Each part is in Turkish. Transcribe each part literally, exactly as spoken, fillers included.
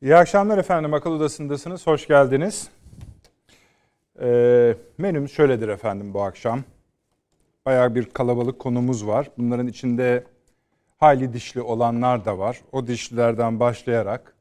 İyi akşamlar efendim. Akıl Odası'ndasınız. Hoş geldiniz. Ee, menümüz şöyledir efendim bu akşam. Bayağı bir kalabalık konumuz var. Bunların içinde hayli dişli olanlar da var. O dişlilerden başlayarak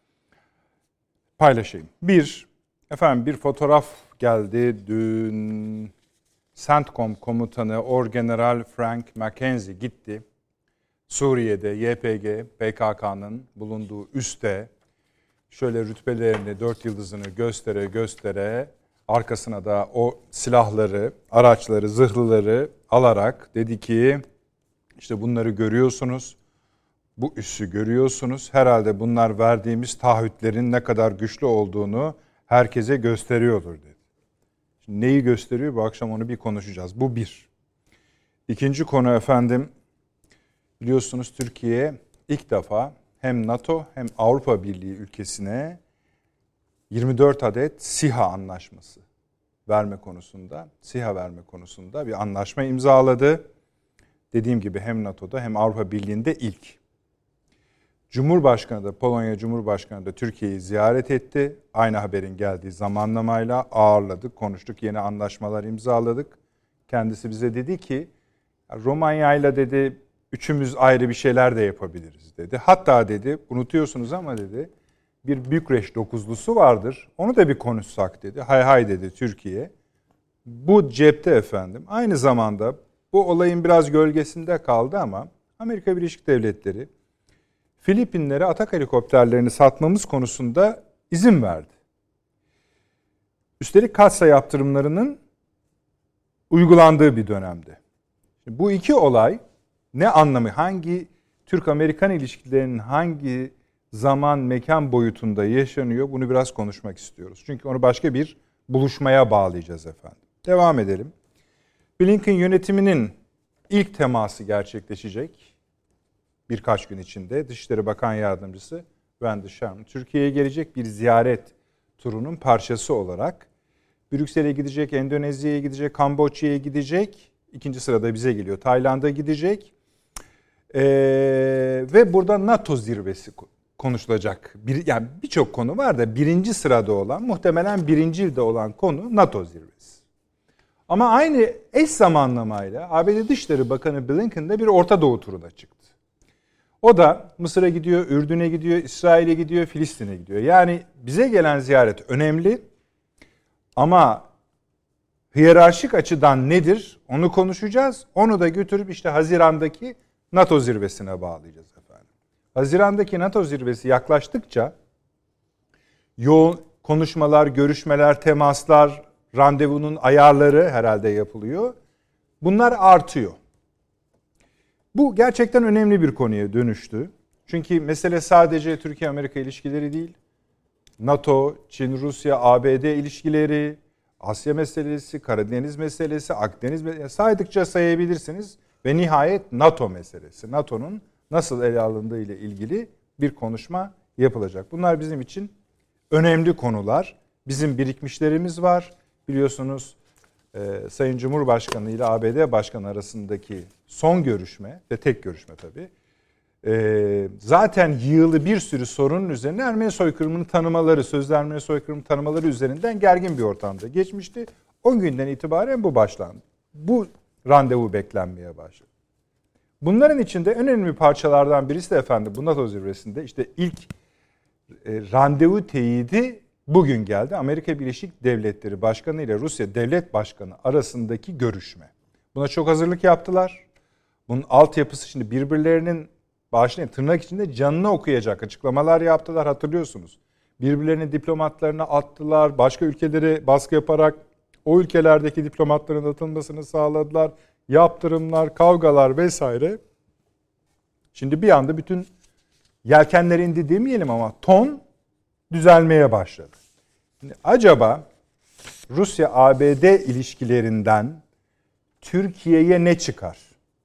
paylaşayım. Bir, efendim bir fotoğraf geldi dün. CENTCOM komutanı Orgeneral Frank McKenzie gitti. Suriye'de Y P G, P K K'nın bulunduğu üste şöyle rütbelerini, dört yıldızını göstere göstere arkasına da o silahları, araçları, zırhlıları alarak dedi ki işte bunları görüyorsunuz, bu üssü görüyorsunuz. Herhalde bunlar verdiğimiz taahhütlerin ne kadar güçlü olduğunu herkese gösteriyordur dedi. Şimdi neyi gösteriyor? Bu akşam onu bir konuşacağız. Bu bir. İkinci konu efendim, biliyorsunuz Türkiye ilk defa hem NATO hem Avrupa Birliği ülkesine yirmi dört adet SİHA anlaşması verme konusunda, SİHA verme konusunda bir anlaşma imzaladı. Dediğim gibi hem NATO'da hem Avrupa Birliği'nde ilk. Cumhurbaşkanı da, Polonya Cumhurbaşkanı da Türkiye'yi ziyaret etti. Aynı haberin geldiği zamanlamayla ağırladık, konuştuk, yeni anlaşmalar imzaladık. Kendisi bize dedi ki, Romanya'yla dedi, üçümüz ayrı bir şeyler de yapabiliriz dedi. Hatta dedi, unutuyorsunuz ama dedi, bir Bükreş dokuzlusu vardır. Onu da bir konuşsak dedi. Hay hay dedi Türkiye. Bu cepte efendim. Aynı zamanda bu olayın biraz gölgesinde kaldı ama Amerika Birleşik Devletleri Filipinlere Atak helikopterlerini satmamız konusunda izin verdi. Üstelik katsa yaptırımlarının uygulandığı bir dönemde. Şimdi bu iki olay ne anlamı, hangi Türk-Amerikan ilişkilerinin hangi zaman, mekan boyutunda yaşanıyor, bunu biraz konuşmak istiyoruz. Çünkü onu başka bir buluşmaya bağlayacağız efendim. Devam edelim. Blinken yönetiminin ilk teması gerçekleşecek birkaç gün içinde. Dışişleri Bakan Yardımcısı Wendy Sherman Türkiye'ye gelecek, bir ziyaret turunun parçası olarak. Brüksel'e gidecek, Endonezya'ya gidecek, Kamboçya'ya gidecek. İkinci sırada bize geliyor. Tayland'a gidecek. Ee, ve burada NATO zirvesi konuşulacak. Bir, yani birçok konu var da birinci sırada olan, muhtemelen birinci de olan konu NATO zirvesi. Ama aynı eş zamanlamayla A B D Dışişleri Bakanı Blinken de bir Orta Doğu turuna çıktı. O da Mısır'a gidiyor, Ürdün'e gidiyor, İsrail'e gidiyor, Filistin'e gidiyor. Yani bize gelen ziyaret önemli ama hiyerarşik açıdan nedir onu konuşacağız. Onu da götürüp işte Haziran'daki NATO zirvesine bağlayacağız efendim. Haziran'daki NATO zirvesi yaklaştıkça yoğun konuşmalar, görüşmeler, temaslar, randevunun ayarları herhalde yapılıyor. Bunlar artıyor. Bu gerçekten önemli bir konuya dönüştü. Çünkü mesele sadece Türkiye-Amerika ilişkileri değil. NATO, Çin, Rusya, A B D ilişkileri, Asya meselesi, Karadeniz meselesi, Akdeniz meselesi saydıkça sayabilirsiniz. Ve nihayet NATO meselesi. NATO'nun nasıl ele alındığı ile ilgili bir konuşma yapılacak. Bunlar bizim için önemli konular. Bizim birikmişlerimiz var. Biliyorsunuz e, Sayın Cumhurbaşkanı ile A B D Başkanı arasındaki son görüşme ve tek görüşme tabii. E, zaten yığılı bir sürü sorunun üzerine Ermeni soykırımını tanımaları, sözde Ermeni soykırımını tanımaları üzerinden gergin bir ortamda geçmişti. O günden itibaren bu başlandı. Bu randevu beklenmeye başladı. Bunların içinde önemli parçalardan birisi de efendim bu NATO zirvesinde işte ilk e, randevu teyidi bugün geldi. Amerika Birleşik Devletleri Başkanı ile Rusya Devlet Başkanı arasındaki görüşme. Buna çok hazırlık yaptılar. Bunun altyapısı şimdi birbirlerinin bağışlayın tırnak içinde canını okuyacak açıklamalar yaptılar, hatırlıyorsunuz. Birbirlerinin diplomatlarını attılar, başka ülkelere baskı yaparak o ülkelerdeki diplomatların atılmasını sağladılar. Yaptırımlar, kavgalar vesaire. Şimdi bir anda bütün yelkenler indi demeyelim ama ton düzelmeye başladı. Şimdi acaba Rusya-A B D ilişkilerinden Türkiye'ye ne çıkar?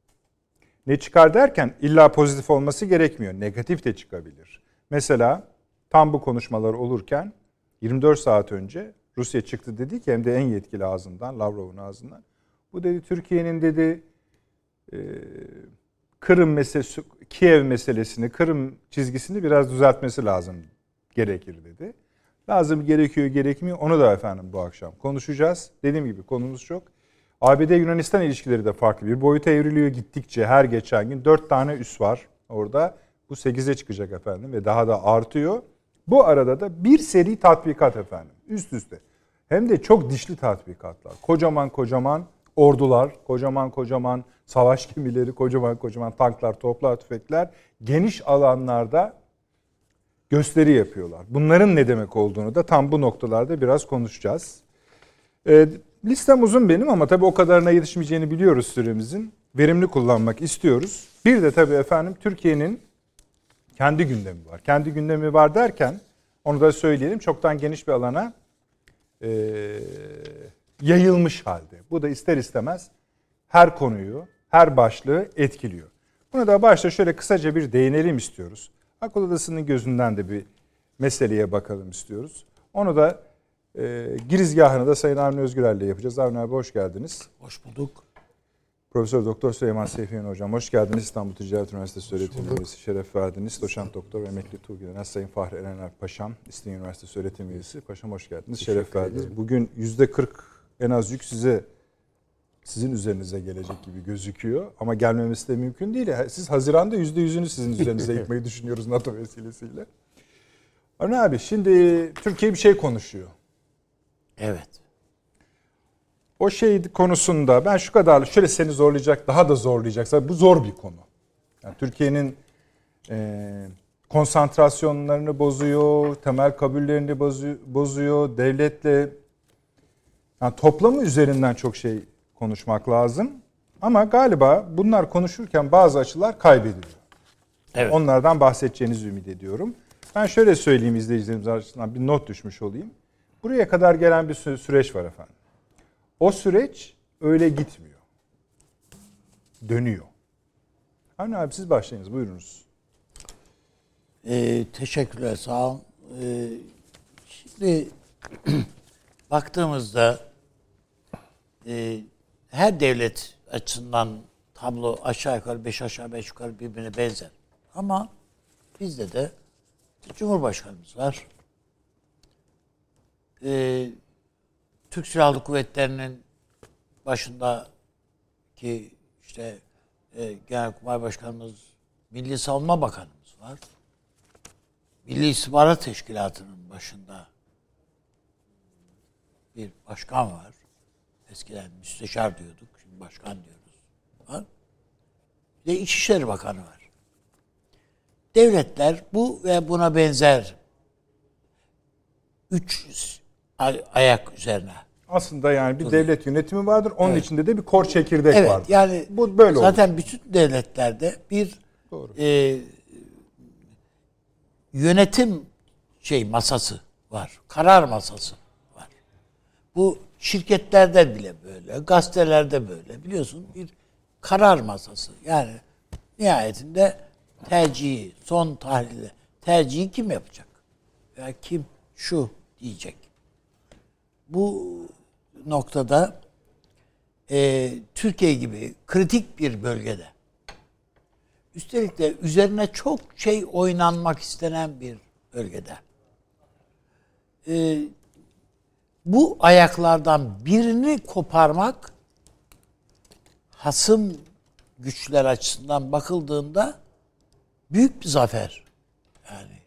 Ne çıkar derken illa pozitif olması gerekmiyor. Negatif de çıkabilir. Mesela tam bu konuşmalar olurken yirmi dört saat önce Rusya çıktı dedi ki, hem de en yetkili ağzından, Lavrov'un ağzından. Bu dedi Türkiye'nin dedi e, Kırım meselesi, Kiev meselesini, Kırım çizgisini biraz düzeltmesi lazım gerekir dedi. Lazım gerekiyor gerekmiyor onu da efendim bu akşam konuşacağız. Dediğim gibi konumuz çok. A B D-Yunanistan ilişkileri de farklı bir boyuta evriliyor gittikçe her geçen gün. Dört tane üs var orada. Bu sekize çıkacak efendim ve daha da artıyor. Bu arada da bir seri tatbikat efendim üst üste. Hem de çok dişli tatbikatlar. Kocaman kocaman ordular, kocaman kocaman savaş gemileri, kocaman kocaman tanklar, toplar, tüfekler geniş alanlarda gösteri yapıyorlar. Bunların ne demek olduğunu da tam bu noktalarda biraz konuşacağız. E, listem uzun benim ama tabii o kadarına yetişmeyeceğini biliyoruz süremizin. Verimli kullanmak istiyoruz. Bir de tabii efendim Türkiye'nin kendi gündemi var. Kendi gündemi var derken onu da söyleyelim çoktan geniş bir alana e, yayılmış halde. Bu da ister istemez her konuyu, her başlığı etkiliyor. Buna da başta şöyle kısaca bir değinelim istiyoruz. Akıl Odası'nın gözünden de bir meseleye bakalım istiyoruz. Onu da e, girizgahını da Sayın Avni Özgürel'le yapacağız. Avni abi hoş geldiniz. Hoş bulduk. Profesör Doktor Süleyman Seyfiyen Hocam hoş geldiniz. İstanbul Ticaret Üniversitesi öğretim üyesi şeref verdiniz. Doçent Doktor ve Emekli Tuğgeneral Sayın Fahri Erener Paşam, İstinye Üniversitesi öğretim üyesi. Paşam hoş geldiniz. Teşekkür şeref verdiniz. Ederim. Bugün yüzde kırk en az yük size sizin üzerinize gelecek gibi gözüküyor. Ama gelmemesi de mümkün değil. Siz Haziran'da yüzde yüzünü sizin üzerinize yıkmayı düşünüyoruz NATO vesilesiyle. Avni abi şimdi Türkiye bir şey konuşuyor. Evet. O şey konusunda ben şu kadar şöyle seni zorlayacak, daha da zorlayacaksa bu zor bir konu. Yani Türkiye'nin e, konsantrasyonlarını bozuyor, temel kabullerini bozuyor, devletle yani toplamı üzerinden çok şey konuşmak lazım. Ama galiba bunlar konuşurken bazı açılar kaybediliyor. Evet. Onlardan bahsedeceğinizi ümit ediyorum. Ben şöyle söyleyeyim izleyicilerimiz açısından bir not düşmüş olayım. Buraya kadar gelen bir süreç var efendim. O süreç öyle gitmiyor. Dönüyor. Avni abi siz başlayınız. Buyurunuz. Ee, teşekkürler. Sağ olun. Ee, şimdi baktığımızda e, her devlet açısından tablo aşağı yukarı beş aşağı beş yukarı birbirine benzer. Ama bizde de Cumhurbaşkanımız var. Ee, Türk Silahlı Kuvvetleri'nin başındaki işte e, Genelkurmay Başkanımız, Milli Savunma Bakanımız var. Milli İstihbarat Teşkilatı'nın başında bir başkan var. Eskiden müsteşar diyorduk, şimdi başkan diyoruz. Var. Bir de İçişleri Bakanı var. Devletler bu ve buna benzer üç ay- ayak üzerine. Aslında yani bir Tabii. devlet yönetimi vardır. Onun evet. içinde de bir kor çekirdek evet, vardır. Yani bu böyle zaten olur. Bütün devletlerde bir e, yönetim şey masası var. Karar masası var. Bu şirketlerde bile böyle, gazetelerde böyle. Biliyorsun bir karar masası. Yani nihayetinde tercihi, son tahlilde tercihi kim yapacak? Ya kim şu diyecek. Bu noktada e, Türkiye gibi kritik bir bölgede üstelik de üzerine çok şey oynanmak istenen bir bölgede e, bu ayaklardan birini koparmak hasım güçler açısından bakıldığında büyük bir zafer. Yani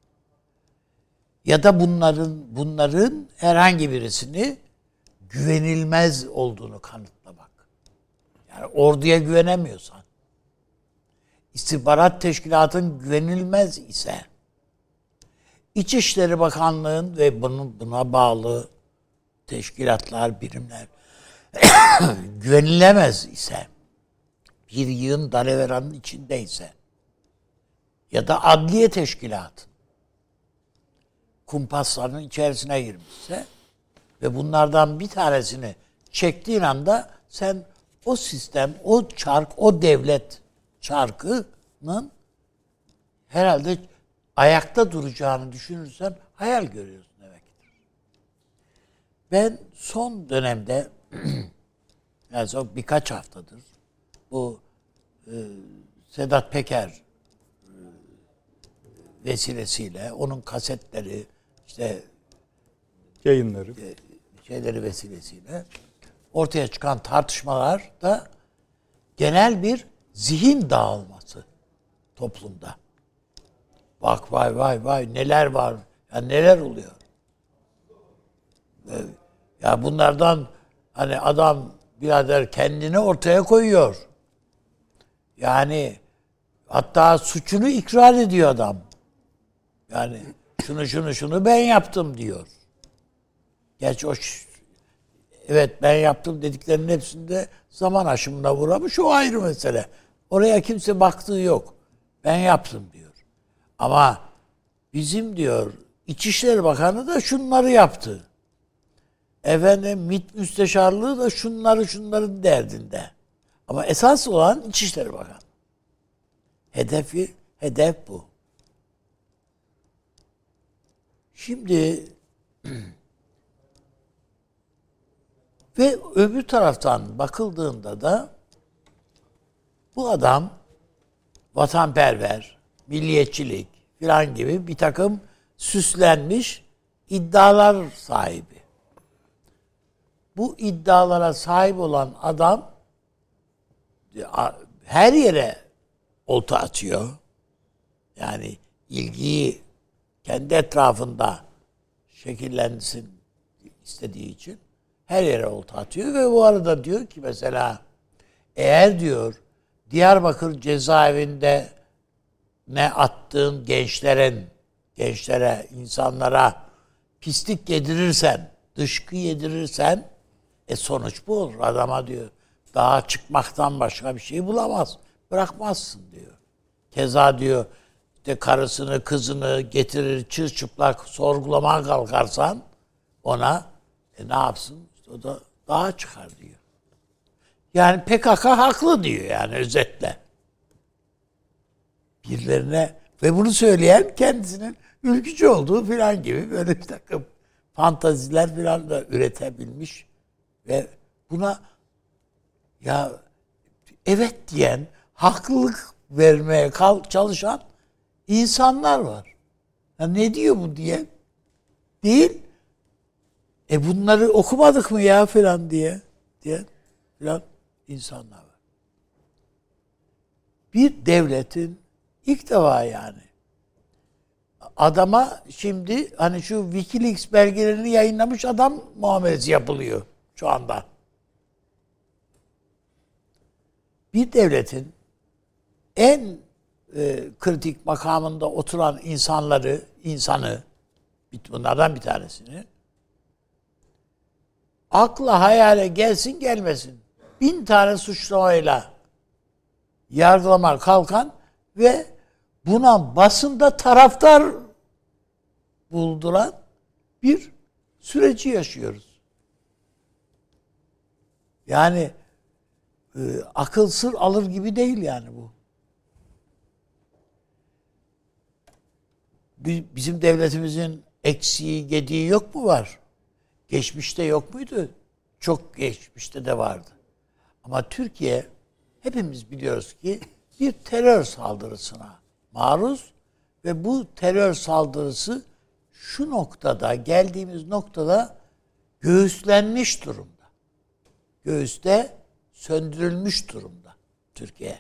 ya da bunların bunların herhangi birisini güvenilmez olduğunu kanıtlamak. Yani orduya güvenemiyorsan, istihbarat teşkilatın güvenilmez ise, İçişleri Bakanlığı'nın ve bunun buna bağlı teşkilatlar, birimler güvenilemez ise, bir yığın dalaveranın içindeyse ya da adliye teşkilatı kumpaslarının içerisine girmişse ve bunlardan bir tanesini çektiğin anda sen o sistem, o çark, o devlet çarkının herhalde ayakta duracağını düşünürsen hayal görüyorsun demektir. Ben son dönemde yani son birkaç haftadır bu e, Sedat Peker e, vesilesiyle, onun kasetleri, işte yayınları, şeyleri vesilesiyle ortaya çıkan tartışmalar da genel bir zihin dağılması toplumda. Bak vay vay vay neler var, ya neler oluyor. Ya bunlardan hani adam birader kendini ortaya koyuyor. Yani hatta suçunu ikrar ediyor adam. Yani şunu şunu şunu ben yaptım diyor. Gerçi o evet ben yaptım dediklerinin hepsinde zaman aşımına uğramış, o ayrı mesele. Oraya kimse baktığı yok. Ben yaptım diyor. Ama bizim diyor İçişleri Bakanı da şunları yaptı. Efendim MİT Müsteşarlığı da şunları şunların derdinde. Ama esas olan İçişleri Bakanı. Hedefi, hedef bu. Şimdi ve öbür taraftan bakıldığında da bu adam vatanperver, milliyetçilik filan gibi bir takım süslenmiş iddialar sahibi. Bu iddialara sahip olan adam her yere olta atıyor. Yani ilgiyi kendi etrafında şekillensin istediği için her yere olta atıyor ve bu arada diyor ki mesela eğer diyor Diyarbakır cezaevinde ne attığın gençlerin, gençlere, insanlara pislik yedirirsen, dışkı yedirirsen e sonuç bu olur. Adama diyor daha çıkmaktan başka bir şey bulamaz. Bırakmazsın diyor. Keza diyor işte karısını, kızını getirir çırçıplak sorgulamaya kalkarsan ona e ne yapsın? İşte o da daha çıkar diyor. Yani P K K haklı diyor yani özetle. Birilerine ve bunu söyleyen kendisinin ülkücü olduğu filan gibi böyle bir takım fantaziler filan da üretebilmiş ve buna ya evet diyen, haklılık vermeye çalışan insanlar var. Ya ne diyor bu diye? Değil. E bunları okumadık mı ya filan diye diye filan insanlar var. Bir devletin ilk defa yani adama şimdi hani şu WikiLeaks belgelerini yayınlamış adam muamelesi yapılıyor şu anda. Bir devletin en e, kritik makamında oturan insanları, insanı, bunlardan bir tanesini akla hayale gelsin gelmesin bin tane suçlamayla yargılamaya kalkan ve buna basında taraftar bulduran bir süreci yaşıyoruz. Yani e, akıl sır alır gibi değil yani bu. Bizim devletimizin eksiği, gediği yok mu var? Geçmişte yok muydu? Çok geçmişte de vardı. Ama Türkiye hepimiz biliyoruz ki bir terör saldırısına maruz ve bu terör saldırısı şu noktada, geldiğimiz noktada göğüslenmiş durumda. Göğüste söndürülmüş durumda Türkiye.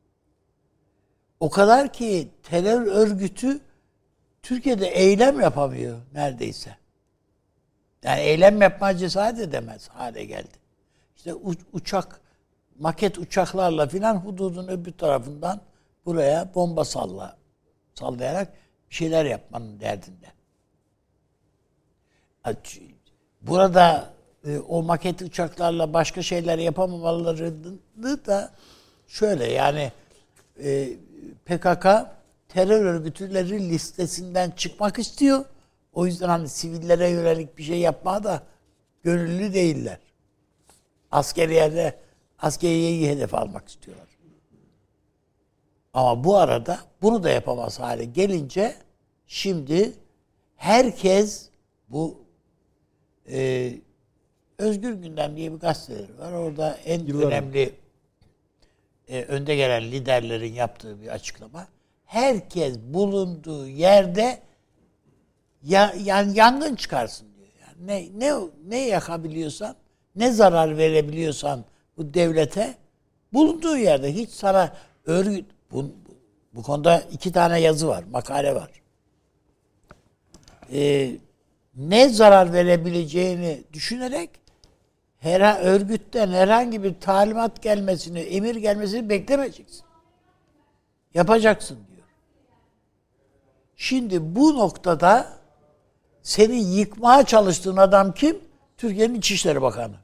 O kadar ki terör örgütü Türkiye'de eylem yapamıyor neredeyse. Yani eylem yapmaya cesaret edemez hale geldi. İşte uçak, maket uçaklarla filan hududun öbür tarafından buraya bomba salla, sallayarak bir şeyler yapmanın derdinde. Burada e, o maket uçaklarla başka şeyler yapamamalarını da şöyle yani e, P K K terör örgütleri listesinden çıkmak istiyor. O yüzden hani sivillere yönelik bir şey yapmaya da gönüllü değiller. Askeriyede askeriyeyi hedef almak istiyorlar. Ama bu arada bunu da yapamaz hale gelince şimdi herkes bu e, Özgür Gündem diye bir gazeteleri var. Orada en Yıllarım. önemli e, önde gelen liderlerin yaptığı bir açıklama. herkes bulunduğu yerde ya, yani yangın çıkarsın diyor. Yani ne ne ne yakabiliyorsan, ne zarar verebiliyorsan bu devlete bulunduğu yerde hiç sana örgüt bu, bu konuda iki tane yazı var, makale var. Ee, ne zarar verebileceğini düşünerek her örgütten herhangi bir talimat gelmesini, emir gelmesini beklemeyeceksin. Yapacaksın diyor. Şimdi bu noktada seni yıkmaya çalıştığın adam kim? Türkiye'nin İçişleri Bakanı.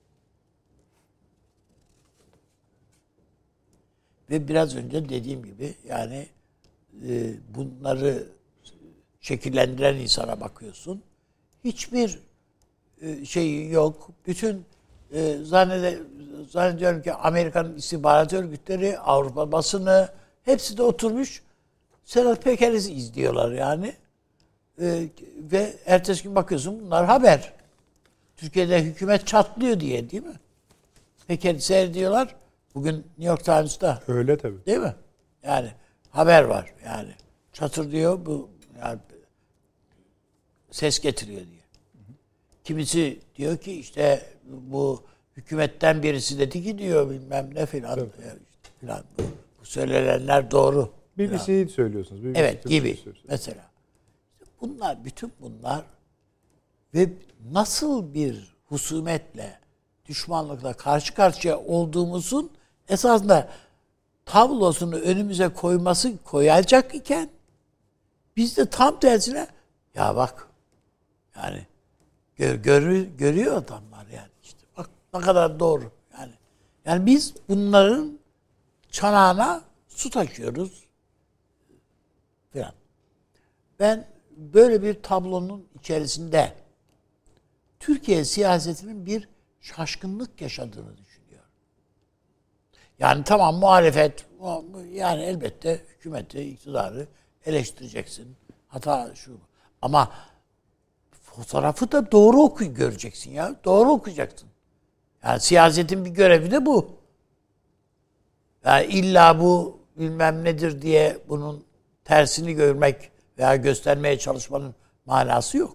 Ve biraz önce dediğim gibi yani e, bunları şekillendiren insana bakıyorsun. Hiçbir e, şey yok. Bütün e, zannede, zannediyorum ki Amerikan istihbarat örgütleri, Avrupa basını hepsi de oturmuş Sedat Peker'i izliyorlar yani. E, ve ertesi gün bakıyorsun bunlar haber. Türkiye'de hükümet çatlıyor diye değil mi? Peker'i seyrediyorlar. Bugün New York Times'ta. Öyle tabii. Değil mi? Yani haber var yani. Çatır diyor bu yani ses getiriyor diye. Kimisi diyor ki işte bu hükümetten birisi dedi ki diyor bilmem ne filan filan. Bu, bu söylenenler doğru. B B C'yi söylüyorsunuz. B B C evet gibi mesela. Bunlar bütün bunlar ve nasıl bir husumetle düşmanlıkla karşı karşıya olduğumuzun esasında tablosunu önümüze koyması koyacak iken biz de tam tersine ya bak yani gör, gör, görüyor adamlar yani işte bak ne kadar doğru yani yani biz bunların çanağına su taşıyoruz falan. Ben böyle bir tablonun içerisinde Türkiye siyasetinin bir şaşkınlık yaşadığını düşünüyorum. Yani tamam muhalefet yani elbette hükümeti, iktidarı eleştireceksin. Hata şu. Ama fotoğrafı da doğru oku göreceksin ya. Doğru okuyacaksın. Yani siyasetin bir görevi de bu. Yani illa bu bilmem nedir diye bunun tersini görmek veya göstermeye çalışmanın manası yok.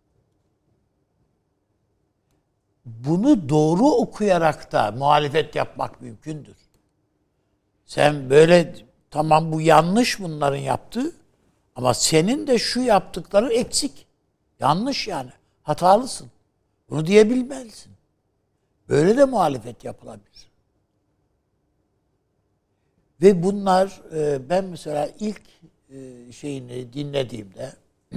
Bunu doğru okuyarak da muhalefet yapmak mümkündür. Sen böyle tamam bu yanlış bunların yaptığı ama senin de şu yaptıkları eksik. Yanlış yani. Hatalısın. Bunu diyebilmelisin. Böyle de muhalefet yapılabilir. Ve bunlar ben mesela ilk şeyini dinlediğimde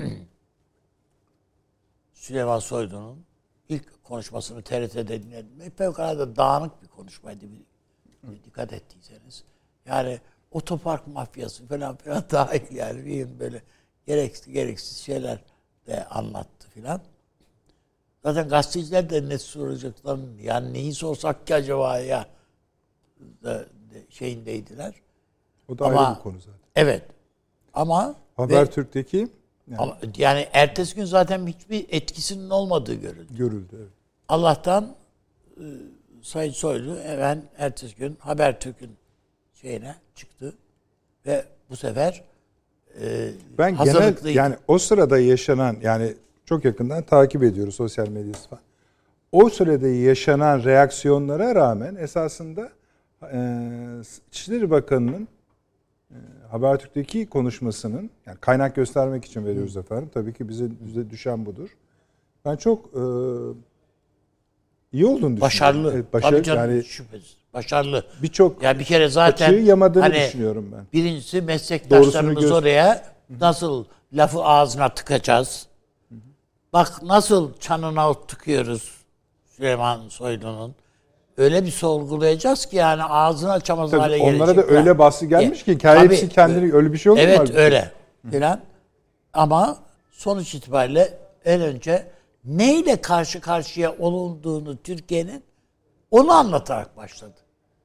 Süleyman Soylu'nun ilk konuşmasını T R T'de dinledim. Fevkalade dağınık bir konuşmaydı. Bir, dikkat ettiyseniz. Yani otopark mafyası falan filan dahil yani bir böyle gereksiz, gereksiz şeyler de anlattı filan. Zaten gazeteciler de ne soracaklar yani neyi sorsak ki acaba ya da, de, şeyindeydiler. O da ama, ayrı bir konu zaten. Evet. Ama Habertürk'teki yani, ama, yani ertesi gün zaten hiçbir etkisinin olmadığı görüldü. Görüldü evet. Allah'tan e, Sayın Soylu hemen ertesi gün Habertürk'ün şeyine çıktı ve bu sefer e, ben genel yani o sırada yaşanan yani çok yakından takip ediyoruz sosyal medyası falan. O sırada yaşanan reaksiyonlara rağmen esasında e, İçişleri Bakanı'nın e, Habertürk'teki konuşmasının yani kaynak göstermek için veriyoruz efendim. Tabii ki bize, bize düşen budur. Ben çok e, iyi olduğunu düşünüyorum. Başarılı. Evet, başarılı yani şüphesiz. Başarılı. Birçok yani bir kere zaten yamadığını hani, düşünüyorum ben. Birincisi meslektaşlarımız göz... oraya nasıl lafı ağzına tıkacağız. Hı hı. Bak nasıl çanına tıkıyoruz Süleyman Soylu'nun. Öyle bir sorgulayacağız ki yani ağzını açamaz tabii hale gelecek. Onlara da falan. öyle bahsi gelmiş ki hepsi kendini öyle bir şey olmuyor. Evet öyle filan. Ama sonuç itibariyle en önce neyle karşı karşıya olunduğunu Türkiye'nin onu anlatarak başladı.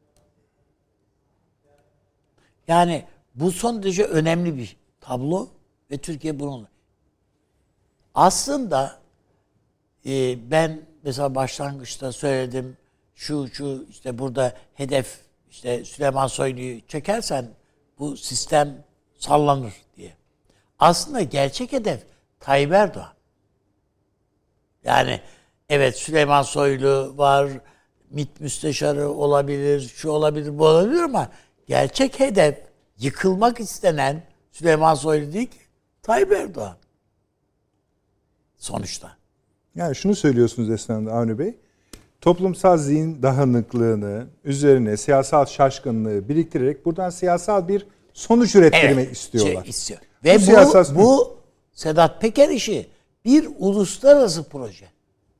Yani bu son derece önemli bir tablo ve Türkiye bununla. Aslında e, ben mesela başlangıçta söyledim şu şu işte burada hedef işte Süleyman Soylu'yu çekersen bu sistem sallanır diye. Aslında gerçek hedef Tayyip Erdoğan. Yani evet Süleyman Soylu var, MİT müsteşarı olabilir, şu olabilir, bu olabilir ama gerçek hedef yıkılmak istenen Süleyman Soylu değil ki Tayyip Erdoğan. Sonuçta. Yani şunu söylüyorsunuz esnasında Avni Bey. Toplumsal zihin dağınıklığını, üzerine siyasal şaşkınlığı biriktirerek buradan siyasal bir sonuç ürettirmek evet, istiyorlar. Şey istiyor. Ve bu, bu, siyasal... bu Sedat Peker işi bir uluslararası proje.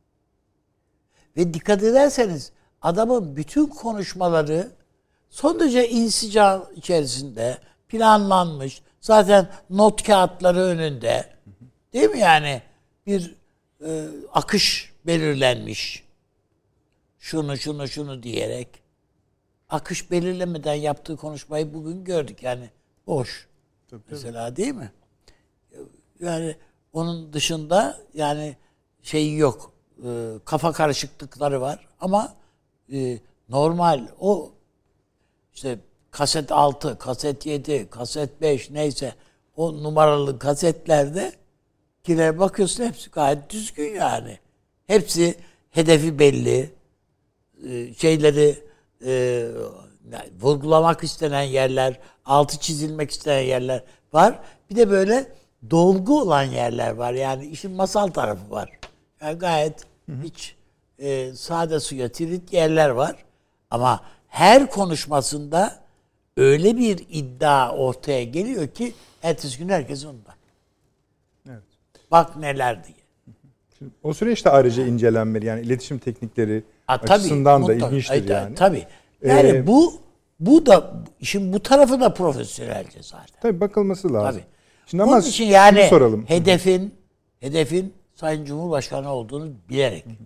Ve dikkat ederseniz adamın bütün konuşmaları son derece insicam içerisinde planlanmış. Zaten not kağıtları önünde. Değil mi yani? Bir e, akış belirlenmiş. Şunu şunu şunu diyerek. Akış belirlemeden yaptığı konuşmayı bugün gördük. Yani boş. Tabii, mesela tabii. Değil mi? Yani onun dışında yani şeyi yok. E, kafa karışıklıkları var. Ama e, normal o işte kaset altı, kaset yedi, kaset beş neyse o numaralı kasetlerde kire bakıyorsun hepsi gayet düzgün yani. Hepsi hedefi belli. E, şeyleri e, vurgulamak istenen yerler, altı çizilmek istenen yerler var. Bir de böyle dolgu olan yerler var. Yani işin masal tarafı var. Yani gayet hı hı. hiç e, sade suya tirit yerler var. Ama her konuşmasında öyle bir iddia ortaya geliyor ki ertesi gün herkes onda. Evet. Bak neler diye. Şimdi o süreçte ayrıca incelenmeli. Yani iletişim teknikleri A, açısından tabii, da mutlaka, ilginçtir yani. Tabii. Yani ee, bu bu da işin bu tarafı da profesyonelce zaten. Tabii bakılması lazım. Tabii. Şimdi ama onun için yani soralım. hedefin hedefin Sayın Cumhurbaşkanı olduğunu bilerek. Hı hı.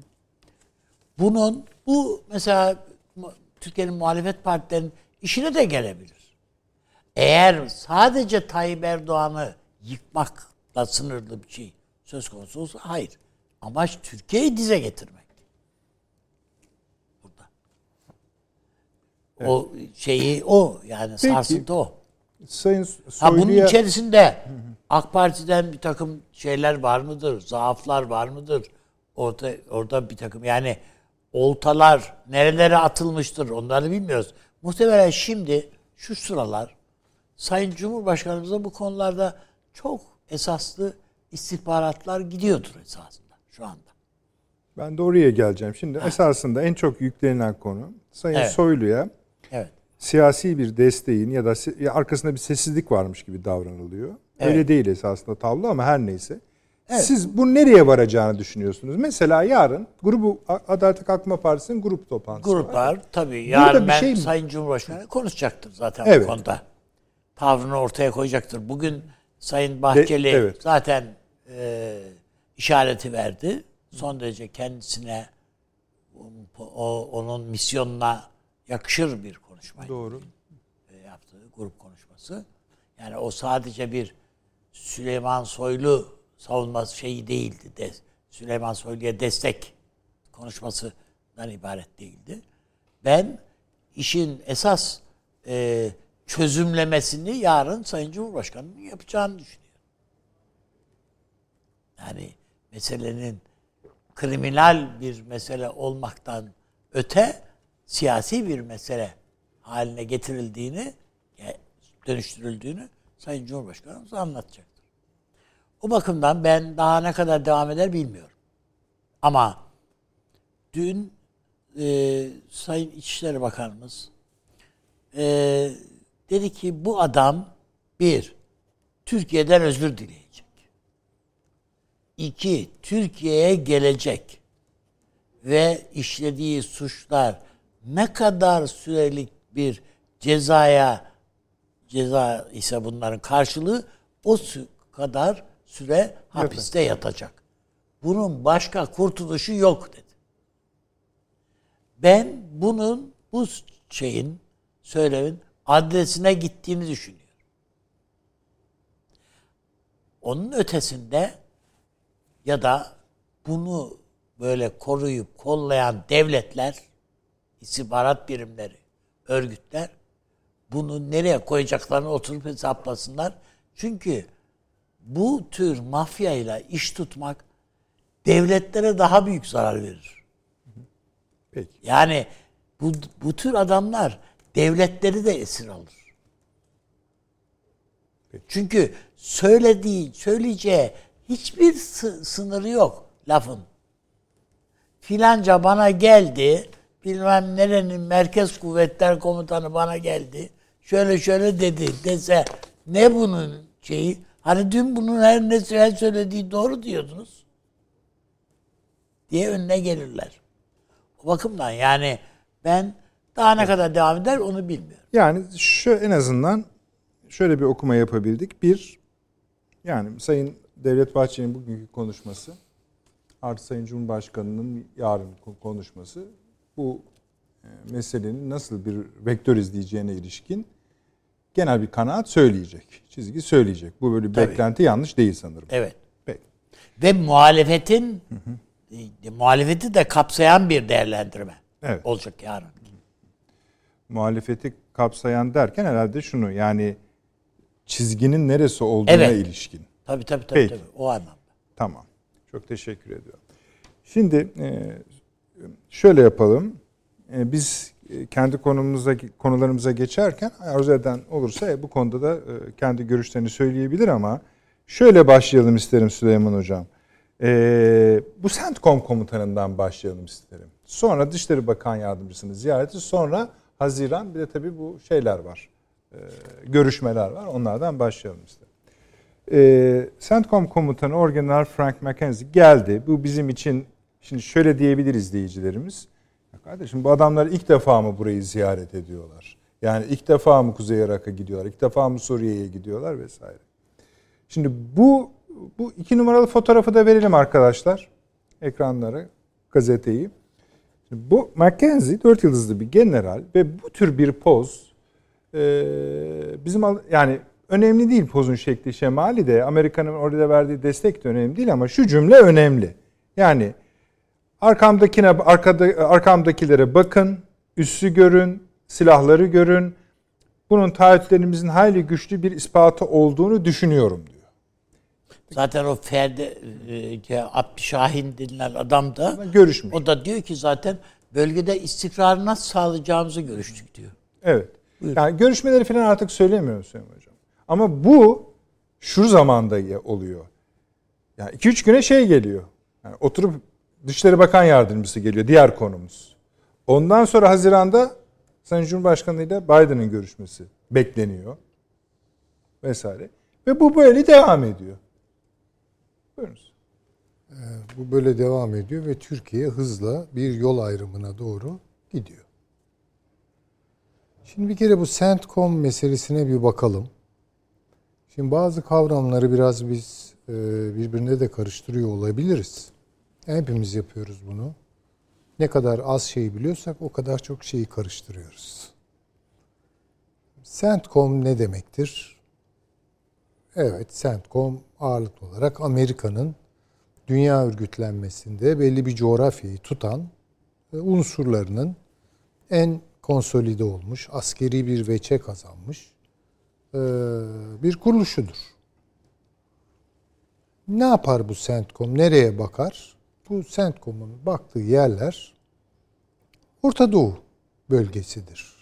Bunun bu mesela Türkiye'nin muhalefet partilerinin işine de gelebilir. Eğer sadece Tayyip Erdoğan'ı yıkmakla sınırlı bir şey söz konusu olsa hayır. Amaç Türkiye'yi dize getirmek. Burada. Evet. O şeyi o yani Peki, sarsıntı o. Sayın Soylu'ya... Ha bunun içerisinde AK Parti'den bir takım şeyler var mıdır? Zaaflar var mıdır? Orada orada bir takım yani oltalar nerelere atılmıştır onları bilmiyoruz. Muhtemelen şimdi şu sıralar Sayın Cumhurbaşkanımıza bu konularda çok esaslı istihbaratlar gidiyordur esasında şu anda. Ben de oraya geleceğim. Şimdi ha. esasında en çok yüklenilen konu Sayın evet. Soylu'ya evet. siyasi bir desteğin ya da arkasında bir sessizlik varmış gibi davranılıyor. Evet. Öyle değil esasında tablo ama her neyse. Evet. Siz bu nereye varacağını düşünüyorsunuz? Mesela yarın grubu Adalet Kalkınma Partisi'nin grup toplantısı Gruplar var. Tabii yarın ben şey Sayın Cumhurbaşkanı konuşacaktır zaten evet. bu konuda. Tavrını ortaya koyacaktır. Bugün Sayın Bahçeli De, evet. zaten e, işareti verdi. Son derece kendisine o, onun misyonuna yakışır bir konuşma. Doğru. Yaptığı grup konuşması. Yani o sadece bir Süleyman Soylu savunması şeyi değildi. De, Süleyman Soylu'ya destek konuşmasından ibaret değildi. Ben işin esas e, çözümlemesini yarın Sayın Cumhurbaşkanı'nın yapacağını düşünüyorum. Yani meselenin kriminal bir mesele olmaktan öte siyasi bir mesele haline getirildiğini, dönüştürüldüğünü Sayın Cumhurbaşkanımız anlatacaktır. O bakımdan ben daha ne kadar devam eder bilmiyorum. Ama dün e, Sayın İçişleri Bakanımız e, dedi ki bu adam bir, Türkiye'den özür dileyecek. İki, Türkiye'ye gelecek ve işlediği suçlar ne kadar sürelik bir cezaya ceza ise bunların karşılığı o kadar süre hapiste yatacak. Bunun başka kurtuluşu yok dedi. Ben bunun bu şeyin söylemin adresine gittiğini düşünüyorum. Onun ötesinde ya da bunu böyle koruyup kollayan devletler, istihbarat birimleri, örgütler bunu nereye koyacaklarını oturup hesaplasınlar. Çünkü bu tür mafyayla iş tutmak devletlere daha büyük zarar verir. Peki. Yani bu, bu tür adamlar devletleri de esir alır. Peki. Çünkü söylediği, söyleyeceği hiçbir sı- sınırı yok lafın. Filanca bana geldi, bilmem nerenin merkez kuvvetler komutanı bana geldi, şöyle şöyle dedi dese ne bunun şeyi? Hani dün bunun her ne her söylediği doğru diyordunuz diye önüne gelirler. O bakımdan yani ben daha ne kadar devam eder onu bilmiyorum. Yani şu en azından şöyle bir okuma yapabildik. Bir, yani Sayın Devlet Bahçeli'nin bugünkü konuşması artı Sayın Cumhurbaşkanı'nın yarın konuşması bu meselenin nasıl bir vektör izleyeceğine ilişkin genel bir kanaat söyleyecek. Çizgi söyleyecek. Bu böyle bir Tabii. beklenti yanlış değil sanırım. Evet. Peki. Ve muhalefetin hı hı. E, muhalefeti de kapsayan bir değerlendirme Evet. olacak yarın. Muhalefeti kapsayan derken herhalde şunu, yani çizginin neresi olduğuna evet. ilişkin. Tabii tabii tabii, tabii. O anlamda. Tamam. Çok teşekkür ediyorum. Şimdi şöyle yapalım. Biz kendi konumuza konularımıza geçerken arzu eden olursa bu konuda da kendi görüşlerini söyleyebilir ama şöyle başlayalım isterim Süleyman Hocam. Bu CENTCOM komutanından başlayalım isterim. Sonra Dışişleri Bakan Yardımcısının ziyareti, sonra Haziran, bir de tabii bu şeyler var. Görüşmeler var. Onlardan başlayalım isterim. E, CENTCOM komutanı Orgeneral Frank McKenzie geldi. Bu bizim için, şimdi şöyle diyebilir izleyicilerimiz. Ya kardeşim, bu adamlar ilk defa mı burayı ziyaret ediyorlar? Yani ilk defa mı Kuzey Irak'a gidiyorlar? İlk defa mı Suriye'ye gidiyorlar vesaire. Şimdi bu bu iki numaralı fotoğrafı da verelim arkadaşlar. Ekranlara, gazeteyi. Şimdi bu McKenzie dört yıldızlı bir general ve bu tür bir poz e, bizim yani önemli değil, pozun şekli şemali de, Amerika'nın orada verdiği destek de önemli değil ama şu cümle önemli. Yani arkamdakine arkada arkamdakilere bakın, üssü görün, silahları görün. Bunun taahhütlerimizin hayli güçlü bir ispatı olduğunu düşünüyorum diyor. Zaten o Ferdi e, Abdi Şahin denilen adam da görüşmüş. O da diyor ki zaten bölgede istikrarı nasıl sağlayacağımızı görüştük diyor. Evet. Buyur. Yani görüşmeleri falan artık söylemiyorum Sayın Hocam. Ama bu şu zamanda oluyor. Yani iki üç güne şey geliyor. Yani oturup Dışişleri Bakan Yardımcısı geliyor, diğer konumuz. Ondan sonra Haziran'da Sayın Cumhurbaşkanı ile Biden'ın görüşmesi bekleniyor. Vesaire. Ve bu böyle devam ediyor. Buyurunuz. Ee, bu böyle devam ediyor ve Türkiye hızla bir yol ayrımına doğru gidiyor. Şimdi bir kere bu CENTCOM meselesine bir bakalım. Şimdi bazı kavramları biraz biz e, birbirine de karıştırıyor olabiliriz. Hepimiz yapıyoruz bunu. Ne kadar az şeyi biliyorsak o kadar çok şeyi karıştırıyoruz. CENTCOM ne demektir? Evet, CENTCOM ağırlıklı olarak Amerika'nın dünya örgütlenmesinde belli bir coğrafyayı tutan unsurlarının en konsolide olmuş, askeri bir veçe kazanmış bir kuruluşudur. Ne yapar bu CENTCOM? Nereye bakar? Bu CENTCOM'un baktığı yerler Orta Doğu bölgesidir.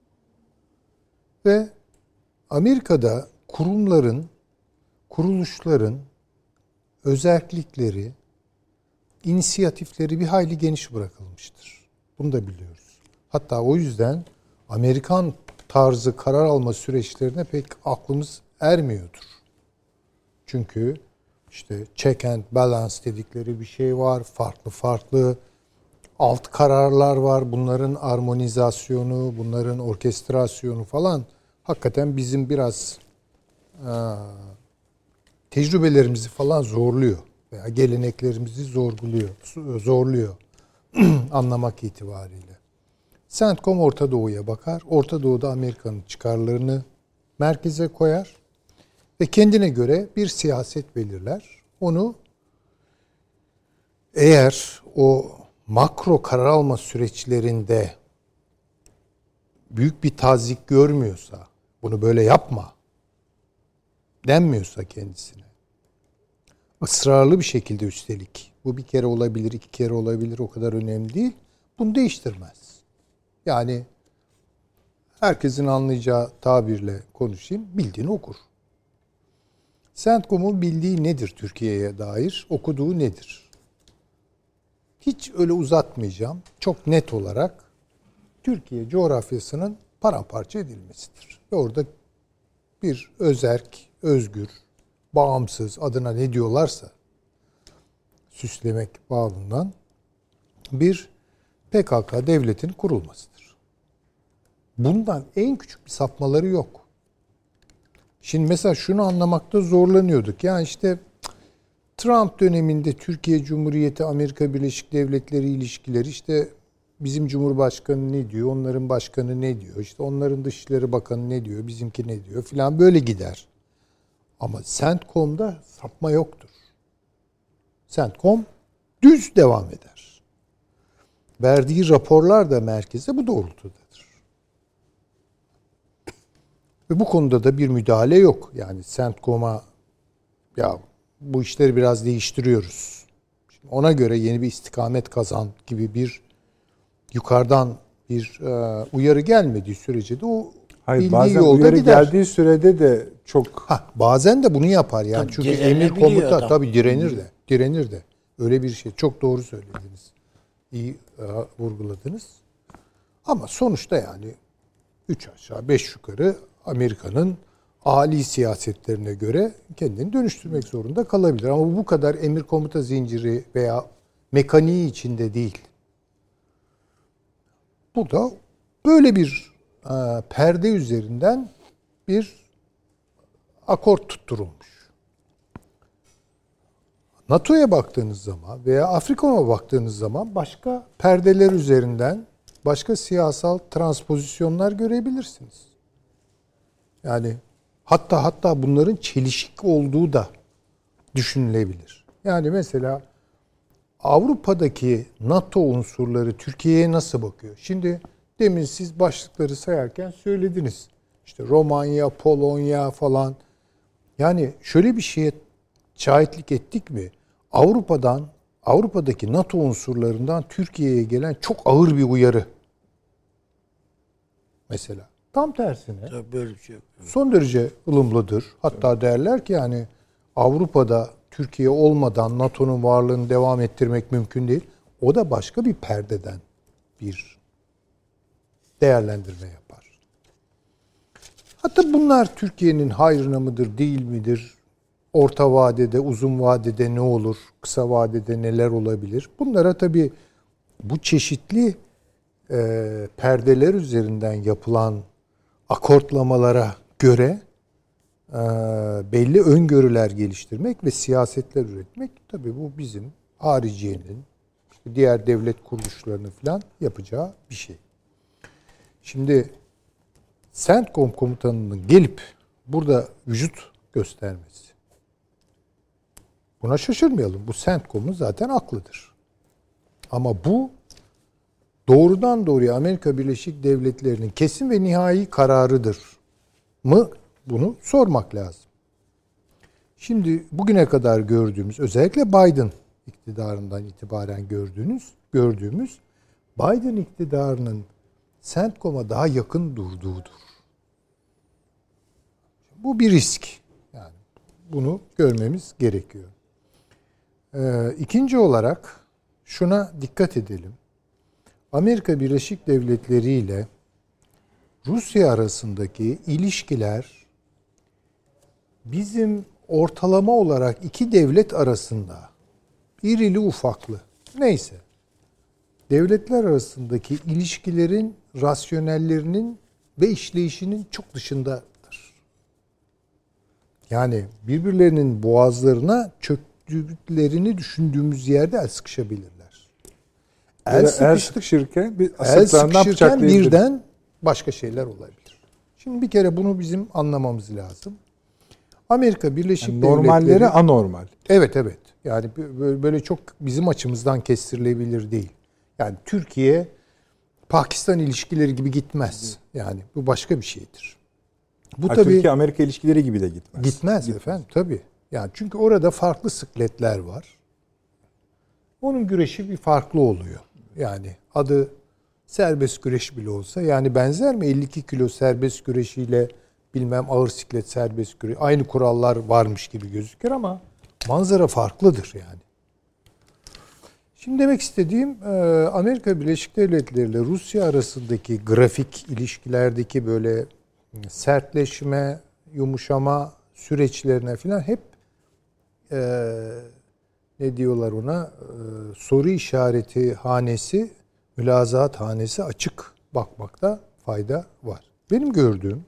Ve Amerika'da kurumların, kuruluşların özellikleri, inisiyatifleri bir hayli geniş bırakılmıştır. Bunu da biliyoruz. Hatta o yüzden Amerikan tarzı karar alma süreçlerine pek aklımız ermiyordur. Çünkü işte check and balance dedikleri bir şey var. Farklı farklı alt kararlar var. Bunların armonizasyonu, bunların orkestrasyonu falan hakikaten bizim biraz aa, tecrübelerimizi falan zorluyor. Veya geleneklerimizi zorluyor. Zorluyor anlamak itibariyle. CENTCOM Orta Doğu'ya bakar. Orta Doğu'da Amerika'nın çıkarlarını merkeze koyar ve kendine göre bir siyaset belirler. Onu eğer o makro karar alma süreçlerinde büyük bir tazyik görmüyorsa, bunu böyle yapma denmiyorsa kendisine, ısrarlı bir şekilde üstelik, bu bir kere olabilir, iki kere olabilir, o kadar önemli değil, bunu değiştirmez. Yani herkesin anlayacağı tabirle konuşayım, bildiğini okur. CENTCOM'un bildiği nedir Türkiye'ye dair, okuduğu nedir? Hiç öyle uzatmayacağım. Çok net olarak Türkiye coğrafyasının paramparça edilmesidir. Ve orada bir özerk, özgür, bağımsız, adına ne diyorlarsa süslemek bağımından bir P K K devletinin kurulmasıdır. Bundan en küçük bir sapmaları yok. Şimdi mesela şunu anlamakta zorlanıyorduk. Yani işte Trump döneminde Türkiye Cumhuriyeti, Amerika Birleşik Devletleri ilişkileri, işte bizim Cumhurbaşkanı ne diyor, onların başkanı ne diyor, işte onların Dışişleri Bakanı ne diyor, bizimki ne diyor filan böyle gider. Ama CENTCOM'da sapma yoktur. CENTCOM düz devam eder. Verdiği raporlar da merkeze bu doğrultudadır. Ve bu konuda da bir müdahale yok. Yani CENTCOM'a ya bu işleri biraz değiştiriyoruz, şimdi ona göre yeni bir istikamet kazan gibi bir yukarıdan bir e, uyarı gelmediği sürece de o Hayır, bildiği bazen yolda uyarı gider. geldiği sürede de çok... Ha, bazen de bunu yapar yani. Tabii çünkü direnebiliyor emir komuta adam. tabii direnir de. Direnir de. Öyle bir şey. Çok doğru söylediniz. İyi e, vurguladınız. Ama sonuçta yani üç aşağı beş yukarı Amerika'nın âli siyasetlerine göre kendini dönüştürmek zorunda kalabilir. Ama bu kadar emir komuta zinciri veya mekaniği içinde değil. Bu da böyle bir e, perde üzerinden bir akort tutturulmuş. NATO'ya baktığınız zaman veya Afrika'ya baktığınız zaman başka perdeler üzerinden başka siyasal transpozisyonlar görebilirsiniz. Yani hatta hatta bunların çelişik olduğu da düşünülebilir. Yani mesela Avrupa'daki NATO unsurları Türkiye'ye nasıl bakıyor? Şimdi demin siz başlıkları sayarken söylediniz. İşte Romanya, Polonya falan. Yani şöyle bir şeye şahitlik ettik mi? Avrupa'dan, Avrupa'daki NATO unsurlarından Türkiye'ye gelen çok ağır bir uyarı. Mesela. Tam tersine. Tabii böyle bir şey yok. Son derece ılımlıdır. Hatta derler ki yani Avrupa'da Türkiye olmadan NATO'nun varlığını devam ettirmek mümkün değil. O da başka bir perdeden bir değerlendirme yapar. Hatta bunlar Türkiye'nin hayrına mıdır, değil midir? Orta vadede, uzun vadede ne olur? Kısa vadede neler olabilir? Bunlara tabii bu çeşitli e, perdeler üzerinden yapılan akortlamalara göre e, belli öngörüler geliştirmek ve siyasetler üretmek tabii bu bizim hariciyenin, işte diğer devlet kuruluşlarının falan yapacağı bir şey. Şimdi CENTCOM komutanının gelip burada vücut göstermesi. Buna şaşırmayalım. Bu CENTCOM'un zaten aklıdır. Ama bu doğrudan doğruya Amerika Birleşik Devletleri'nin kesin ve nihai kararıdır mı? Bunu sormak lazım. Şimdi bugüne kadar gördüğümüz, özellikle Biden iktidarından itibaren gördüğünüz, gördüğümüz Biden iktidarının CENTCOM'a daha yakın durduğudur. Bu bir risk. Yani bunu görmemiz gerekiyor. Ee, ikinci olarak şuna dikkat edelim. Amerika Birleşik Devletleri ile Rusya arasındaki ilişkiler bizim ortalama olarak iki devlet arasında irili ufaklı neyse devletler arasındaki ilişkilerin rasyonellerinin ve işleyişinin çok dışındadır. Yani birbirlerinin boğazlarına çöktüklerini düşündüğümüz yerde el sıkışabilirler. El, el sıkışırken bir el sıkışırken birden birden başka şeyler olabilir. Şimdi bir kere bunu bizim anlamamız lazım. Amerika Birleşik yani Devletleri normalleri anormal. Evet evet. Yani böyle çok bizim açımızdan kestirilebilir değil. Yani Türkiye Pakistan ilişkileri gibi gitmez. Yani bu başka bir şeydir. Bu ha, tabii Türkiye-Amerika ilişkileri gibi de gitmez. Gitmez, gitmez efendim tabii. Yani çünkü orada farklı sıkletler var. Onun güreşi bir farklı oluyor. Yani adı serbest güreş bile olsa, yani benzer mi elli iki kilo serbest güreşiyle bilmem ağır siklet serbest güreş, aynı kurallar varmış gibi gözükür ama manzara farklıdır yani. Şimdi demek istediğim Amerika Birleşik Devletleri ile Rusya arasındaki grafik ilişkilerdeki böyle sertleşme, yumuşama süreçlerine falan hep e, ne diyorlar ona e, soru işareti hanesi, mülazat hanesi açık bakmakta fayda var. Benim gördüğüm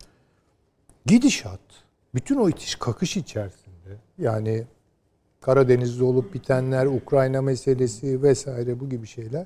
gidişat bütün o itiş kakış içerisinde, yani Karadeniz'de olup bitenler, Ukrayna meselesi vesaire bu gibi şeyler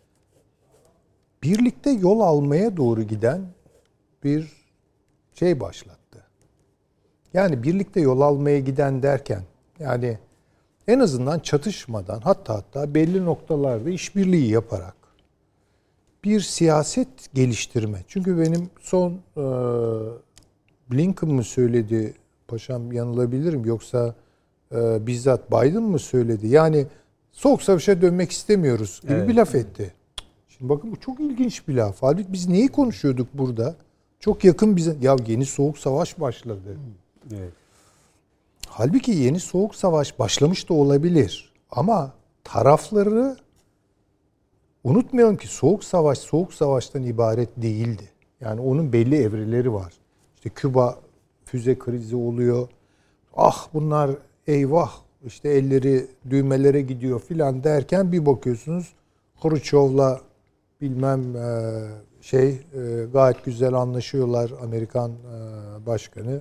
birlikte yol almaya doğru giden bir şey başlattı. Yani birlikte yol almaya giden derken yani en azından çatışmadan, hatta hatta belli noktalarda işbirliği yaparak bir siyaset geliştirme. Çünkü benim son e, Blinken mı söyledi, paşam yanılabilirim, yoksa e, bizzat Biden mı söyledi? Yani soğuk savaşa dönmek istemiyoruz gibi evet, bir laf etti. Şimdi bakın bu çok ilginç bir laf. Halbuki biz neyi konuşuyorduk burada? Çok yakın bize. Ya yeni soğuk savaş başladı. Evet. Halbuki yeni soğuk savaş başlamış da olabilir. Ama tarafları unutmayalım ki soğuk savaş soğuk savaştan ibaret değildi. Yani onun belli evreleri var. İşte Küba füze krizi oluyor. Ah bunlar eyvah işte elleri düğmelere gidiyor filan derken bir bakıyorsunuz Khrushchev'la bilmem şey gayet güzel anlaşıyorlar, Amerikan başkanı.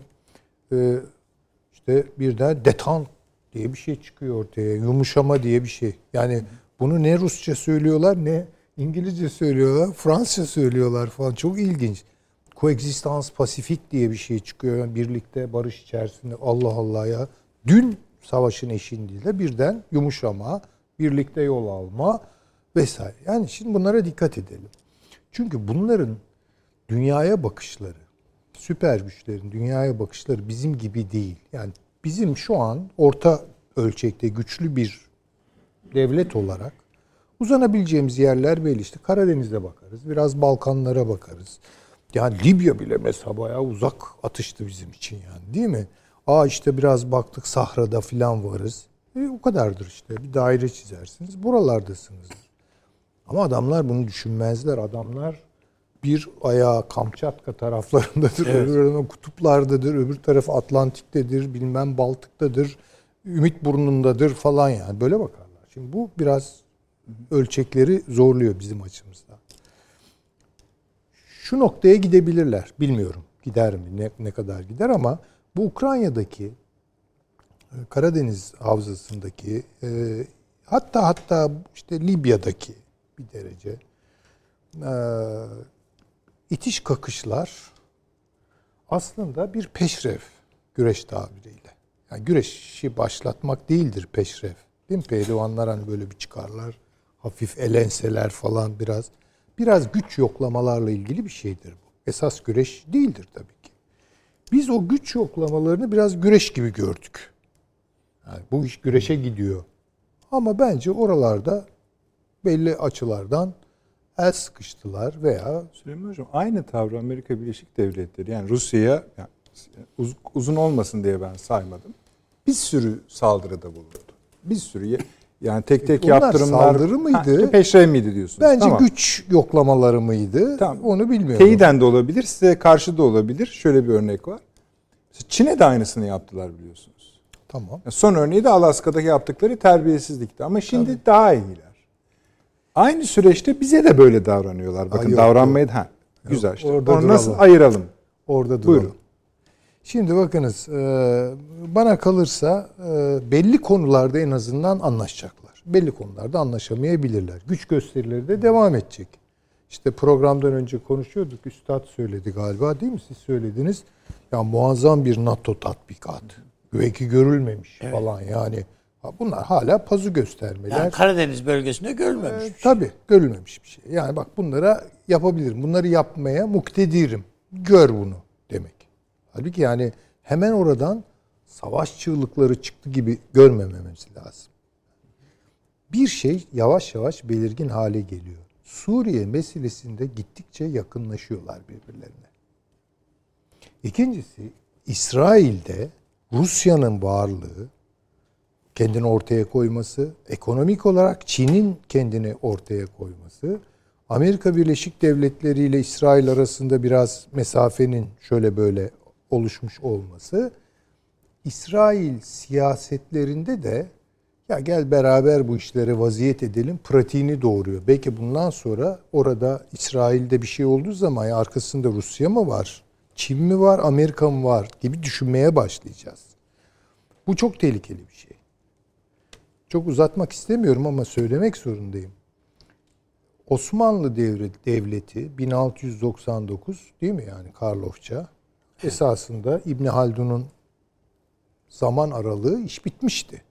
İşte birden detan diye bir şey çıkıyor ortaya. Yumuşama diye bir şey. Yani bunu ne Rusça söylüyorlar ne İngilizce söylüyorlar. Fransızca söylüyorlar falan. Çok ilginç. Coexistence Pasifik diye bir şey çıkıyor. Yani birlikte barış içerisinde. Allah Allah ya. Dün savaşın eşiğinde birden yumuşama, birlikte yol alma vesaire. Yani şimdi bunlara dikkat edelim. Çünkü bunların dünyaya bakışları, süper güçlerin dünyaya bakışları bizim gibi değil. Yani bizim şu an orta ölçekte güçlü bir devlet olarak uzanabileceğimiz yerler belli. İşte Karadeniz'e bakarız, biraz Balkanlara bakarız. Yani Libya bile mesela bayağı uzak atıştı bizim için yani, değil mi? Aa işte biraz baktık Sahra'da filan varız. E, o kadardır işte. Bir daire çizersiniz. Buralardasınızdır. Ama adamlar bunu düşünmezler. Adamlar bir ayağı Kamçatka taraflarındadır, evet, öbür kutuplardadır, öbür tarafı Atlantik'tedir, bilmem Baltık'tadır, Ümitburnu'ndadır falan yani. Böyle bakarlar. Şimdi bu biraz ölçekleri zorluyor bizim açımızdan. Şu noktaya gidebilirler. Bilmiyorum gider mi, ne, ne kadar gider ama bu Ukrayna'daki Karadeniz havzasındaki e, hatta hatta işte Libya'daki bir derece e, itiş kakışlar aslında bir peşrev güreş tabiriyle. Yani güreşi başlatmak değildir peşrev. Değil mi? Pehlivanlar hani böyle bir çıkarlar, hafif elenseler falan biraz. Biraz güç yoklamalarla ilgili bir şeydir bu. Esas güreş değildir tabii ki. Biz o güç yoklamalarını biraz güreş gibi gördük. Yani bu iş güreşe gidiyor. Ama bence oralarda belli açılardan el sıkıştılar veya... Süleyman Hocam aynı tavrı Amerika Birleşik Devletleri, yani Rusya'ya yani uz, uzun olmasın diye ben saymadım. Bir sürü saldırıda bulundu. Bir sürü yani tek tek Onlar yaptırımlar... saldırı mıydı? Ha, peşrev miydi diyorsunuz? Bence tamam, güç yoklamaları mıydı? Tamam. Onu bilmiyorum. Teyiden de olabilir, size karşı da olabilir. Şöyle bir örnek var. Çin'e de aynısını yaptılar biliyorsunuz. Tamam. Son örneği de Alaska'daki yaptıkları terbiyesizlikti. Ama şimdi Tabii. daha iyiler. Aynı süreçte bize de böyle davranıyorlar. Bakın Aa, yok, davranmayı da... Ha, güzel işte. Orada Onu nasıl ayıralım? Orada duralım. Buyurun. Şimdi bakınız, bana kalırsa belli konularda en azından anlaşacaklar. Belli konularda anlaşamayabilirler. Güç gösterileri de devam edecek. İşte programdan önce konuşuyorduk. Üstad söyledi galiba, değil mi? Siz söylediniz. Ya muazzam bir NATO tatbikatı. Belki görülmemiş evet. falan yani. Bunlar hala pazu göstermeler. Yani Karadeniz bölgesinde görülmemiş. Ee, tabii görülmemiş bir şey. Yani bak bunlara yapabilirim. Bunları yapmaya muktedirim. Gör bunu demek. Halbuki yani hemen oradan savaş çığlıkları çıktı gibi görmememiz lazım. Bir şey yavaş yavaş belirgin hale geliyor. Suriye meselesinde gittikçe yakınlaşıyorlar birbirlerine. İkincisi, İsrail'de Rusya'nın varlığı, kendini ortaya koyması, ekonomik olarak Çin'in kendini ortaya koyması, Amerika Birleşik Devletleri ile İsrail arasında biraz mesafenin şöyle böyle oluşmuş olması, İsrail siyasetlerinde de ya gel beraber bu işlere vaziyet edelim pratiğini doğuruyor. Belki bundan sonra orada İsrail'de bir şey olduğu zaman ya arkasında Rusya mı var, Çin mi var, Amerika mı var gibi düşünmeye başlayacağız. Bu çok tehlikeli bir şey. Çok uzatmak istemiyorum ama söylemek zorundayım. Osmanlı Devleti bin altı yüz doksan dokuz değil mi yani Karlofça? Esasında İbn Haldun'un zaman aralığı iş bitmişti.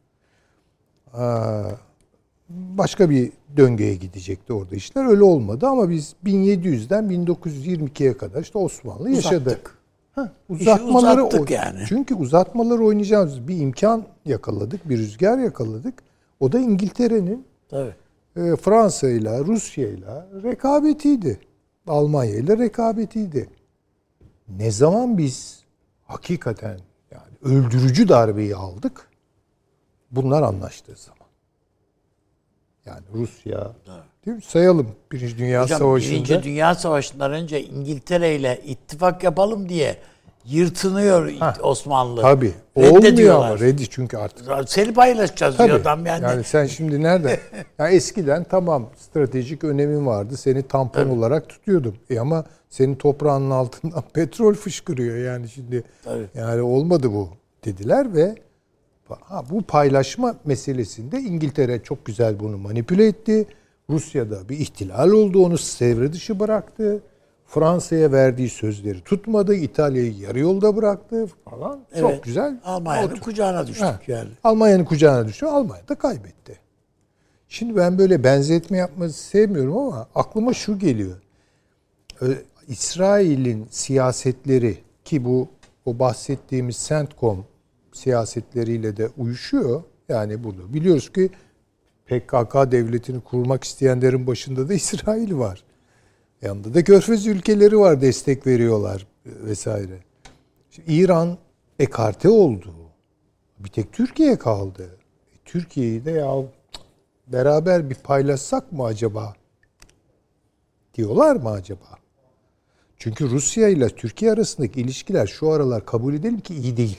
Başka bir döngüye gidecekti orada işler. Öyle olmadı ama biz bin yedi yüzden bin dokuz yüz yirmi ikiye kadar işte Osmanlı yaşadı. Uzattık. Ha, uzatmaları uzattık yani. Çünkü uzatmaları oynayacağımız bir imkan yakaladık, bir rüzgar yakaladık. O da İngiltere'nin Tabii. e, Fransa ile Rusya ile rekabetiydi. Almanya ile rekabetiydi. Ne zaman biz hakikaten yani öldürücü darbeyi aldık? Bunlar anlaştığı zaman. Yani Rusya, evet. Değil mi? Sayalım Birinci Dünya Hocam, Savaşı'nda. Birinci Dünya Savaşı'ndan önce İngiltere ile ittifak yapalım diye yırtınıyor ha, Osmanlı. Tabii. Olmuyor ama reddi çünkü artık. Seni paylaşacağız tabii, diyor adam yani. Yani sen şimdi nerede? Yani eskiden tamam stratejik önemin vardı. Seni tampon evet. olarak tutuyordum. E ama senin toprağının altından petrol fışkırıyor yani şimdi. Tabii. Yani olmadı bu dediler ve ha, bu paylaşma meselesinde İngiltere çok güzel bunu manipüle etti. Rusya'da bir ihtilal oldu. Onu devre dışı bıraktı. Fransa'ya verdiği sözleri tutmadı. İtalya'yı yarı yolda bıraktı falan. Evet. Çok güzel. Almanya'nın kucağına düştük ha. yani. Almanya'nın kucağına düştü. Almanya da kaybetti. Şimdi ben böyle benzetme yapmayı sevmiyorum ama aklıma şu geliyor. İsrail'in siyasetleri ki bu o bahsettiğimiz CENTCOM siyasetleriyle de uyuşuyor. Yani burada biliyoruz ki P K K devletini kurmak isteyenlerin başında da İsrail var. Yanında da Körfez ülkeleri var, destek veriyorlar vesaire. Şimdi İran ekarte oldu. Bir tek Türkiye kaldı. E, Türkiye'yi de ya beraber bir paylaşsak mı acaba? Diyorlar mı acaba? Çünkü Rusya ile Türkiye arasındaki ilişkiler şu aralar kabul edelim ki iyi değil.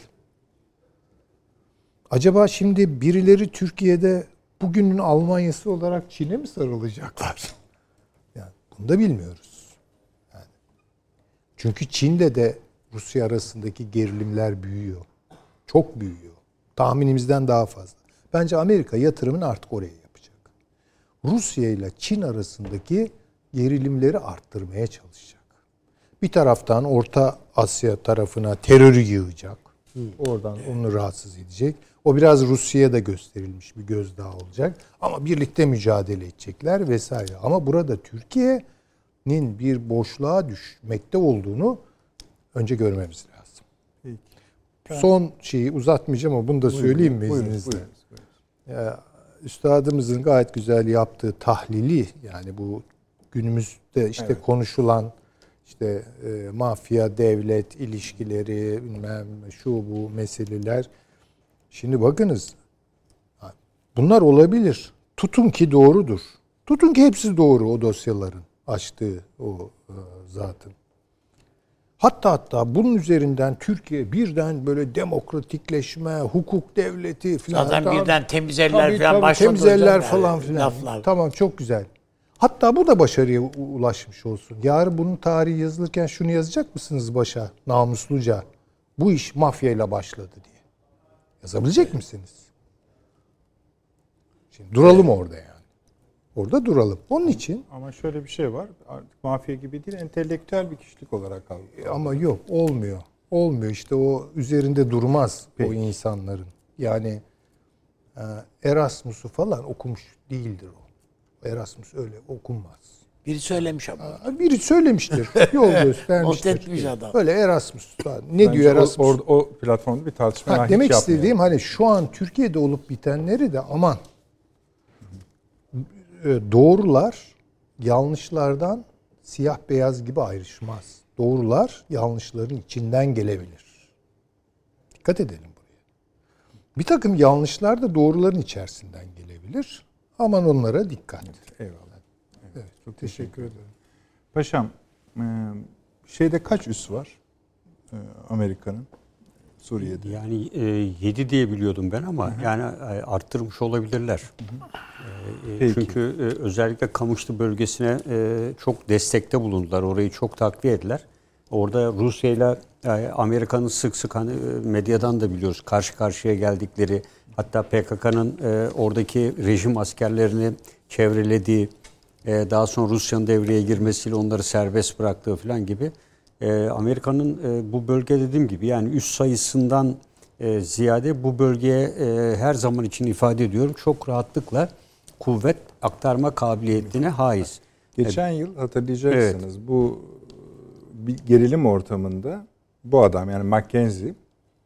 Acaba şimdi birileri Türkiye'de bugünün Almanya'sı olarak Çin'e mi sarılacaklar? Yani bunu da bilmiyoruz. Yani. Çünkü Çin'de de Rusya arasındaki gerilimler büyüyor. Çok büyüyor. Tahminimizden daha fazla. Bence Amerika yatırımını artık oraya yapacak. Rusya ile Çin arasındaki gerilimleri arttırmaya çalışacak. Bir taraftan Orta Asya tarafına terörü yığacak. Oradan onu rahatsız edecek. O biraz Rusya'ya da gösterilmiş bir gözdağı olacak. Ama birlikte mücadele edecekler vesaire. Ama burada Türkiye'nin bir boşluğa düşmekte olduğunu önce görmemiz lazım. Peki. Son şeyi uzatmayacağım ama bunu da buyurun, söyleyeyim mi izninizle? Buyurun, buyurun. Ya, üstadımızın gayet güzel yaptığı tahlili yani bu günümüzde işte evet. konuşulan işte e, mafya, devlet ilişkileri, bilmem şu bu meseleler. Şimdi bakınız, bunlar olabilir. Tutun ki doğrudur. Tutun ki hepsi doğru o dosyaların açtığı o e, zatın. Hatta hatta bunun üzerinden Türkiye birden böyle demokratikleşme, hukuk devleti falan. Zaten tamam, birden temiz eller falan başladı. Temiz eller falan filan. Laflar. Tamam çok güzel. Hatta bu da başarıya ulaşmış olsun. Yarın bunun tarihi yazılırken şunu yazacak mısınız başa namusluca? Bu iş mafyayla başladı diye. Yazabilecek evet. misiniz? Şimdi duralım evet. orada yani. Orada duralım. Onun için. Ama şöyle bir şey var. Artık mafya gibi değil, entelektüel bir kişilik olarak kaldı. Ama yok, olmuyor. Olmuyor. İşte o üzerinde durmaz Peki. o insanların. Yani Erasmus'u falan okumuş değildir o. Erasmus öyle okunmaz. Biri söylemiş ama. Biri söylemiştir. Yol göstermiştir. Not etmiş adam. Öyle Erasmus falan. Ne Bence diyor Erasmus? O, or, o platformda bir tartışma Ha, hiç demek yapmayalım. istediğim hani şu an Türkiye'de olup bitenleri de aman doğrular yanlışlardan siyah beyaz gibi ayrışmaz. Doğrular yanlışların içinden gelebilir. Dikkat edelim buraya. Bir takım yanlışlar da doğruların içerisinden gelebilir. Aman onlara dikkat. Eyvallah. Evet, çok teşekkür ederim. Paşam, şeyde kaç üs var Amerika'nın Suriye'de? Yani e, yedi diye biliyordum ben ama Hı-hı. yani arttırmış olabilirler. E, çünkü e, özellikle Kamışlı bölgesine e, çok destekte bulundular. Orayı çok takviye ettiler. Orada Rusya ile Amerika'nın sık sık hani medyadan da biliyoruz karşı karşıya geldikleri, hatta P K K'nın e, oradaki rejim askerlerini çevrelediği, e, daha sonra Rusya'nın devreye girmesiyle onları serbest bıraktığı falan gibi. E, Amerika'nın e, bu bölge dediğim gibi yani üs sayısından e, ziyade bu bölgeye e, her zaman için ifade ediyorum çok rahatlıkla kuvvet aktarma kabiliyetine haiz. Geçen e, yıl hatırlayacaksınız evet. bu bir gerilim ortamında bu adam yani Mackenzie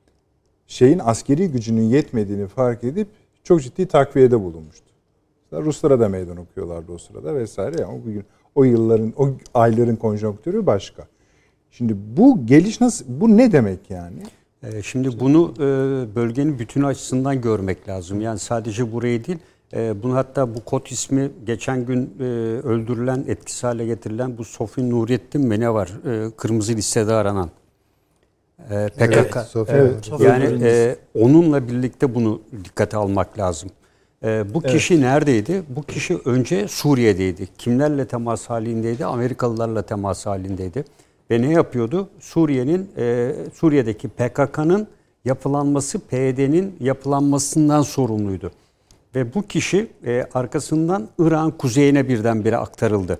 şeyin askeri gücünün yetmediğini fark edip çok ciddi takviyede bulunmuştu. Ruslara da meydan okuyorlardı o sırada vesaire. Yani o bugün o yılların, o ayların konjonktürü başka. Şimdi bu geliş nasıl, bu ne demek yani? Ee, şimdi bunu e, bölgenin bütünü açısından görmek lazım. Yani sadece burayı değil, e, bunu hatta bu kod ismi geçen gün e, öldürülen, etkisiz hale getirilen bu Sofi Nurettin mi ne var? E, kırmızı listede aranan. E, P K K. Evet, Sofi, evet. evet. Yani e, onunla birlikte bunu dikkate almak lazım. E, bu kişi evet. neredeydi? Bu kişi önce Suriye'deydi. Kimlerle temas halindeydi? Amerikalılarla temas halindeydi. Ve ne yapıyordu? Suriye'nin e, Suriye'deki P K K'nın yapılanması, P Y D'nin yapılanmasından sorumluydu. Ve bu kişi e, arkasından İran kuzeyine birdenbire aktarıldı.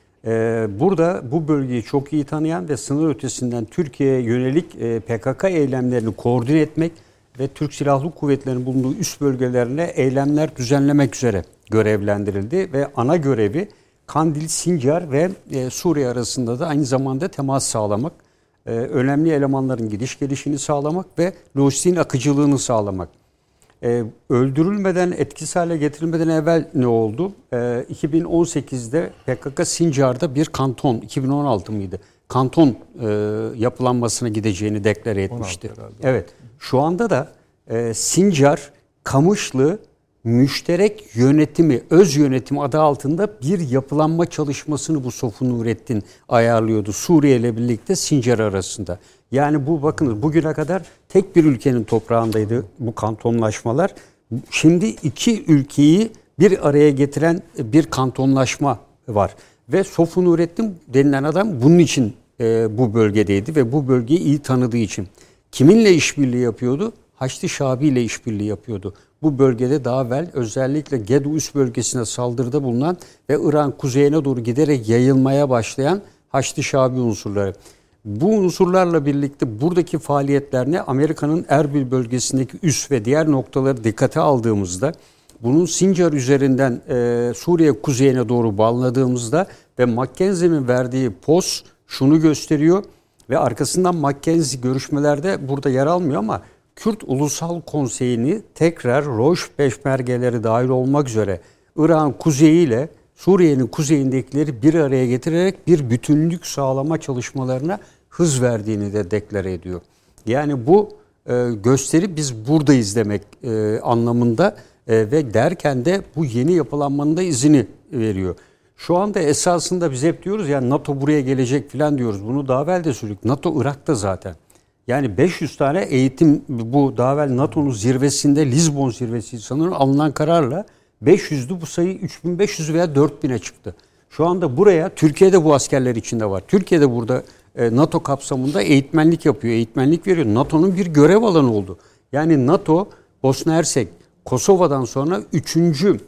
E, burada bu bölgeyi çok iyi tanıyan ve sınır ötesinden Türkiye'ye yönelik e, P K K eylemlerini koordine etmek ve Türk Silahlı Kuvvetleri'nin bulunduğu üst bölgelerine eylemler düzenlemek üzere görevlendirildi. Ve ana görevi Kandil, Sincar ve e, Suriye arasında da aynı zamanda temas sağlamak, e, önemli elemanların gidiş gelişini sağlamak ve lojistiğin akıcılığını sağlamak. E, öldürülmeden, etkisiz hale getirilmeden evvel ne oldu? E, iki bin on sekizde P K K Sincar'da bir kanton, iki bin on altı mıydı? Kanton e, yapılanmasına gideceğini deklare etmişti. Evet. Şu anda da e, Sincar, Kamışlı müşterek yönetimi, öz yönetimi adı altında bir yapılanma çalışmasını bu Sofi Nurettin ayarlıyordu. Suriye ile birlikte Sincar arasında. Yani bu bakınız bugüne kadar tek bir ülkenin toprağındaydı bu kantonlaşmalar. Şimdi iki ülkeyi bir araya getiren bir kantonlaşma var. Ve Sofi Nurettin denilen adam bunun için e, bu bölgedeydi ve bu bölgeyi iyi tanıdığı için. Kiminle işbirliği yapıyordu? Haçlı Şabi ile işbirliği yapıyordu. Bu bölgede daha evvel özellikle Gedo üst bölgesine saldırıda bulunan ve İran kuzeyine doğru giderek yayılmaya başlayan Haçlı Şabi unsurları. Bu unsurlarla birlikte buradaki faaliyetlerine Amerika'nın Erbil bölgesindeki üs ve diğer noktaları dikkate aldığımızda bunun Sincar üzerinden e, Suriye kuzeyine doğru bağladığımızda ve Mackenzie'nin verdiği poz şunu gösteriyor ve arkasından Mackenzie görüşmelerde burada yer almıyor ama Kürt Ulusal Konseyi'ni tekrar Roş peşmergeleri dahil olmak üzere İran kuzeyiyle Suriye'nin kuzeyindekileri bir araya getirerek bir bütünlük sağlama çalışmalarına hız verdiğini de deklare ediyor. Yani bu e, gösteri biz buradayız demek e, anlamında e, ve derken de bu yeni yapılanmanın da izini veriyor. Şu anda esasında biz hep diyoruz ya NATO buraya gelecek falan diyoruz. Bunu daha evvel de söyledik. NATO Irak'ta zaten. Yani beş yüz tane eğitim bu daha evvel NATO'nun zirvesinde Lizbon zirvesi sanırım alınan kararla beş yüzdü bu sayı üç bin beş yüz veya dört bine çıktı. Şu anda buraya Türkiye'de bu askerler içinde var. Türkiye'de burada NATO kapsamında eğitmenlik yapıyor, eğitmenlik veriyor. NATO'nun bir görev alanı oldu. Yani NATO Bosna Hersek, Kosova'dan sonra üçüncü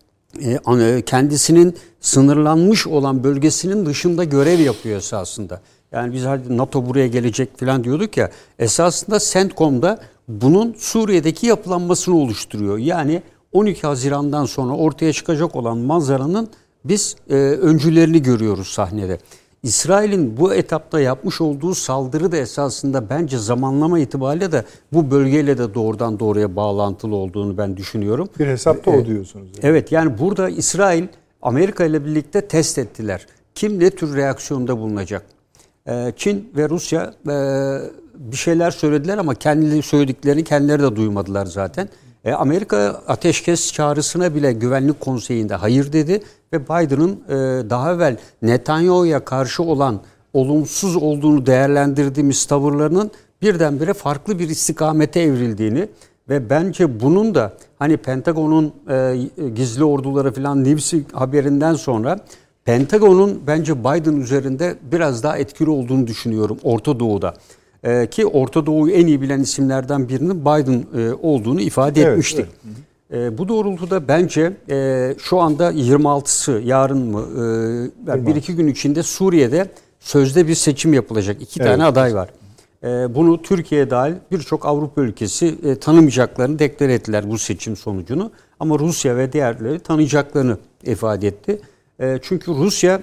kendisinin sınırlanmış olan bölgesinin dışında görev yapıyor esasında. Yani biz hadi NATO buraya gelecek falan diyorduk ya. Esasında CENTCOM'da bunun Suriye'deki yapılanmasını oluşturuyor. Yani on iki Haziran'dan sonra ortaya çıkacak olan manzaranın biz e, öncülerini görüyoruz sahnede. İsrail'in bu etapta yapmış olduğu saldırı da esasında bence zamanlama itibariyle de bu bölgeyle de doğrudan doğruya bağlantılı olduğunu ben düşünüyorum. Bir hesapta o diyorsunuz. Yani. Evet, yani burada İsrail Amerika ile birlikte test ettiler. Kim ne tür reaksiyonda bulunacak? Ee, Çin ve Rusya e, bir şeyler söylediler ama kendileri söylediklerini kendileri de duymadılar zaten. E, Amerika ateşkes çağrısına bile Güvenlik Konseyi'nde hayır dedi ve Biden'ın e, daha evvel Netanyahu'ya karşı olan olumsuz olduğunu değerlendirdiğimiz tavırlarının birdenbire farklı bir istikamete evrildiğini ve bence bunun da hani Pentagon'un e, gizli orduları falan Nibsi haberinden sonra Pentagon'un bence Biden üzerinde biraz daha etkili olduğunu düşünüyorum Orta Doğu'da. Ee, ki Orta Doğu'yu en iyi bilen isimlerden birinin Biden e, olduğunu ifade evet, etmiştik. Evet. E, bu doğrultuda bence e, şu anda yirmi altısı yarın mı e, yani bir iki gün içinde Suriye'de sözde bir seçim yapılacak. İki evet. tane aday var. E, bunu Türkiye dahil birçok Avrupa ülkesi e, tanımayacaklarını deklar ettiler bu seçim sonucunu. Ama Rusya ve diğerleri tanıyacaklarını ifade etti. Çünkü Rusya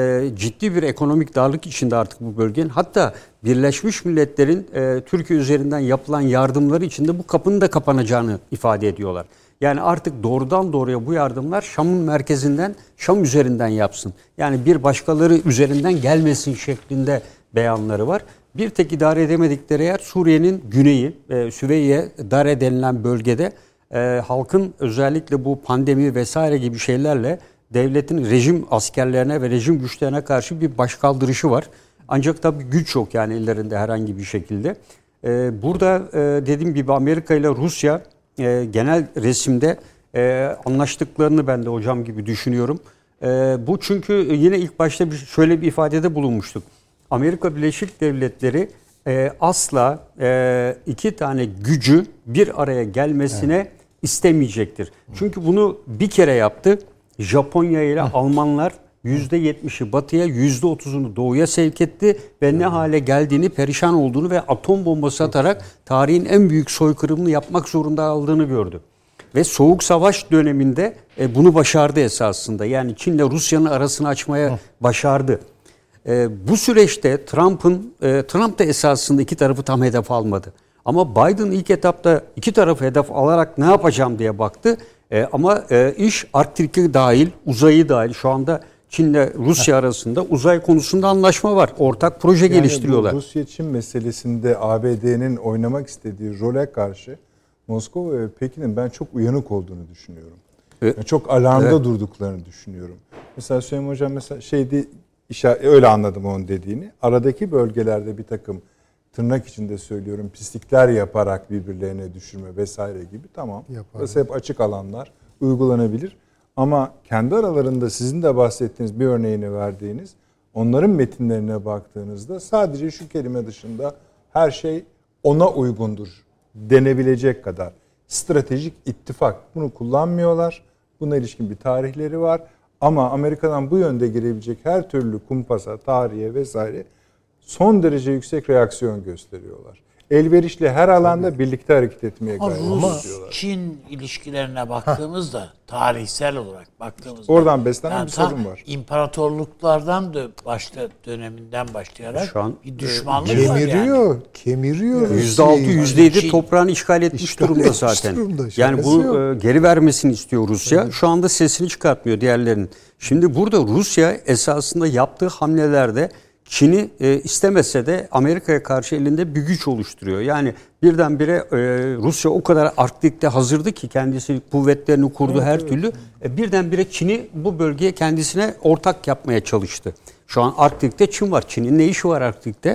ciddi bir ekonomik darlık içinde artık bu bölgenin. Hatta Birleşmiş Milletler'in Türkiye üzerinden yapılan yardımları içinde bu kapının da kapanacağını ifade ediyorlar. Yani artık doğrudan doğruya bu yardımlar Şam'ın merkezinden, Şam üzerinden yapsın. Yani bir başkaları üzerinden gelmesin şeklinde beyanları var. Bir tek idare edemedikleri yer Suriye'nin güneyi, Süveyye, Dare denilen bölgede halkın özellikle bu pandemi vesaire gibi şeylerle devletin rejim askerlerine ve rejim güçlerine karşı bir başkaldırışı var. Ancak tabii güç yok yani ellerinde herhangi bir şekilde. Ee, burada e, dediğim gibi Amerika ile Rusya e, genel resimde e, anlaştıklarını ben de hocam gibi düşünüyorum. E, bu çünkü yine ilk başta bir, şöyle bir ifadede bulunmuştuk. Amerika Birleşik Devletleri e, asla e, iki tane gücü bir araya gelmesine evet. istemeyecektir. Çünkü bunu bir kere yaptı. Japonya ile Almanlar yüzde yetmişi batıya, yüzde otuzunu doğuya sevk etti ve ne hale geldiğini, perişan olduğunu ve atom bombası atarak tarihin en büyük soykırımını yapmak zorunda aldığını gördü. Ve Soğuk Savaş döneminde e, bunu başardı esasında. Yani Çin ile Rusya'nın arasını açmaya başardı. E, bu süreçte Trump'ın e, Trump da esasında iki tarafı tam hedef almadı. Ama Biden ilk etapta iki tarafı hedef alarak ne yapacağım diye baktı. E, ama e, iş Arktik'i dahil, uzayı dahil şu anda Çin ile Rusya arasında uzay konusunda anlaşma var. Ortak proje yani geliştiriyorlar. Rusya-Çin meselesinde A B D'nin oynamak istediği role karşı Moskova ve Pekin'in ben çok uyanık olduğunu düşünüyorum. Evet. Yani çok alarmda evet. durduklarını düşünüyorum. Mesela Süleyman Hocam mesela şeydi, öyle anladım onun dediğini. Aradaki bölgelerde bir takım tırnak içinde söylüyorum pislikler yaparak birbirlerine düşürme vesaire gibi tamam. Burası hep açık alanlar uygulanabilir. Ama kendi aralarında sizin de bahsettiğiniz bir örneğini verdiğiniz onların metinlerine baktığınızda sadece şu kelime dışında her şey ona uygundur denebilecek kadar stratejik ittifak. Bunu kullanmıyorlar. Buna ilişkin bir tarihleri var. Ama Amerika'dan bu yönde girebilecek her türlü kumpasa, tarihe vesaire son derece yüksek reaksiyon gösteriyorlar. Elverişli her alanda Tabii. birlikte hareket etmeye gayret ediyorlar. Rus-Çin ilişkilerine baktığımızda ha. tarihsel olarak baktığımızda oradan beslenen yani bir sorun var. İmparatorluklardan da başta döneminden başlayarak şu an bir düşmanlık kemiriyor, var yani. Kemiriyor. yüzde altı yüzde yedi toprağını işgal etmiş işgal durumda zaten. Durumda, yani bunu yok. geri vermesini istiyor Rusya. Evet. Şu anda sesini çıkartmıyor diğerlerinin. Şimdi burada Rusya esasında yaptığı hamlelerde Çin'i e, istemese de Amerika'ya karşı elinde bir güç oluşturuyor. Yani birdenbire e, Rusya o kadar Arktik'te hazırdı ki kendisi kuvvetlerini kurdu evet, her evet. türlü. E, birdenbire Çin'i bu bölgeye kendisine ortak yapmaya çalıştı. Şu an Arktik'te Çin var. Çin'in ne işi var Arktik'te?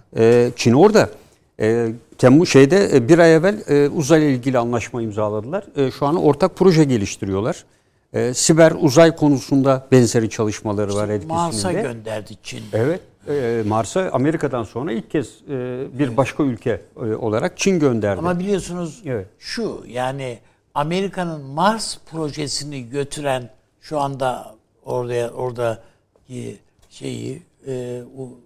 E, Çin orada. E, Temmuz şeyde e, bir ay evvel e, uzayla ilgili anlaşma imzaladılar. E, şu an ortak proje geliştiriyorlar. E, siber uzay konusunda benzeri çalışmaları var etkisinde. Mars'a gönderdi Çin. Evet. E, Mars'a Amerika'dan sonra ilk kez e, bir başka ülke e, olarak Çin gönderdi. Ama biliyorsunuz evet. şu yani Amerika'nın Mars projesini götüren şu anda orada orada şeyi e,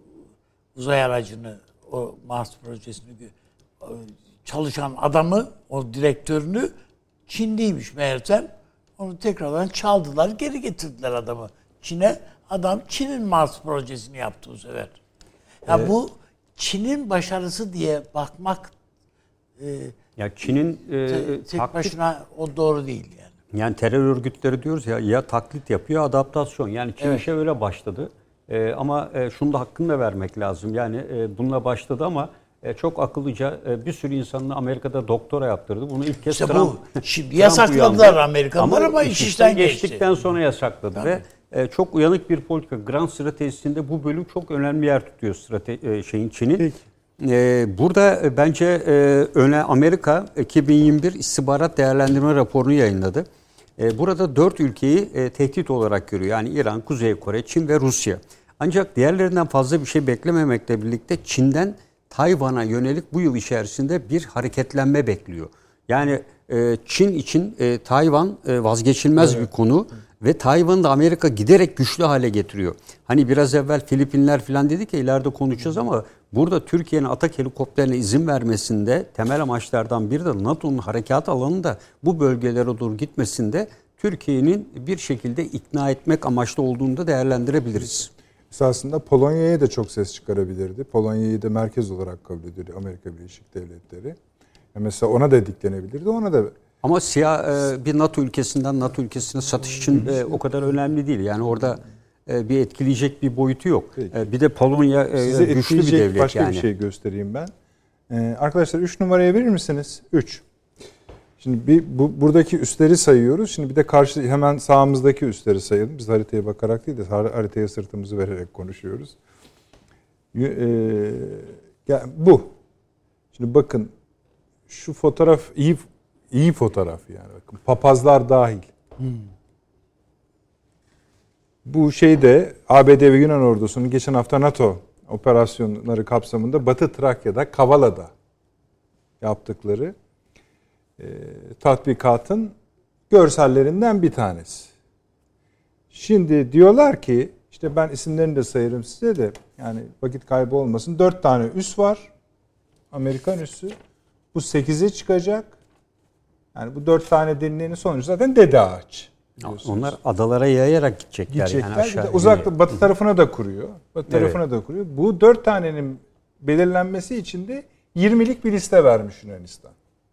uzay aracını o Mars projesini çalışan adamı, o direktörünü Çinliymiş meğersem. Onu tekrardan çaldılar, geri getirdiler adamı Çin'e. Adam Çin'in Mars projesini yaptı bu sefer. Ya evet. Bu Çin'in başarısı diye bakmak e, ya Çin'in e, te, tek taklit, başına o doğru değil yani. Yani terör örgütleri diyoruz ya ya taklit yapıyor, adaptasyon. Yani Çin evet. işe öyle başladı. E, ama e, şunu da hakkını da vermek lazım. Yani e, bununla başladı ama e, çok akıllıca e, bir sürü insanın Amerika'da doktora yaptırdı. Bunu ilk kez işte Trump, bu, şimdi yasakladılar Amerikanlar ama, ama iş işten geçtikten geçti. sonra yasakladı Tabii. ve e, çok uyanık bir politika. Grand stratejisinde bu bölüm çok önemli yer tutuyor strate- e, şeyin Çin'in. E, burada e, bence e, öne Amerika iki bin yirmi bir istihbarat değerlendirme raporunu yayınladı. E, burada dört ülkeyi e, tehdit olarak görüyor. Yani İran, Kuzey Kore, Çin ve Rusya. Ancak diğerlerinden fazla bir şey beklememekle birlikte Çin'den Tayvan'a yönelik bu yıl içerisinde bir hareketlenme bekliyor. Yani e, Çin için e, Tayvan e, vazgeçilmez evet. bir konu ve Tayvan'ı da Amerika giderek güçlü hale getiriyor. Hani biraz evvel Filipinler falan dedik ya, ileride konuşacağız ama burada Türkiye'nin atak helikopterine izin vermesinde temel amaçlardan biri de NATO'nun harekat alanında bu bölgelere doğru gitmesinde Türkiye'nin bir şekilde ikna etmek amaçlı olduğunu da değerlendirebiliriz. Esasında Polonya'ya da çok ses çıkarabilirdi. Polonya'yı da merkez olarak kabul ediyor Amerika Birleşik Devletleri. Yani mesela ona da diklenebilirdi, ona da... Ama siyah bir NATO ülkesinden NATO ülkesine satış için o kadar önemli değil. Yani orada bir etkileyecek bir boyutu yok. Peki. Bir de Polonya Size güçlü bir devlet başka yani. bir şey göstereyim ben. Ee, arkadaşlar üç numaraya verir misiniz? üç. Şimdi bir bu, buradaki üsleri sayıyoruz. Şimdi bir de karşı hemen sağımızdaki üsleri sayalım. Biz haritaya bakarak değil de haritaya sırtımızı vererek konuşuyoruz. Ee, bu. Şimdi bakın şu fotoğraf iyi iyi fotoğraf yani. Bakın papazlar dahil. Hmm. Bu şeyde A B D ve Yunan ordusunun geçen hafta NATO operasyonları kapsamında Batı Trakya'da, Kavala'da yaptıkları e, tatbikatın görsellerinden bir tanesi. Şimdi diyorlar ki, işte ben isimlerini de sayarım size de, yani vakit kaybı olmasın. Dört tane üs var. Amerikan üssü. Bu sekize çıkacak. Yani bu dört tane denilenin sonucu zaten Dede Ağaç. Onlar adalara yayarak gidecekler. Gidecekler. Yani aşağı. Uzakta batı tarafına da kuruyor. Batı evet. tarafına da kuruyor. Bu dört tanenin belirlenmesi için de yirmilik bir liste vermiş Yunanistan.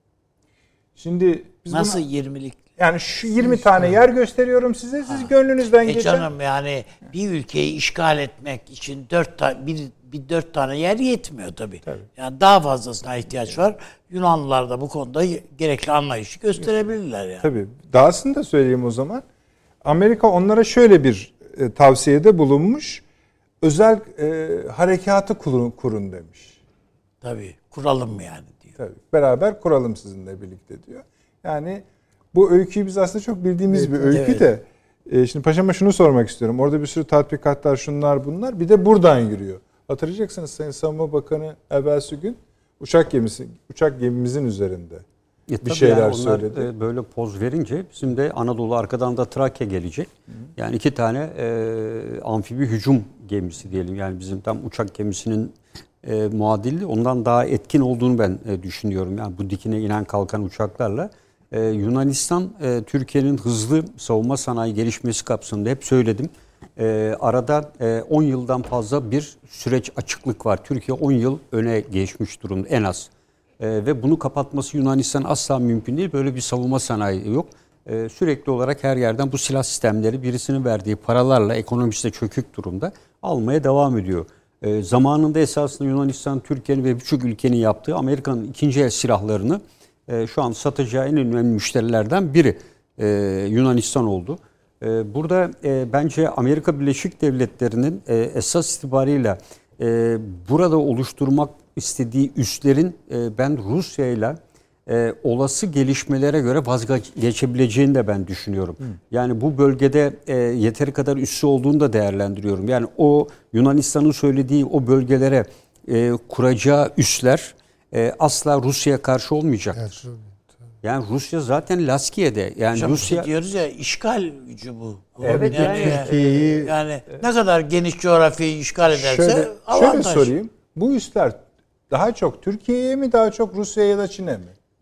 Şimdi biz nasıl buna, yirmilik? Yani şu yirmi işte. tane yer gösteriyorum size. Siz ha. gönlünüzden e geçen. Canım yani bir ülkeyi işgal etmek için dört tane bir bir dört tane yer yetmiyor tabii. tabii. Yani daha fazlasına ihtiyaç var. Yunanlılar da bu konuda gerekli anlayışı gösterebilirler yani. Tabii. Dahasını da söyleyeyim o zaman. Amerika onlara şöyle bir e, tavsiyede bulunmuş. Özel e, harekatı kurun, kurun demiş. Tabii. Kuralım yani diyor. Tabii. Beraber kuralım sizinle birlikte diyor. Yani bu öyküyü biz aslında çok bildiğimiz evet, bir öykü evet. de. E, şimdi paşama şunu sormak istiyorum. Orada bir sürü tatbikatlar, şunlar bunlar. Bir de buradan yürüyor. Hatırlayacaksınız Sayın Savunma Bakanı evvelsi gün uçak gemisi, uçak gemimizin üzerinde e, bir şeyler yani söyledi. Onlar böyle poz verince bizim de Anadolu, arkadan da Trakya gelecek. Hı. Yani iki tane e, amfibi hücum gemisi diyelim. Yani bizim tam uçak gemisinin e, muadili, ondan daha etkin olduğunu ben e, düşünüyorum. Yani bu dikine inen kalkan uçaklarla. E, Yunanistan e, Türkiye'nin hızlı savunma sanayi gelişmesi kapsamında hep söyledim. E, arada e, on yıldan fazla bir süreç açıklık var. Türkiye on yıl öne geçmiş durumda en az. E, ve bunu kapatması Yunanistan asla mümkün değil. Böyle bir savunma sanayi yok. E, sürekli olarak her yerden bu silah sistemleri birisinin verdiği paralarla, ekonomisi de çökük durumda, almaya devam ediyor. E, zamanında esasında Yunanistan, Türkiye'nin ve birçok ülkenin yaptığı Amerika'nın ikinci el silahlarını e, şu an satacağı en önemli müşterilerden biri e, Yunanistan oldu. Burada e, bence Amerika Birleşik Devletleri'nin e, esas itibarıyla e, burada oluşturmak istediği üslerin e, ben Rusya ile e, olası gelişmelere göre vazgeçebileceğini de ben düşünüyorum. Hı. Yani bu bölgede e, yeteri kadar üssü olduğunu da değerlendiriyorum. Yani o Yunanistan'ın söylediği o bölgelere e, kuracağı üsler e, asla Rusya'ya karşı olmayacak. Evet. Yani Rusya zaten Laskiye'de. Yani Hocam Rusya diyoruz ya, işgal gücü bu. Evet yani, yani Türkiye'yi yani ne kadar geniş coğrafyayı işgal ederse şöyle, avantaj. Şöyle sorayım. Bu üsler daha çok Türkiye'ye mi, daha çok Rusya'ya ya da Çin'e mi?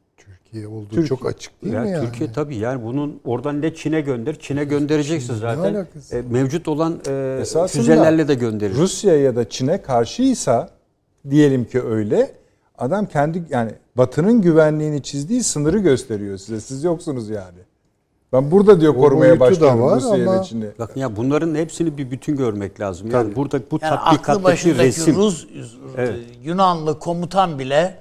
Türkiye olduğu Türkiye. çok açık değil Ya mi yani? Türkiye tabii yani bunun oradan ne Çin'e gönder, Çin'e göndereceksin zaten. alakası? E, mevcut olan e, Esasında füzelerle de gönderir. Rusya ya da Çin'e karşıysa diyelim ki öyle, adam kendi yani Batı'nın güvenliğini çizdiği sınırı gösteriyor size. Siz yoksunuz yani. Ben burada diyor O korumaya boyutu da başlıyorum var Rusya'yı ama- ve Çin'i. Bakın ya bunların hepsini bir bütün görmek lazım. Yani Tabii. burada bu Yani aklı tatbikattaki başındaki resim Rus Evet. Yunanlı komutan bile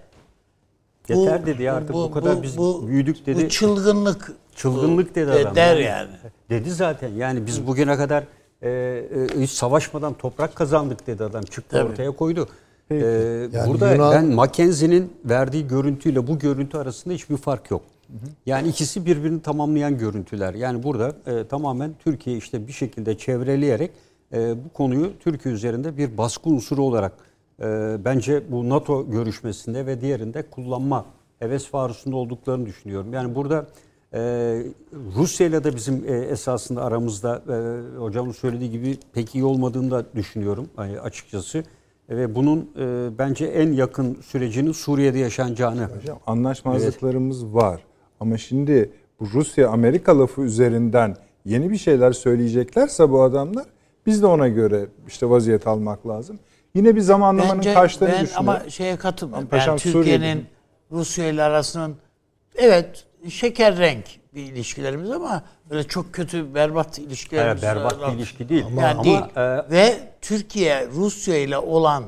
bu- yeter dedi ya artık bu, kadar biz büyüdük dedi. Bu çılgınlık Çılgınlık bu- dedi de- adam. Der yani. Dedi zaten. Yani biz bugüne kadar e, e, hiç savaşmadan toprak kazandık dedi adam. Çıktı Tabii. ortaya koydu. E, Yani burada Yunan- ben Mackenzie'nin verdiği görüntüyle bu görüntü arasında hiçbir fark yok. Yani ikisi birbirini tamamlayan görüntüler. Yani burada e, tamamen Türkiye işte bir şekilde çevreleyerek e, bu konuyu Türkiye üzerinde bir baskı unsuru olarak e, bence bu NATO görüşmesinde ve diğerinde kullanma heves farusunda olduklarını düşünüyorum. Yani burada e, Rusya ile de bizim e, esasında aramızda e, hocamın söylediği gibi pek iyi olmadığını da düşünüyorum e, açıkçası. Ve bunun e, bence en yakın sürecinin Suriye'de yaşanacağını. Hocam, anlaşmazlıklarımız var. Ama şimdi bu Rusya-Amerika lafı üzerinden yeni bir şeyler söyleyeceklerse bu adamlar, biz de ona göre işte vaziyet almak lazım. Yine bir zamanlamanın Bence kaçtığını ben düşünüyorum. ama şeye katılmıyorum. Paşam, Yani Türkiye'nin Suriye'de. Rusya ile arasının evet şeker renk bir ilişkilerimiz ama böyle çok kötü berbat ilişkilerimiz Evet, berbat var. bir ilişki değil. Yani Ama, değil. e, Ve Türkiye Rusya ile olan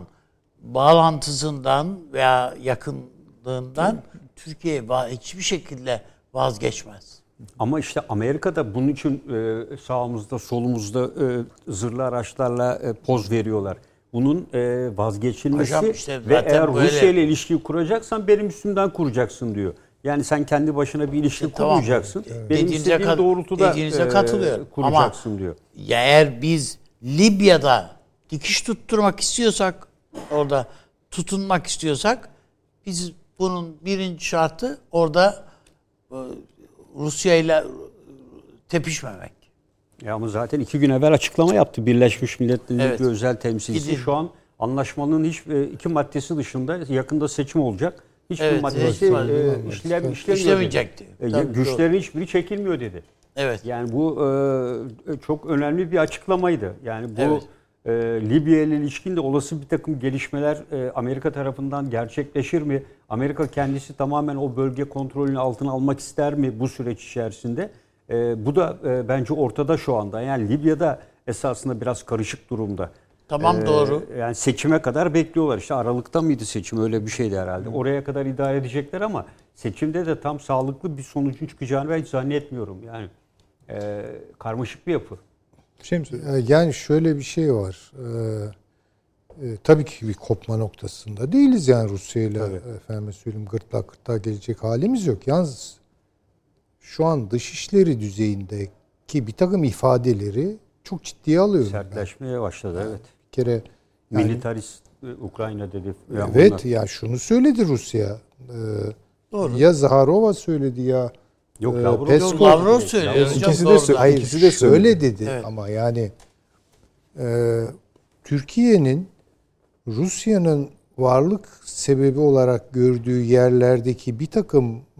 bağlantısından veya yakınlığından Türkiye va- hiçbir şekilde vazgeçmez. Ama işte Amerika'da bunun için e, sağımızda solumuzda e, zırhlı araçlarla e, poz veriyorlar. Bunun e, vazgeçilmesi Hocam işte ve zaten eğer böyle- Rusya ile ilişkiyi kuracaksan benim üstümden kuracaksın diyor. Yani sen kendi başına bir ilişki E, tamam. kurmayacaksın. Benim Dediğinize istediğim kat- doğrultuda dediğinize e, katılıyorum. kuracaksın Ama diyor. ya eğer biz Libya'da dikiş tutturmak istiyorsak, orada tutunmak istiyorsak, biz bunun birinci şartı orada e, Rusya ile tepişmemek. Ya ama zaten iki gün evvel açıklama yaptı Birleşmiş Milletler'in Evet. bir özel temsilcisi. Gidin. Şu an anlaşmanın hiç e, iki maddesi dışında yakında seçim olacak. Hiçbir Evet, maddesi evet. e, işlem, işlemiyor İşlemeyecek dedi. diyor. E, Tabii, güçlerin hiçbiri çekilmiyor dedi. Evet. Yani bu e, çok önemli bir açıklamaydı. Yani bu Evet. e, Libya ile ilişkin de olası bir takım gelişmeler e, Amerika tarafından gerçekleşir mi? Amerika kendisi tamamen o bölge kontrolünü altına almak ister mi bu süreç içerisinde? E, bu da e, bence ortada şu anda. Yani Libya'da esasında biraz karışık durumda. Tamam, E, doğru. Yani seçime kadar bekliyorlar. İşte Aralık'ta mıydı seçim? Öyle bir şeydi herhalde. Oraya kadar idare edecekler ama seçimde de tam sağlıklı bir sonucun çıkacağını ben hiç zannetmiyorum. Yani e, karmaşık bir yapı. Bir şey mi söylüyorsun? Ee, Yani şöyle bir şey var. Ee, e, tabii ki bir kopma noktasında değiliz yani Rusya ile efendim söyleyeyim gırtlak gırtlağa gelecek halimiz yok. Yalnız şu an dışişleri düzeyindeki bir takım ifadeleri çok ciddiye alıyorum. ben. Sertleşmeye başladı evet. Bir kere yani, Militarist e, Ukrayna dedi. Yani evet onlar- ya şunu söyledi Rusya. Ee, Doğru. Ya Zaharova söyledi ya Yok e, Lavrov, Peskov- Lavrov söylüyor. Lavrov- hocam, İkisi de doğrudan. söylüyor. Hayır, İkisi de şöyle söyledi. dedi Evet. ama yani e, Türkiye'nin Rusya'nın varlık sebebi olarak gördüğü yerlerdeki bir takım e,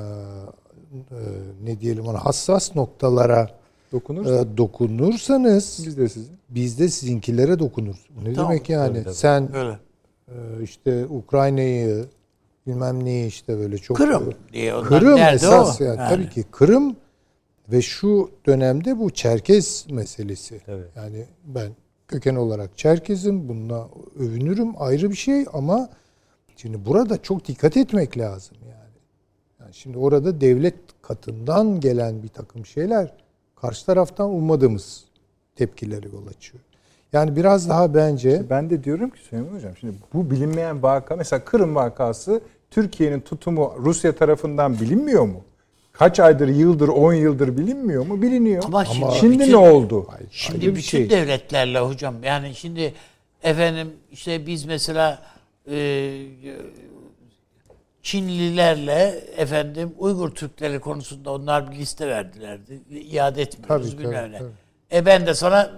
e, ne diyelim ona hassas noktalara Dokunursa e, dokunursanız biz de sizin. biz de sizinkilere dokunuruz. Ne Tamam. demek yani? Tabii, tabii. Sen Öyle. e, işte Ukrayna'yı bilmem neyi işte böyle çok Kırım diye onlar Kırım derdi esas o. yani. Yani. Tabii ki Kırım ve şu dönemde bu Çerkez meselesi. Tabii. Yani ben köken olarak Çerkezim. Bununla övünürüm ayrı bir şey ama şimdi burada çok dikkat etmek lazım yani. Yani şimdi orada devlet katından gelen bir takım şeyler karşı taraftan ummadığımız tepkilere yol açıyor. Yani biraz daha bence Ben de diyorum ki Süleyman Hocam, şimdi bu bilinmeyen vaka, mesela Kırım vakası, Türkiye'nin tutumu Rusya tarafından bilinmiyor mu? Kaç aydır, yıldır, on yıldır bilinmiyor mu? Biliniyor. Ama şimdi, Şimdi bütün- ne oldu? Şimdi Ayrı bir bütün şey. devletlerle hocam, yani şimdi efendim işte biz mesela e, Çinlilerle efendim Uygur Türkleri konusunda onlar bir liste verdilerdi. İade etmiyoruz Tabii, bilmem tabii, ne. tabii. E ben de sana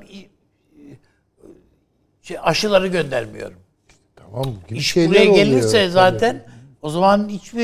şey, aşıları göndermiyorum. tamam bu gibi İş şeyler buraya oluyor. gelirse Tabii. zaten o zaman hiçbir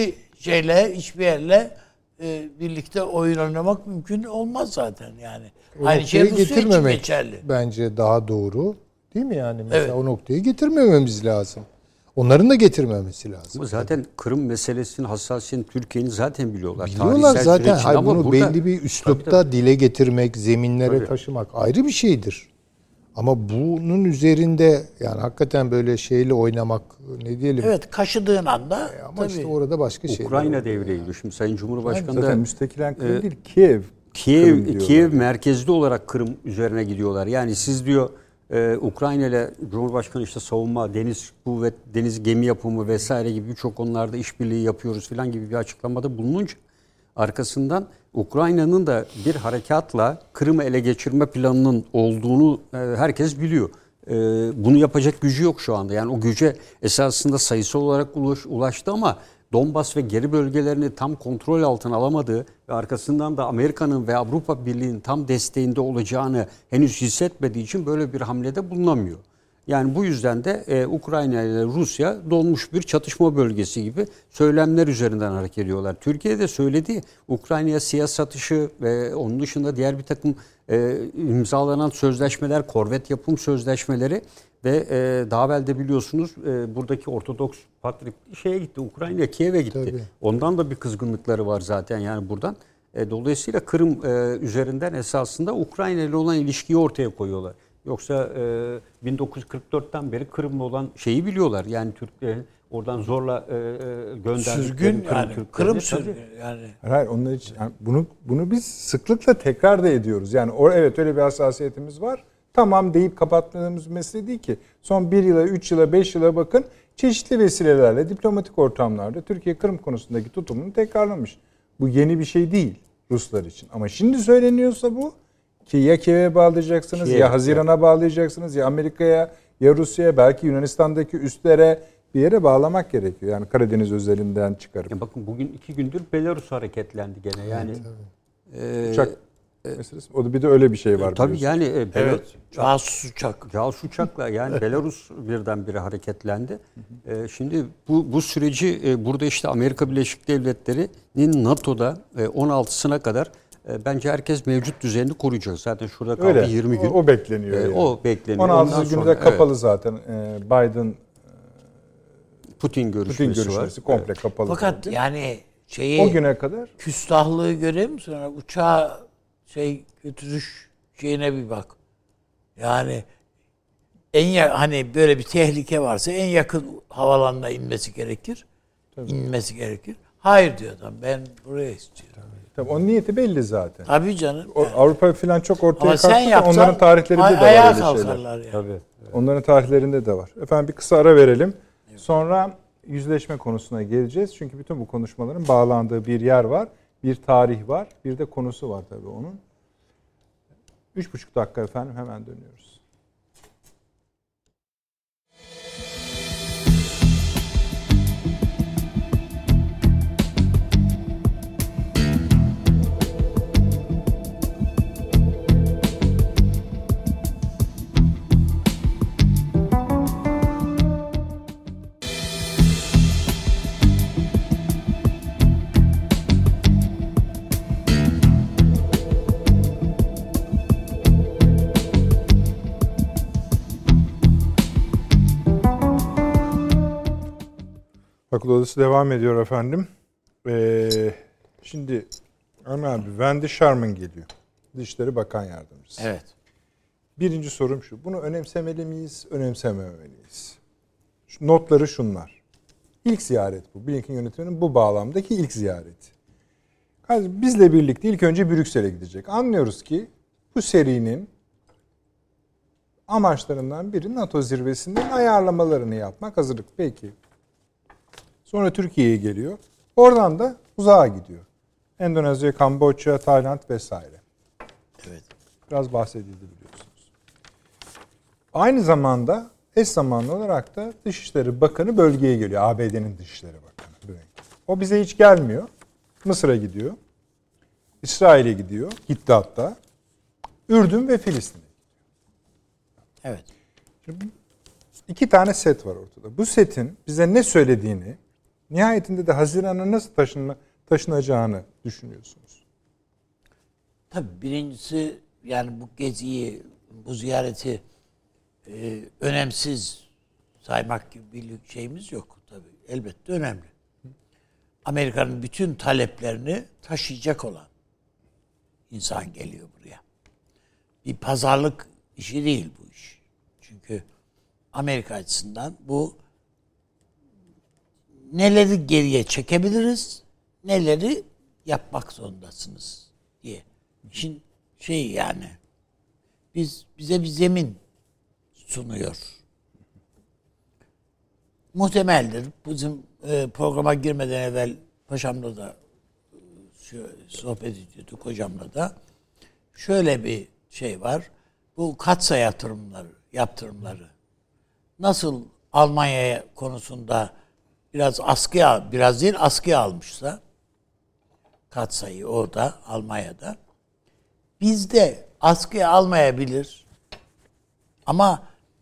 şeyle, hiçbir yerle e, birlikte oyun oynamak mümkün olmaz zaten yani. O Aynı şey noktaya Rusya için geçerli. Bence daha doğru. Değil mi yani? Mesela Evet. o noktaya getirmememiz lazım. Onların da getirmemesi lazım. Ama zaten Kırım meselesinin hassasiyetini Türkiye'nin zaten biliyorlar. Biliyorlar Tarihsel zaten. sürecini Hayır, ama bunu burada- belli bir üslupta Tabii, tabii. dile getirmek, zeminlere Tabii. taşımak ayrı bir şeydir. Ama bunun üzerinde yani hakikaten böyle şeyle oynamak ne diyelim. Evet, kaşıdığın anda Ama tabii. işte orada başka şeyler. Ukrayna oluyor. devreye giriyor. Şimdi Sayın Cumhurbaşkanı da Zaten müstakilen Kırım e, değil, Kiev. Kırım Kiev diyorlar. Kiev merkezli olarak Kırım üzerine gidiyorlar. Yani siz diyor e, Ukrayna ile Cumhurbaşkanı işte savunma, deniz kuvvet, deniz gemi yapımı vesaire gibi birçok konularda işbirliği yapıyoruz falan gibi bir açıklamada bulununca arkasından Ukrayna'nın da bir harekatla Kırım'ı ele geçirme planının olduğunu e, herkes biliyor. E, bunu yapacak gücü yok şu anda. Yani o güce esasında sayısal olarak ulaş, ulaştı ama Donbas ve geri bölgelerini tam kontrol altına alamadığı ve arkasından da Amerika'nın ve Avrupa Birliği'nin tam desteğinde olacağını henüz hissetmediği için böyle bir hamlede bulunamıyor. Yani bu yüzden de e, Ukrayna ile Rusya donmuş bir çatışma bölgesi gibi söylemler üzerinden hareket ediyorlar. Türkiye'de söylediği Ukrayna'ya siyah satışı ve onun dışında diğer bir takım e, imzalanan sözleşmeler, korvet yapım sözleşmeleri ve e, daha evvel de biliyorsunuz e, buradaki Ortodoks Patrik şeye gitti, Ukrayna'ya, Kiev'e gitti. Tabii. Ondan da bir kızgınlıkları var zaten yani buradan. E, dolayısıyla Kırım e, üzerinden esasında Ukrayna ile olan ilişkiyi ortaya koyuyorlar. Yoksa e, bin dokuz yüz kırk dörtten beri Kırım'la olan şeyi biliyorlar. Yani Türklerin oradan zorla e, e, gönderdikleri Sürgün Kırım yani. Türkleri. Kırım Tabii. sürgün yani. Hayır, onlar için yani bunu bunu biz sıklıkla tekrar da ediyoruz. Yani o evet öyle bir hassasiyetimiz var. Tamam deyip kapatmadığımız mesele değil ki. Son bir yıla, üç yıla, beş yıla bakın çeşitli vesilelerle diplomatik ortamlarda Türkiye Kırım konusundaki tutumunu tekrarlamış. Bu yeni bir şey değil Ruslar için. Ama şimdi söyleniyorsa bu ki ya Kiev'e bağlayacaksınız, Kiev, ya Haziran'a bağlayacaksınız, ya Amerika'ya, ya Rusya'ya, belki Yunanistan'daki üslere bir yere bağlamak gerekiyor. Yani Karadeniz özelinden çıkarıp. Ya bakın bugün iki gündür Belarus hareketlendi gene. Yani e, Uçak meselesi. O da bir de öyle bir şey var. tabii biliyorsun. yani e, Belarus, Evet. Casus uçak. Casus uçakla yani Belarus birdenbire hareketlendi. Ee, şimdi bu bu süreci e, burada işte Amerika Birleşik Devletleri'nin NATO'da e, on altısına kadar e, bence herkes mevcut düzenini koruyacak. Zaten şurada kaldı Öyle. yirmi gün. O, o bekleniyor. E, yani. O bekleniyor. on altıncı Ondan günü sonra, de kapalı evet, zaten. Ee, Biden Putin görüşmesi, Putin görüşmesi var. komple Evet. kapalı. Fakat tabii. yani şeyi o güne kadar küstahlığı görüyor musun? Yani uçağa şey götürüş şeyine bir bak. Yani en ya, hani böyle bir tehlike varsa en yakın havalanına inmesi gerekir. Tabii. İnmesi gerekir. Hayır diyor adam. Ben buraya istiyorum. tabii onun niyeti belli zaten. Tabii canım. O, yani. Avrupa falan çok ortaya Ama sen kalktı da yapsan onların tarihlerinde ay- de var ayağa öyle şeyler. kalkarlar yani. Tabii. Onların tarihlerinde de var. Efendim bir kısa ara verelim. Sonra yüzleşme konusuna geleceğiz. Çünkü bütün bu konuşmaların bağlandığı bir yer var. Bir tarih var. Bir de konusu var tabii onun. Üç buçuk dakika efendim, hemen dönüyoruz. Akıl Odası devam ediyor efendim. Ee, şimdi Ömer abi, Wendy Sherman geliyor. Dışişleri Bakan Yardımcısı. Evet. Birinci sorum şu. Bunu önemsemeli miyiz, önemsememeliyiz? Şu notları şunlar. İlk ziyaret bu. Blinken yönetiminin bu bağlamdaki ilk ziyareti. Yani bizle birlikte ilk önce Brüksel'e gidecek. Anlıyoruz ki bu serinin amaçlarından biri NATO zirvesinin ayarlamalarını yapmak, hazırlık. Peki. Sonra Türkiye'ye geliyor. Oradan da uzağa gidiyor. Endonezya, Kamboçya, Tayland vesaire. Evet. Biraz bahsedildi biliyorsunuz. Aynı zamanda eş zamanlı olarak da Dışişleri Bakanı bölgeye geliyor. A B D'nin Dışişleri Bakanı. O bize hiç gelmiyor. Mısır'a gidiyor. İsrail'e gidiyor. Gitti hatta. Ürdün ve Filistin'e gidiyor. Evet. Şimdi iki tane set var ortada. Bu setin bize ne söylediğini Nihayetinde de Haziran'a nasıl taşınma, taşınacağını düşünüyorsunuz? Tabii birincisi yani bu geziyi, bu ziyareti e, önemsiz saymak gibi bir şeyimiz yok tabii. Elbette önemli. Amerika'nın bütün taleplerini taşıyacak olan insan geliyor buraya. Bir pazarlık işi değil bu iş. Çünkü Amerika açısından bu neleri geriye çekebiliriz, neleri yapmak zorundasınız diye. İşin şey yani biz bize bir zemin sunuyor. Muhtemeldir. Bizim e, programa girmeden evvel paşamla da e, şu, sohbet ediyorduk hocamla da. Şöyle bir şey var. Bu katsayı yatırımları, yaptırımları nasıl Almanya'ya konusunda biraz askıya, biraz değil askıya almışsa katsayı orada Almanya'da bizde askıya almayabilir ama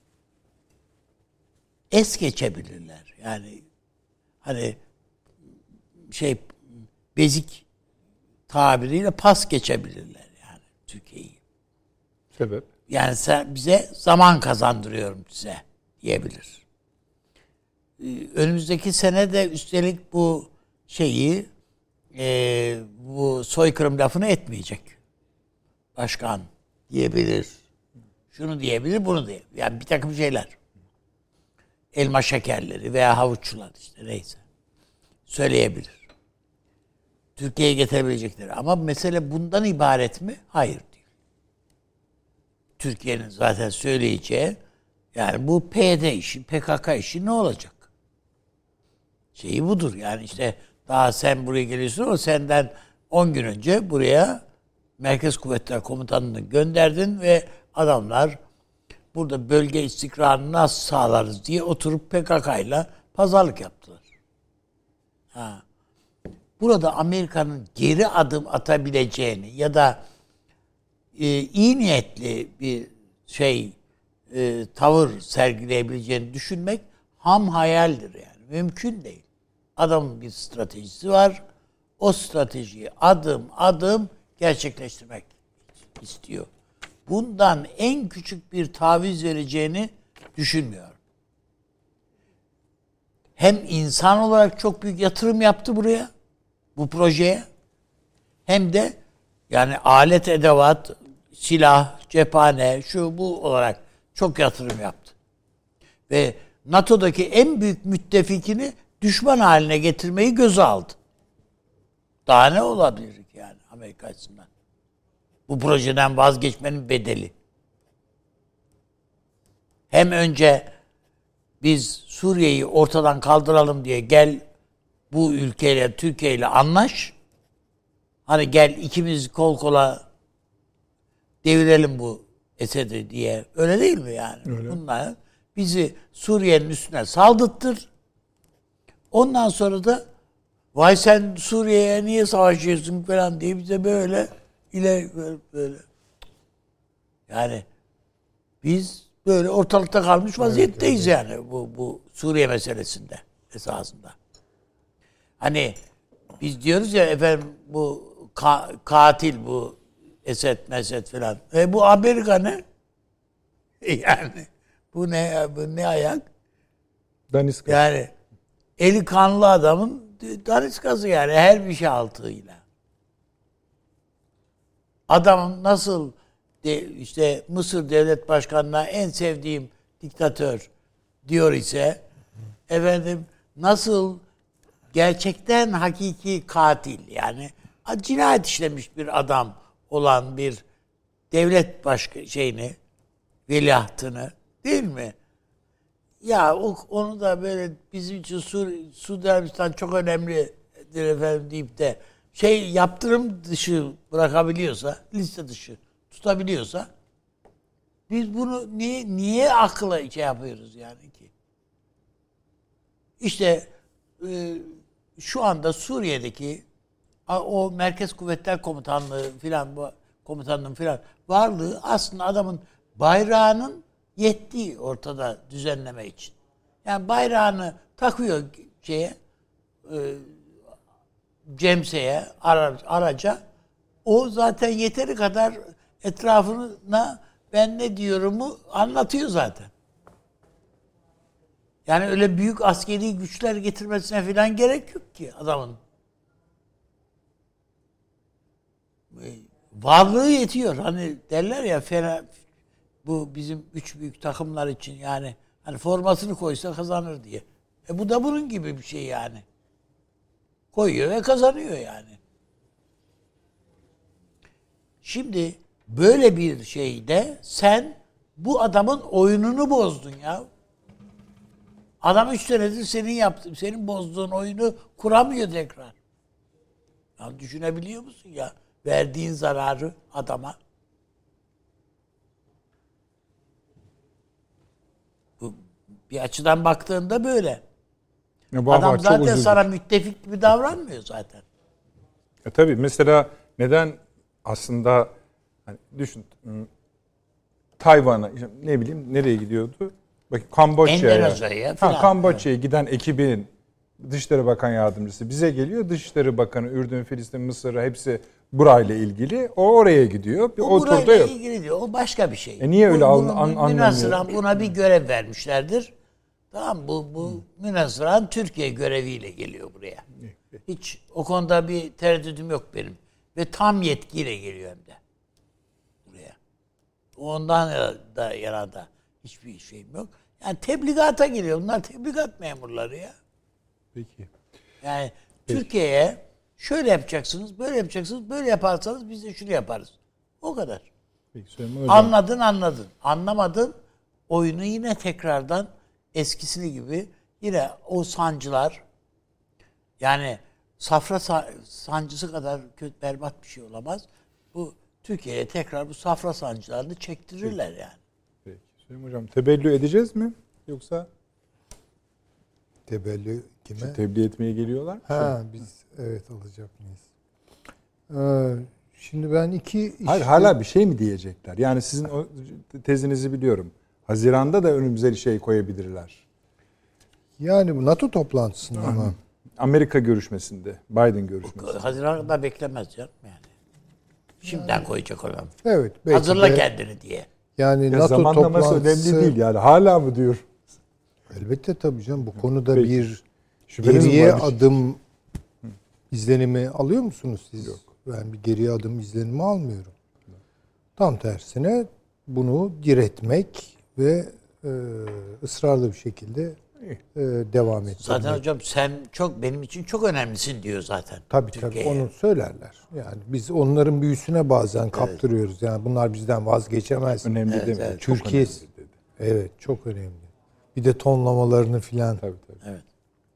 es geçebilirler. Yani hani şey bezik tabiriyle pas geçebilirler yani Türkiye'yi. Sebep? Yani sen bize zaman kazandırıyorum size diyebilir. Ee, önümüzdeki sene de üstelik bu şeyi e, bu soykırım lafını etmeyecek. Başkan diyebilir. Şunu diyebilir, bunu diyebilir. Yani bir takım şeyler. Elma şekerleri veya havuççular işte neyse. Söyleyebilir. Türkiye'ye getirebilecekleri. Ama mesele bundan ibaret mi? Hayır değil. Türkiye'nin zaten söyleyeceği yani bu P Y D işi, P K K işi ne olacak? Şeyi budur. Yani işte daha sen buraya geliyorsun ama senden on gün önce buraya Merkez Kuvvetler Komutanı'nı gönderdin ve adamlar burada bölge istikrarını nasıl sağlarız diye oturup P K K'yla pazarlık yaptılar. Ha. Burada Amerika'nın geri adım atabileceğini ya da e, iyi niyetli bir şey e, tavır sergileyebileceğini düşünmek ham hayaldir yani. Mümkün değil. Adamın bir stratejisi var. O stratejiyi adım adım gerçekleştirmek istiyor. Bundan en küçük bir taviz vereceğini düşünmüyorum. Hem insan olarak çok büyük yatırım yaptı buraya, bu projeye. Hem de yani alet, edevat, silah, cephane, şu bu olarak çok yatırım yaptı. Ve NATO'daki en büyük müttefikini düşman haline getirmeyi göze aldı. Daha ne olabilir ki yani Amerika açısından? Bu projeden vazgeçmenin bedeli. Hem önce biz Suriye'yi ortadan kaldıralım diye gel bu ülkeyle, Türkiye ile anlaş. Hani gel ikimiz kol kola devirelim bu Esed'i diye. Öyle değil mi yani? Öyle. Bunlar bizi Suriye'nin üstüne saldırttır. Ondan sonra da vay sen Suriye'ye niye savaşıyorsun falan diye bize böyle ile böyle, böyle. Yani biz böyle ortalıkta kalmış vaziyetteyiz evet, evet. yani bu bu Suriye meselesinde esasında. Hani biz diyoruz ya efendim bu ka- katil bu Esed, Mesed falan. E bu Amerika ne? Yani bu ne bu ne ayak? Daniska. Yani eli kanlı adamın daniskası yani her bir şey altıyla. Adam nasıl de, işte Mısır Devlet Başkanı'na en sevdiğim diktatör diyor ise efendim nasıl gerçekten hakiki katil yani cinayet işlemiş bir adam olan bir devlet başka şeyini veliahtını değil mi? Ya o, onu da böyle bizim için Su, Suudi Arabistan çok önemlidir efendim deyip de şey yaptırım dışı bırakabiliyorsa, liste dışı tutabiliyorsa biz bunu niye niye akla şey yapıyoruz yani ki? İşte e, şu anda Suriye'deki o Merkez Kuvvetler Komutanlığı filan bu komutanlığın filan varlığı aslında adamın bayrağının yettiği ortada düzenleme için. Yani bayrağını takıyor şeye e, cemseye, ara, araca o zaten yeteri kadar etrafına ben ne diyorumu anlatıyor zaten. Yani öyle büyük askeri güçler getirmesine falan gerek yok ki adamın. Varlığı yetiyor. Hani derler ya fena, bu bizim üç büyük takımlar için yani hani formasını koysa kazanır diye. E bu da bunun gibi bir şey yani. Koyuyor ve kazanıyor yani. Şimdi böyle bir şeyde sen bu adamın oyununu bozdun ya. Adam üç senedir senin yaptığın, senin bozduğun oyunu kuramıyor tekrar. Ya düşünebiliyor musun ya? Verdiğin zararı adama. Bu bir açıdan baktığında böyle. Ya bu Adam çok zaten üzücü. sana müttefik gibi davranmıyor zaten. E tabii mesela neden aslında hani düşün Tayvan'a ne bileyim nereye gidiyordu? Bakın Kamboçya'ya. Endonezya'ya falan. Ha, Kamboçya'ya giden ekibin Dışişleri Bakan Yardımcısı bize geliyor. Dışişleri Bakanı Ürdün, Filistin, Mısır hepsi burayla ilgili. O oraya gidiyor. Bir O oturda burayla yok. ilgili diyor. O başka bir şey. E niye öyle bu, an- bunu, an- anlamıyor? Münasıran buna bir görev vermişlerdir. Tamam bu bu hmm. Münasıran Türkiye göreviyle geliyor buraya. Hiç o konuda bir tereddüdüm yok benim. Ve tam yetkiyle geliyor hem de. Buraya. Ondan da yana da hiçbir şeyim yok. Yani tebligata geliyor. Bunlar tebligat memurları ya. Peki. Yani Peki. Türkiye'ye şöyle yapacaksınız, böyle yapacaksınız, böyle yaparsanız biz de şunu yaparız. O kadar. Peki, hocam. Anladın anladın. Anlamadın oyunu yine tekrardan eskisini gibi yine o sancılar yani safra sancısı kadar kötü berbat bir şey olamaz. Bu Türkiye'ye tekrar bu safra sancılarını çektirirler Peki. yani. Peki. Süleyman Hocam tebellü edeceğiz mi? Yoksa tebellü kime? İşte tebliğ etmeye geliyorlar. Ha biz evet alacak mıyız? Ee, şimdi ben iki işte... Hayır hala bir şey mi diyecekler? Yani sizin o tezinizi biliyorum. Haziran'da da önümüze bir şey koyabilirler. Yani bu NATO toplantısında mı? Amerika görüşmesinde, Biden görüşmesinde. Haziran'da beklemez canım yani. Şimdiden koyacak olan. Evet. Hazırla de, kendini diye. Yani ya NATO zamanlaması toplantısı önemli değil yani. Hala mı diyor? Elbette tabii canım. Bu konuda Peki. bir Şüpheniz geriye var. adım izlenimi alıyor musunuz siz? Yok. Ben bir geriye adım izlenimi almıyorum. Tam tersine bunu diretmek ve e, ısrarlı bir şekilde e, devam ettirmek. Zaten hocam sen çok benim için çok önemlisin diyor zaten. Tabii Türkiye'ye. tabii onu söylerler. Yani biz onların büyüsüne bazen kaptırıyoruz. Yani bunlar bizden vazgeçemez. Önemli Evet, değil mi? evet. Çok Türkiye önemli dedi. evet çok önemli. Bir de tonlamalarını filan. Tabii tabii. Evet.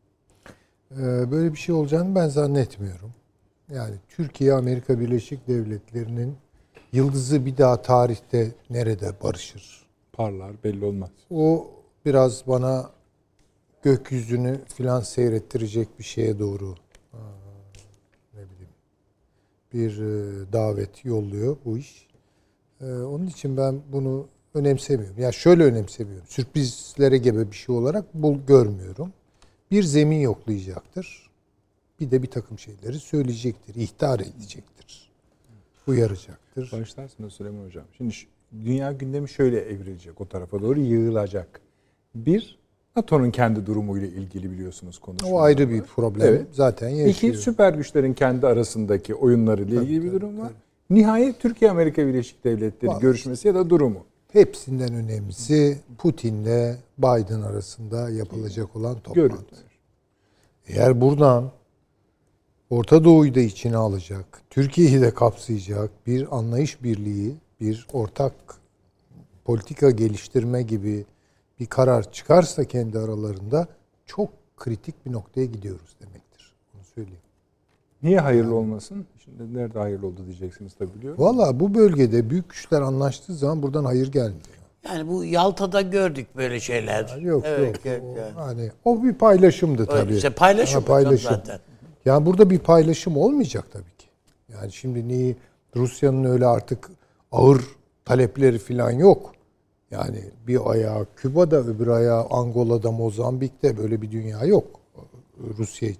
Ee, böyle bir şey olacağını ben zannetmiyorum. Yani Türkiye Amerika Birleşik Devletleri'nin yıldızı bir daha tarihte nerede barışır? Parlar belli olmaz. O biraz bana gökyüzünü filan seyrettirecek bir şeye doğru aa, ne bileyim bir e, davet yolluyor bu iş. E, onun için ben bunu önemsemiyorum. Ya yani şöyle önemsemiyorum. Sürprizlere gebe bir şey olarak bu görmüyorum. Bir zemin yoklayacaktır. Bir de bir takım şeyleri söyleyecektir, ihtar edecektir. Uyaracaktır. Başlarsınız Süleyman Hocam. Şimdi şu, dünya gündemi şöyle evrilecek, o tarafa doğru yığılacak. Bir, NATO'nun kendi durumuyla ilgili biliyorsunuz konuşmalar. O ayrı bir problem. Evet. Zaten yaşıyor. İki, süper güçlerin kendi arasındaki oyunlarıyla ilgili bir durum var. Nihayet Türkiye-Amerika Birleşik Devletleri var. görüşmesi ya da durumu. Hepsinden önemlisi Putin'le Biden arasında yapılacak olan toplantı. Görüntüler. Eğer buradan Orta Doğu'yu da içine alacak, Türkiye'yi de kapsayacak bir anlayış birliği, bir ortak politika geliştirme gibi bir karar çıkarsa kendi aralarında çok kritik bir noktaya gidiyoruz demektir. Bunu söyleyeyim. Niye hayırlı olmasın? Şimdi nerede hayırlı oldu diyeceksiniz tabii biliyorum. Valla bu bölgede büyük güçler anlaştığı zaman buradan hayır gelmiyor. Yani bu Yalta'da gördük böyle şeyler. Yani yok evet, yok. O, o, hani o bir paylaşımdı tabii. İşte paylaşım, ha, paylaşım zaten. Yani burada bir paylaşım olmayacak tabii ki. Yani şimdi niye Rusya'nın öyle artık ağır talepleri falan yok. Yani bir ayağı Küba'da, öbür ayağı Angola'da, Mozambik'te böyle bir dünya yok Rusya için.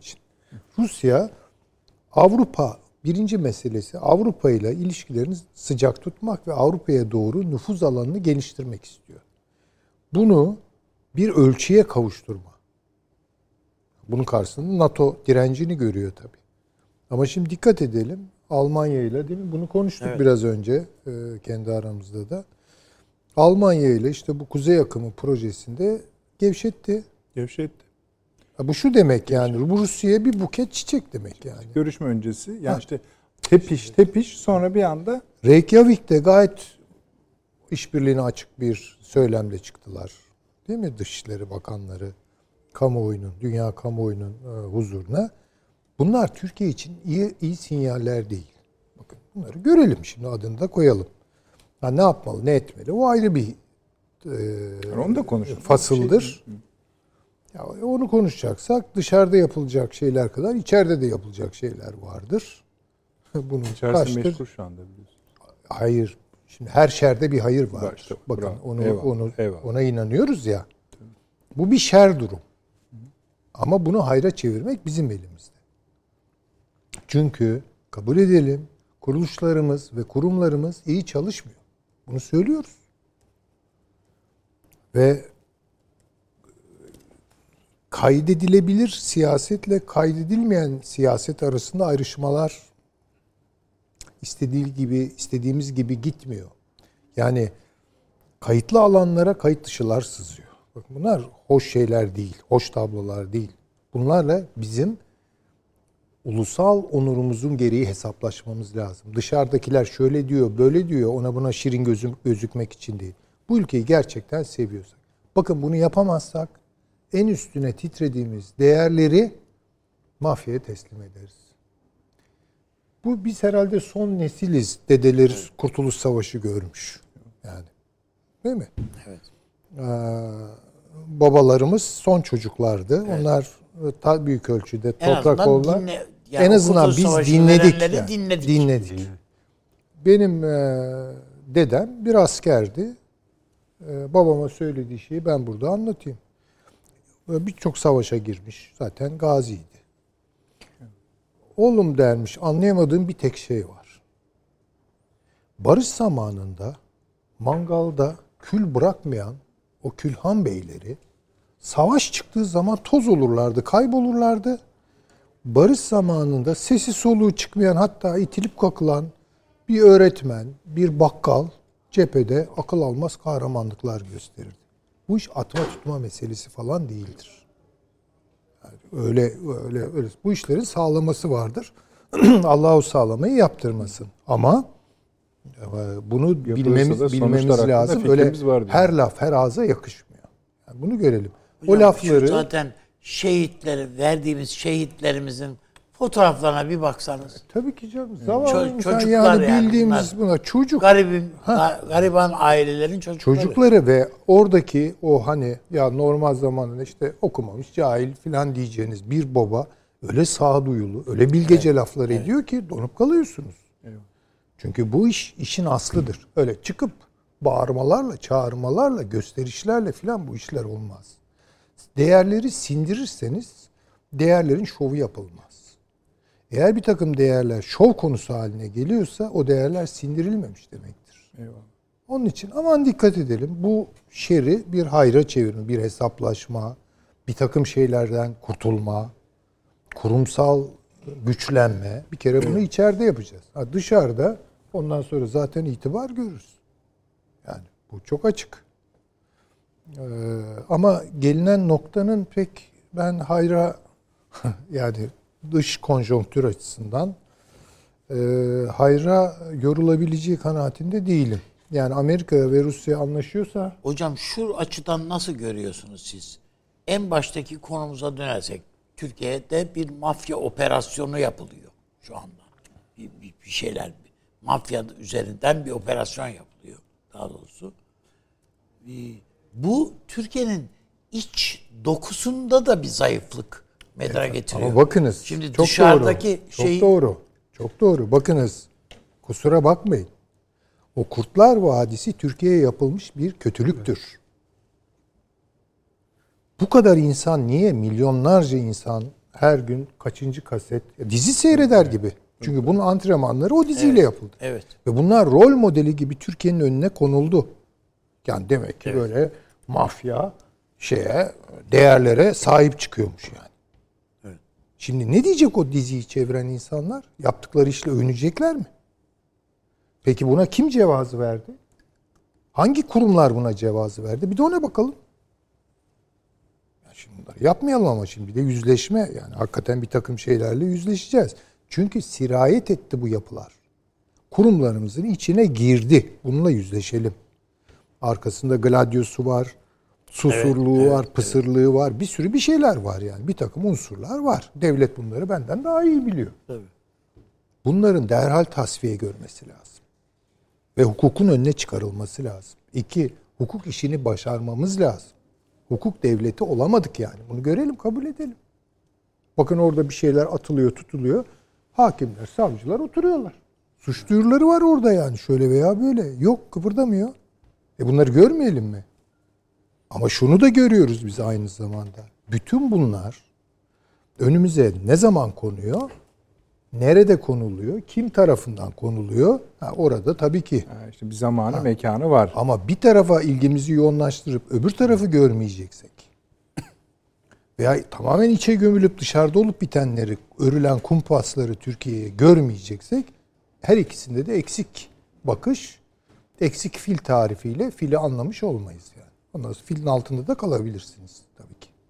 Rusya, Avrupa birinci meselesi Avrupa ile ilişkilerini sıcak tutmak ve Avrupa'ya doğru nüfuz alanını geliştirmek istiyor. Bunu bir ölçüye kavuşturma. Bunun karşısında NATO direncini görüyor tabii. Ama şimdi dikkat edelim. Almanya ile değil mi? Bunu konuştuk evet. biraz önce e, kendi aramızda da. Almanya ile işte bu Kuzey Akımı projesinde gevşetti. Gevşetti. Ha, bu şu demek Gevşetti. Yani bu Rusya'ya bir buket çiçek demek yani. Görüşme öncesi yani ha. işte tepiş tepiş sonra bir anda Reykjavik'te gayet işbirliğine açık bir söylemle çıktılar. Değil mi? Dışişleri Bakanları kamuoyunun, dünya kamuoyunun e, huzuruna. Bunlar Türkiye için iyi iyi sinyaller değil. Bakın bunları görelim şimdi adını da koyalım. Ha, ne yapmalı, ne etmeli? O ayrı bir e, onu da konuşalım. Fasıldır. Şey, ya onu konuşacaksak dışarıda yapılacak şeyler kadar içeride de yapılacak şeyler vardır. Bunun İçerisi meşgul şu anda biliyorsun. Hayır. Şimdi her şerde bir hayır var. İşte, bakın bravo. onu eyvallah, onu eyvallah. ona inanıyoruz ya. Bu bir şer durum. Ama bunu hayra çevirmek bizim elimizde. Çünkü kabul edelim kuruluşlarımız ve kurumlarımız iyi çalışmıyor. Bunu söylüyoruz. Ve kaydedilebilir siyasetle kaydedilmeyen siyaset arasında ayrışmalar istediği gibi istediğimiz gibi gitmiyor. Yani kayıtlı alanlara kayıt dışılar sızıyor. Bakın bunlar hoş şeyler değil, hoş tablolar değil. Bunlarla bizim ulusal onurumuzun gereği hesaplaşmamız lazım. Dışarıdakiler şöyle diyor, böyle diyor, ona buna şirin gözüm, gözükmek için değil. Bu ülkeyi gerçekten seviyorsak. Bakın bunu yapamazsak en üstüne titrediğimiz değerleri mafyaya teslim ederiz. Bu biz herhalde son nesiliz. Dedeleri Kurtuluş Savaşı görmüş. Yani. Değil mi? Evet. Ee, babalarımız son çocuklardı. Evet. Onlar ta büyük ölçüde en toprak oldular. Dinle, yani en azından biz dinledik, yani. dinledik. Dinledik. Benim e, dedem bir askerdi. E, babama söylediği şeyi ben burada anlatayım. Birçok savaşa girmiş. Zaten gaziydi. Oğlum dermiş, anlayamadığım bir tek şey var. Barış zamanında mangalda kül bırakmayan o külhan beyleri savaş çıktığı zaman toz olurlardı, kaybolurlardı. Barış zamanında sesi soluğu çıkmayan, hatta itilip kakılan bir öğretmen, bir bakkal cephede akıl almaz kahramanlıklar gösterirdi. Bu iş atma tutma meselesi falan değildir. Yani öyle öyle öyle bu işlerin sağlaması vardır. Allah o sağlamayı yaptırmasın. Ama bunu bilmemiz bilmemiz lazım. Öyle her laf her ağza yakışmıyor. Yani bunu görelim. Hocam, o lafları zaten şehitleri verdiğimiz şehitlerimizin fotoğraflarına bir baksanız. E, tabii ki canım. Zavallı Ço- insan çocuklar yani bildiğimiz yani buna çocuk. Garibim, ha. gariban ailelerin çocukları. Çocukları ve oradaki o hani ya normal zamanında işte okumamış, cahil falan diyeceğiniz bir baba öyle sağduyulu, öyle bilgece evet. laflar evet. ediyor ki donup kalıyorsunuz. Evet. Çünkü bu iş işin aslıdır. Öyle çıkıp bağırmalarla, çağırmalarla, gösterişlerle falan bu işler olmaz. Değerleri sindirirseniz değerlerin şovu yapılmaz. Eğer bir takım değerler şov konusu haline geliyorsa o değerler sindirilmemiş demektir. Eyvallah. Onun için aman dikkat edelim. Bu şeri bir hayra çevirme, bir hesaplaşma, bir takım şeylerden kurtulma, kurumsal güçlenme. Bir kere bunu içeride yapacağız. Ha, dışarıda ondan sonra zaten itibar görürüz. Yani bu çok açık. Ee, ama gelinen noktanın pek ben hayra yani dış konjonktür açısından e, hayra yorulabileceği kanaatinde değilim. Yani Amerika ve Rusya anlaşıyorsa... Hocam şu açıdan nasıl görüyorsunuz siz? En baştaki konumuza dönersek, Türkiye'de bir mafya operasyonu yapılıyor şu anda. Bir, bir, bir şeyler, mafya üzerinden bir operasyon yapılıyor daha doğrusu. Bu Türkiye'nin iç dokusunda da bir zayıflık meydana evet, getiriyor. Ama bakınız, şimdi çok dışarıdaki doğru, şeyi... Çok doğru, çok doğru. Bakınız, kusura bakmayın. O Kurtlar Vadisi Türkiye'ye yapılmış bir kötülüktür. Evet. Bu kadar insan niye, milyonlarca insan her gün kaçıncı kaset dizi seyreder gibi. Çünkü bunun antrenmanları o diziyle Evet, yapıldı. evet. Ve bunlar rol modeli gibi Türkiye'nin önüne konuldu. Yani demek ki Evet. böyle mafya şeye, değerlere sahip çıkıyormuş yani. Evet. Şimdi ne diyecek o diziyi çeviren insanlar? Yaptıkları işle övünecekler mi? Peki buna kim cevazı verdi? Hangi kurumlar buna cevazı verdi? Bir de ona bakalım. Ya şimdi bunları yapmayalım ama şimdi bir de yüzleşme. Yani hakikaten bir takım şeylerle yüzleşeceğiz. Çünkü sirayet etti bu yapılar. Kurumlarımızın içine girdi. Bununla yüzleşelim. Arkasında gladyosu var, susurluğu Evet, evet, var, pısırlığı evet. var. Bir sürü bir şeyler var yani. Bir takım unsurlar var. Devlet bunları benden daha iyi biliyor. Tabii. Bunların derhal tasfiye görmesi lazım. Ve hukukun önüne çıkarılması lazım. İki, hukuk işini başarmamız lazım. Hukuk devleti olamadık yani. Bunu görelim, kabul edelim. Bakın orada bir şeyler atılıyor, tutuluyor. Hakimler, savcılar oturuyorlar. Suç duyuruları var orada yani. Şöyle veya böyle. Yok, kıpırdamıyor. E bunları görmeyelim mi? Ama şunu da görüyoruz biz aynı zamanda. Bütün bunlar önümüze ne zaman konuyor? Nerede konuluyor? Kim tarafından konuluyor? Ha, orada tabii ki. Ha, işte bir zamanı, ha. mekanı var. Ama bir tarafa ilgimizi yoğunlaştırıp öbür tarafı görmeyeceksek veya tamamen içe gömülüp dışarıda olup bitenleri, örülen kumpasları Türkiye'ye görmeyeceksek her ikisinde de eksik bakış, eksik fil tarifiyle fili anlamış olmayız yani. Ondan sonra filin altında da kalabilirsiniz tabii ki.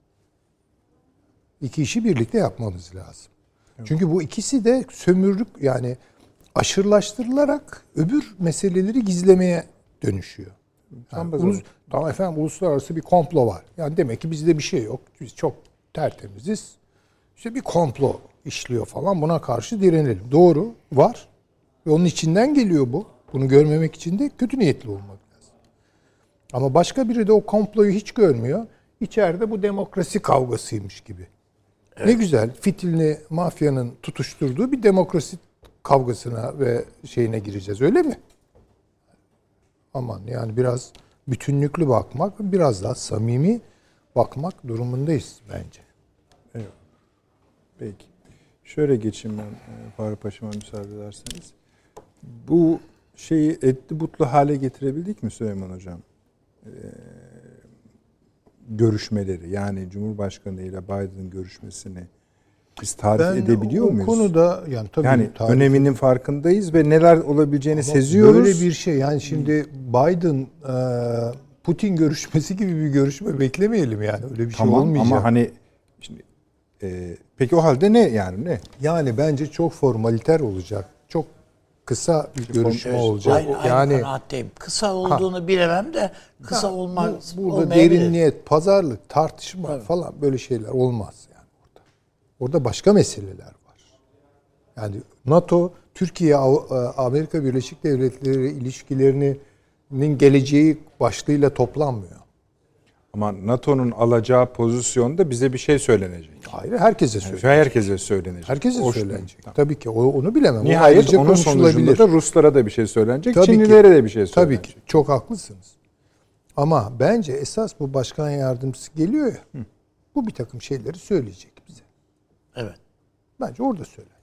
İki işi birlikte yapmamız lazım. Çünkü bu ikisi de sömürlük yani aşırılaştırılarak öbür meseleleri gizlemeye dönüşüyor. Yani ulus, tamam efendim uluslararası bir komplo var. Yani demek ki bizde bir şey yok. Biz çok tertemiziz. İşte bir komplo işliyor falan. Buna karşı direnelim. Doğru var. Ve onun içinden geliyor bu. Bunu görmemek için de kötü niyetli olmak lazım. Ama başka biri de o komployu hiç görmüyor. İçeride bu demokrasi kavgasıymış gibi. Evet. Ne güzel fitilini mafyanın tutuşturduğu bir demokrasi kavgasına ve şeyine gireceğiz öyle mi? Aman yani biraz bütünlüklü bakmak, biraz daha samimi bakmak durumundayız bence. Evet. Peki. Şöyle geçeyim ben Fahri Paşa'ma müsaade ederseniz. Bu şeyi etli butlu hale getirebildik mi Süleyman Hocam? Ee, görüşmeleri yani Cumhurbaşkanı ile Biden'ın görüşmesini biz tarif ben edebiliyor o, muyuz? O konuda yani tabii yani tarif öneminin farkındayız ve neler olabileceğini ama seziyoruz. Böyle bir şey yani şimdi Biden Putin görüşmesi gibi bir görüşme beklemeyelim yani öyle bir tamam, şey olmayacak. Ama hani şimdi e, peki o halde ne yani ne? Yani bence çok formaliter olacak. Çok kısa bir görüşme evet, olacak. Aynı, aynı yani kanaatteyim. Kısa olduğunu ha, bilemem de kısa ha, olmaz. Bu, burada derinliyet, pazarlık, tartışma evet. falan böyle şeyler olmaz yani orada. Orada başka meseleler var. Yani NATO, Türkiye, Amerika Birleşik Devletleri ilişkilerinin geleceği başlığıyla toplanmıyor. Ama NATO'nun alacağı pozisyonda bize bir şey söylenecek. Hayır, herkese söylenecek. Yani herkese söylenecek. Herkese o söylenecek. Tamam. Tabii ki onu bilemem. Nihayet onun sonucunda da Ruslara da bir şey söylenecek, tabii Çinlilere ki, de bir şey söylenecek. Tabii ki. Çok haklısınız. Ama bence esas bu başkan yardımcısı geliyor ya. Hı. Bu bir takım şeyleri söyleyecek bize. Evet. Bence orada söyleyecek.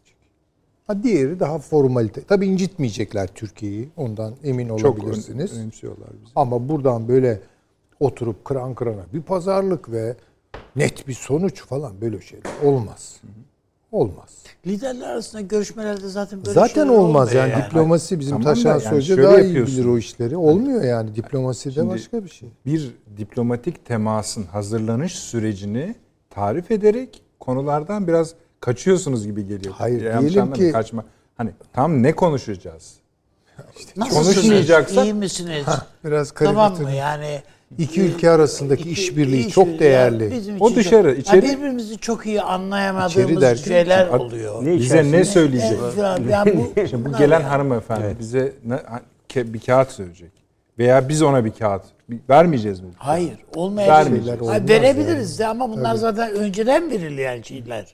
Ha diğeri daha formalite. Tabii incitmeyecekler Türkiye'yi. Ondan emin olabilirsiniz. Çok önemsiyorlar bizi. Ama buradan böyle oturup kıran kırana bir pazarlık ve net bir sonuç falan böyle şeyler olmaz. Hı hı. Olmaz. Liderler arasında görüşmelerde zaten böyle zaten olmaz yani. yani. Diplomasi bizim tamam Taşan yani Hoca daha iyi bilir o işleri. Olmuyor yani. Diplomasi de başka bir şey. Bir diplomatik temasın hazırlanış sürecini tarif ederek konulardan biraz kaçıyorsunuz gibi geliyor. Hayır Yanlış diyelim ki kaçma. Hani tam ne konuşacağız? İşte konuşmayacaksak iyi misiniz? Ha, biraz tamam mı yani? İki ülke arasındaki işbirliği iş çok değerli. O dışarı, çok, içeri. Yani birbirimizi çok iyi anlayamadığımız derken, şeyler oluyor. Ne bize ne söyleyecek? Evet, yani bu, Şimdi bu gelen yani. hanımefendi evet. bize ne, bir kağıt söyleyecek. Veya biz ona bir kağıt vermeyeceğiz mi? Hayır, olmayacak. Hayır, verebiliriz yani. de ama bunlar evet. zaten önceden verilen şeyler.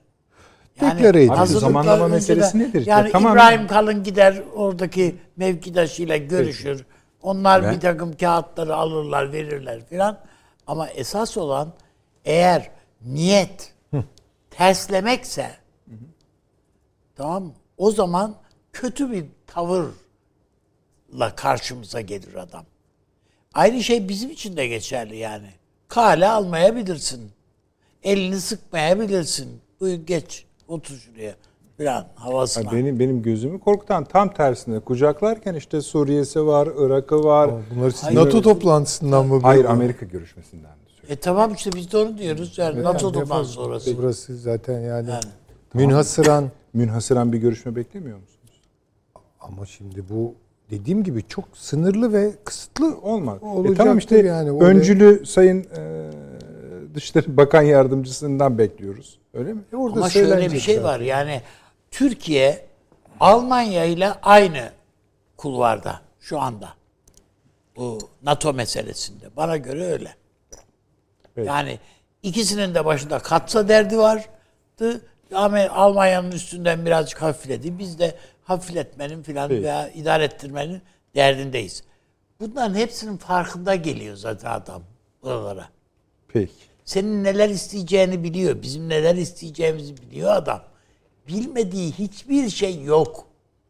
Yani zamanlama meselesi nedir? Yani ya, tamam. İbrahim Kalın gider oradaki mevkidaşıyla görüşür. Peki. Onlar evet. bir takım kağıtları alırlar, verirler filan. Ama esas olan eğer niyet, Hı. terslemekse, hı hı. tamam mı? O zaman kötü bir tavırla karşımıza gelir adam. Aynı şey bizim için de geçerli yani. Kale almayabilirsin. Elini sıkmayabilirsin. Buyur geç. Otur şuraya. Falan havasına. Yani benim benim gözümü korkutan tam tersine kucaklarken işte Suriye'si var, Irak'ı var. Bunları siz NATO toplantısından mı? Hayır, Amerika görüşmesinden. E tamam işte biz de onu diyoruz. Yani evet, NATO toplantısı sonrası. Burası zaten yani, yani. münhasıran. Münhasıran bir görüşme beklemiyor musunuz? Ama şimdi bu dediğim gibi çok sınırlı ve kısıtlı olmaz. E tamam işte yani öncülü de... Sayın e, Dışişleri Bakan Yardımcısından bekliyoruz. Öyle mi? E orada ama şöyle bir şey zaten var. Yani Türkiye Almanya ile aynı kulvarda şu anda. Bu NATO meselesinde. Bana göre öyle. Evet. Yani ikisinin de başında Katsa derdi vardı. Almanya'nın üstünden birazcık hafifledi. Biz de hafifletmenin filan evet. veya idare ettirmenin derdindeyiz. Bunların hepsinin farkında geliyor zaten adam buralara. Peki. Senin neler isteyeceğini biliyor. Bizim neler isteyeceğimizi biliyor adam. Bilmediği hiçbir şey yok.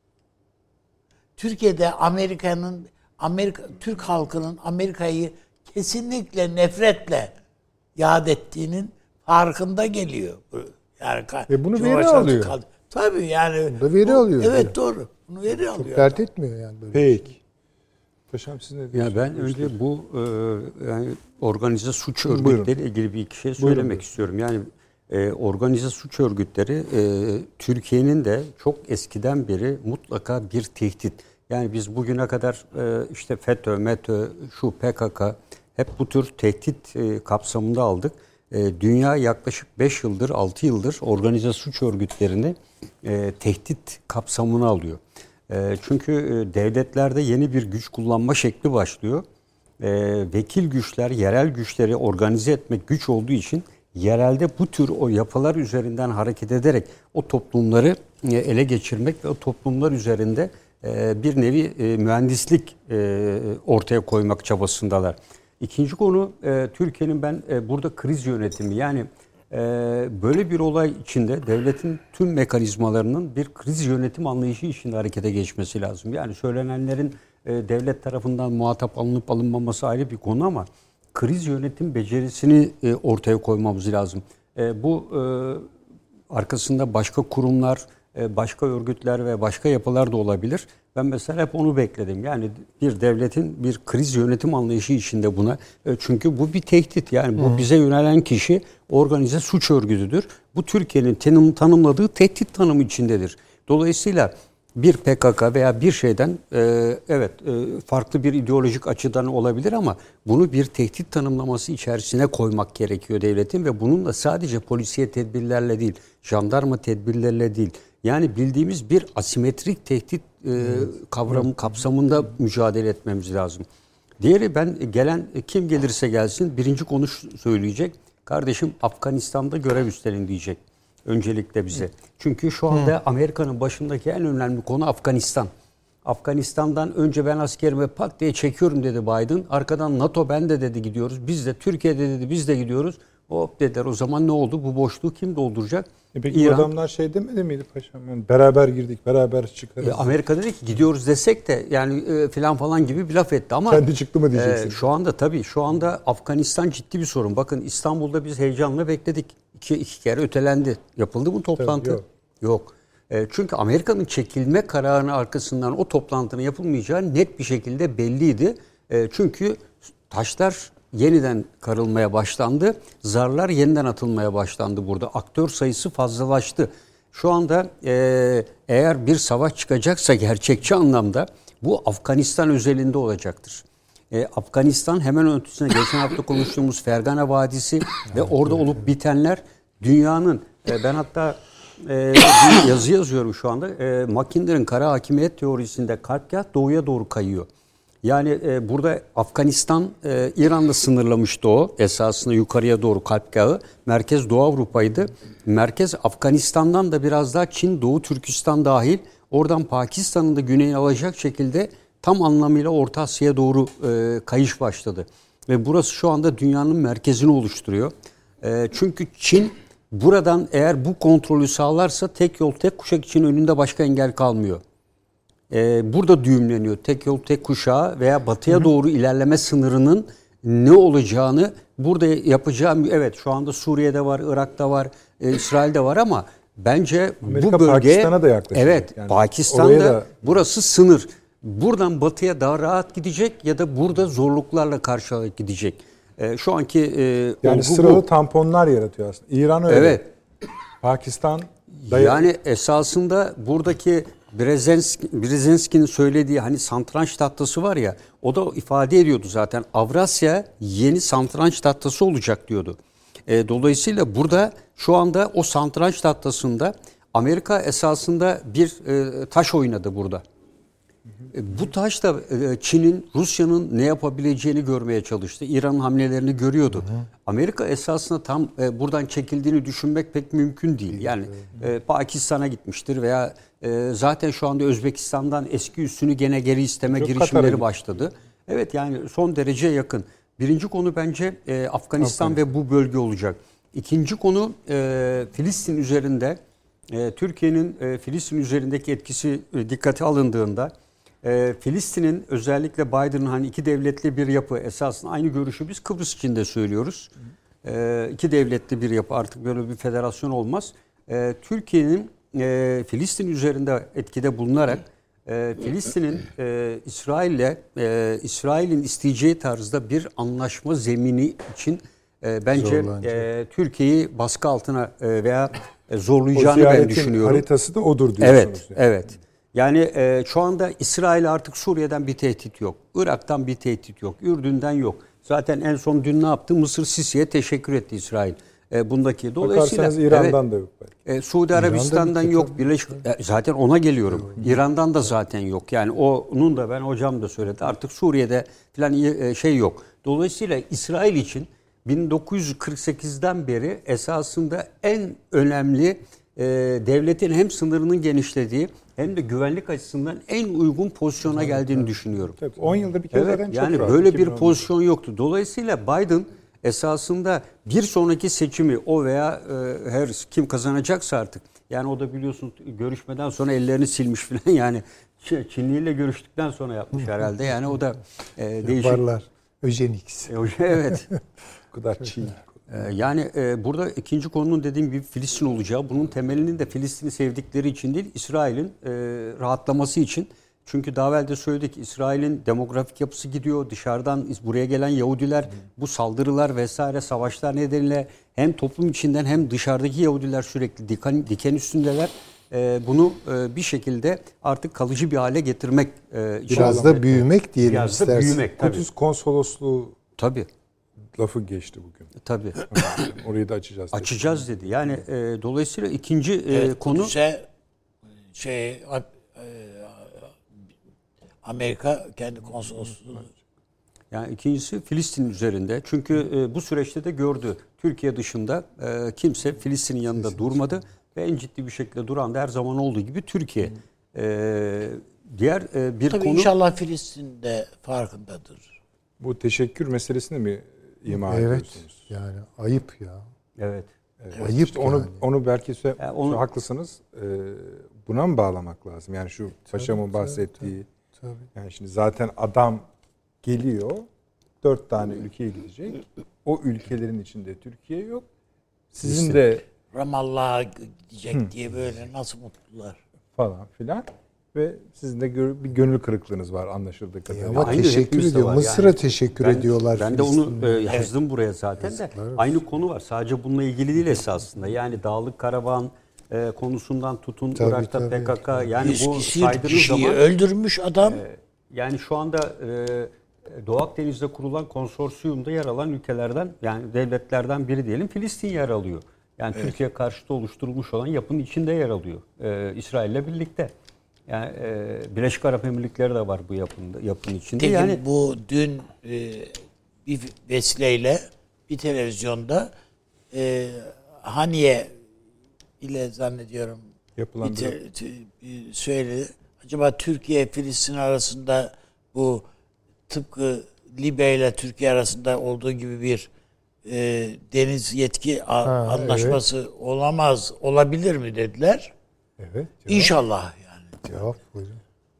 Türkiye'de Amerika'nın Amerika Türk halkının Amerika'yı kesinlikle nefretle yad ettiğinin farkında geliyor. Yani ve bunu veri alıyor. Kaldı. Tabii yani. Bunu da veri bu, alıyor. Evet yani. Doğru. Bunu veri Çok alıyor. Çok dert etmiyor yani böyle. Peki. Paşam siz ne diyorsunuz? Ya ben önce bu e, yani organize suç örgütleriyle ilgili bir iki şey söylemek Buyurun. istiyorum. Yani e, organize suç örgütleri e, Türkiye'nin de çok eskiden beri mutlaka bir tehdit. Yani biz bugüne kadar e, işte FETÖ, METÖ, şu P K K hep bu tür tehdit e, kapsamında aldık. E, dünya yaklaşık beş yıldır, altı yıldır organize suç örgütlerini e, tehdit kapsamına alıyor. Çünkü devletlerde yeni bir güç kullanma şekli başlıyor. Vekil güçler, yerel güçleri organize etmek güç olduğu için yerelde bu tür o yapılar üzerinden hareket ederek o toplumları ele geçirmek ve o toplumlar üzerinde bir nevi mühendislik ortaya koymak çabasındalar. İkinci konu Türkiye'nin ben burada kriz yönetimi, yani böyle bir olay içinde devletin tüm mekanizmalarının bir kriz yönetim anlayışı içinde harekete geçmesi lazım. Yani söylenenlerin devlet tarafından muhatap alınıp alınmaması ayrı bir konu ama kriz yönetim becerisini ortaya koymamız lazım. Bu arkasında başka kurumlar, başka örgütler ve başka yapılar da olabilir. Ben mesela hep onu bekledim. Yani bir devletin bir kriz yönetim anlayışı içinde buna. Çünkü bu bir tehdit. Yani bu bize yönelen kişi organize suç örgütüdür. Bu Türkiye'nin tanım, tanımladığı tehdit tanımı içindedir. Dolayısıyla bir P K K veya bir şeyden e, evet e, farklı bir ideolojik açıdan olabilir ama bunu bir tehdit tanımlaması içerisine koymak gerekiyor devletin ve bununla sadece polisiye tedbirlerle değil, jandarma tedbirlerle değil. Yani bildiğimiz bir asimetrik tehdit e, kavramı kapsamında mücadele etmemiz lazım. Diğeri, ben gelen kim gelirse gelsin birinci konu söyleyecek. Kardeşim Afganistan'da görev üstlenin diyecek öncelikle bize. Çünkü şu anda Amerika'nın başındaki en önemli konu Afganistan. Afganistan'dan önce ben askerimi pat diye çekiyorum dedi Biden. Arkadan NATO ben de dedi gidiyoruz. Biz de Türkiye'de dedi biz de gidiyoruz. Hop dediler. O zaman ne oldu? Bu boşluğu kim dolduracak? E peki İran. Bu adamlar şey demedi miydi paşam? Yani beraber girdik, beraber çıkarız. E Amerika dedi ki gidiyoruz desek de yani e, filan falan gibi bir laf etti ama kendi çıktı mı diyeceksin? E, şu anda tabii şu anda Afganistan ciddi bir sorun. Bakın İstanbul'da biz heyecanla bekledik. İki, iki kere ötelendi. Yapıldı mı toplantı? Tabii, yok. Yok. E, çünkü Amerika'nın çekilme kararının arkasından o toplantının yapılmayacağı net bir şekilde belliydi. E, çünkü taşlar yeniden karılmaya başlandı. Zarlar yeniden atılmaya başlandı burada. Aktör sayısı fazlalaştı. Şu anda e, eğer bir savaş çıkacaksa gerçekçi anlamda bu Afganistan özelinde olacaktır. E, Afganistan hemen ötesine geçen hafta konuştuğumuz Fergana Vadisi ve orada olup bitenler dünyanın, e, ben hatta e, bir yazı yazıyorum şu anda. E, Mackinder'in kara hakimiyet teorisinde karargah doğuya doğru kayıyor. Yani e, burada Afganistan e, İran'la sınırlamıştı o esasında yukarıya doğru karargahı. Merkez Doğu Avrupa'ydı. Merkez Afganistan'dan da biraz daha Çin, Doğu Türkistan dahil oradan Pakistan'ın da güneyini alacak şekilde tam anlamıyla Orta Asya'ya doğru e, kayış başladı. Ve burası şu anda dünyanın merkezini oluşturuyor. E, çünkü Çin buradan eğer bu kontrolü sağlarsa tek yol tek kuşak için önünde başka engel kalmıyor. Ee, burada düğümleniyor. Tek yol tek kuşağı veya batıya Hı-hı. doğru ilerleme sınırının ne olacağını burada yapacağım. Evet, şu anda Suriye'de var, Irak'ta var, e, İsrail'de var ama bence Amerika, bu bölge Pakistan'a da yaklaşacak. Evet, yani Pakistan'da da... burası sınır. Buradan batıya daha rahat gidecek ya da burada zorluklarla karşılayarak gidecek. E, şu anki e, yani sıralı bu. tamponlar yaratıyor aslında. İran öyle. Evet. Pakistan dayan- yani esasında buradaki Brzezinski, Brzezinski'nin söylediği hani satranç tahtası var ya, o da ifade ediyordu zaten. Avrasya yeni satranç tahtası olacak diyordu. E, dolayısıyla burada şu anda o satranç tahtasında Amerika esasında bir e, taş oynadı burada. E, bu taş da e, Çin'in, Rusya'nın ne yapabileceğini görmeye çalıştı. İran'ın hamlelerini görüyordu. Hı hı. Amerika esasında tam e, buradan çekildiğini düşünmek pek mümkün değil. Yani e, Pakistan'a gitmiştir veya e, zaten şu anda Özbekistan'dan eski üssünü gene geri isteme Çok girişimleri başladı. Evet, yani son derece yakın. Birinci konu bence e, Afganistan, Afganistan ve bu bölge olacak. İkinci konu e, Filistin üzerinde e, Türkiye'nin e, Filistin üzerindeki etkisi e, dikkate alındığında e, Filistin'in özellikle Biden'ın hani iki devletli bir yapı, esasında aynı görüşü biz Kıbrıs için de söylüyoruz. E, iki devletli bir yapı, artık böyle bir federasyon olmaz. E, Türkiye'nin e, Filistin üzerinde etkide bulunarak e, Filistin'in e, İsrail'le e, İsrail'in isteyeceği tarzda bir anlaşma zemini için e, bence e, Türkiye'yi baskı altına e, veya zorlayacağını ben düşünüyorum. Haritası da odur diyorsunuz. Evet, yani. evet. Yani e, şu anda İsrail artık Suriye'den bir tehdit yok. Irak'tan bir tehdit yok. Ürdün'den yok. Zaten en son dün ne yaptı? Mısır Sisi'ye teşekkür etti İsrail. E, bundaki dolayısıyla Bakarsanız İran'dan evet, da yok. E, Suudi Arabistan'dan yok. Birleşik e, zaten ona geliyorum. Evet. İran'dan da zaten yok. Yani onun da ben hocam da söyledi. Artık Suriye'de falan e, şey yok. Dolayısıyla İsrail için bin dokuz yüz kırk sekizden beri esasında en önemli e, devletin hem sınırının genişlediği hem de güvenlik açısından en uygun pozisyona geldiğini düşünüyorum. Tabii on yılda bir kez evet, zaten çok yani rahat. böyle bir pozisyon yoktu. Dolayısıyla Biden esasında bir sonraki seçimi o veya e, her kim kazanacaksa artık, yani o da biliyorsun görüşmeden sonra ellerini silmiş falan, yani Çinli ile görüştükten sonra yapmış herhalde. Yani o da e, değişik. Yaparlar. Öjenix. Evet. O kadar Çin. Yani e, burada ikinci konunun dediğim gibi Filistin olacağı, bunun temelinin de Filistin'i sevdikleri için değil, İsrail'in e, rahatlaması için. Çünkü daha evvel de söyledik, İsrail'in demografik yapısı gidiyor. Dışarıdan buraya gelen Yahudiler, bu saldırılar vesaire, savaşlar nedeniyle hem toplum içinden hem dışarıdaki Yahudiler sürekli diken, diken üstündeler. E, bunu e, bir şekilde artık kalıcı bir hale getirmek. E, Biraz da büyümek diyelim Biraz istersen. da büyümek tabii. Kudüs konsolosluğu tabii. lafı geçti bugün. Tabii. Orayı da açacağız. Açacağız dedi. Yani e, dolayısıyla ikinci e, evet, konu Kudüs'e şey e, Amerika kendi konsolosluğu. Yani ikincisi Filistin üzerinde. Çünkü e, bu süreçte de gördü. Türkiye dışında e, kimse Filistin'in yanında Filistin durmadı ve en ciddi bir şekilde duran da her zaman olduğu gibi Türkiye. E, diğer e, bir Tabii konu. İnşallah Filistin de farkındadır. Bu teşekkür meselesini mi ima evet, ediyorsunuz? Yani ayıp ya. Evet. evet. Ayıp işte onu yani. onu belki sö- yani onu, haklısınız. Ee, buna mı bağlamak lazım? Yani şu paşamın bahsettiği. Tabii, tabii. Yani şimdi zaten adam geliyor. Dört tane ülkeye gidecek. O ülkelerin içinde Türkiye yok. Sizin işte, de Ramallah'a gidecek hı. diye böyle nasıl mutlular falan filan. Ve sizin de bir gönül kırıklığınız var anlaşıldığı kadarıyla. Ama aynı teşekkür ediyor. Mısır'a yani. teşekkür ben, ediyorlar. Ben de onu e, yazdım evet. buraya zaten Yazıklar de. Olsun. Aynı konu var. Sadece bununla ilgili değil esasında. Yani Dağlık Karabağ e, konusundan tutun, tabii, Irak'ta tabii. P K K. Yani Yüz bu saydığınız zaman öldürmüş adam. E, yani şu anda e, Doğu Akdeniz'de kurulan konsorsiyumda yer alan ülkelerden, yani devletlerden biri diyelim, Filistin yer alıyor. Yani evet. Türkiye karşıtı oluşturulmuş olan yapının içinde yer alıyor. E, İsrail'le birlikte. Yani e, Birleşik Arap Emirlikleri de var bu yapının, yapının içinde. Peki, yani bu dün e, bir vesileyle bir televizyonda e, Haniye ile zannediyorum bir te, te, bir söyledi. Acaba Türkiye Filistin arasında bu tıpkı Libya ile Türkiye arasında olduğu gibi bir e, deniz yetki a- Ha, anlaşması olamaz, olabilir mi dediler. Evet. Cevap, İnşallah yani. cevap buyurun.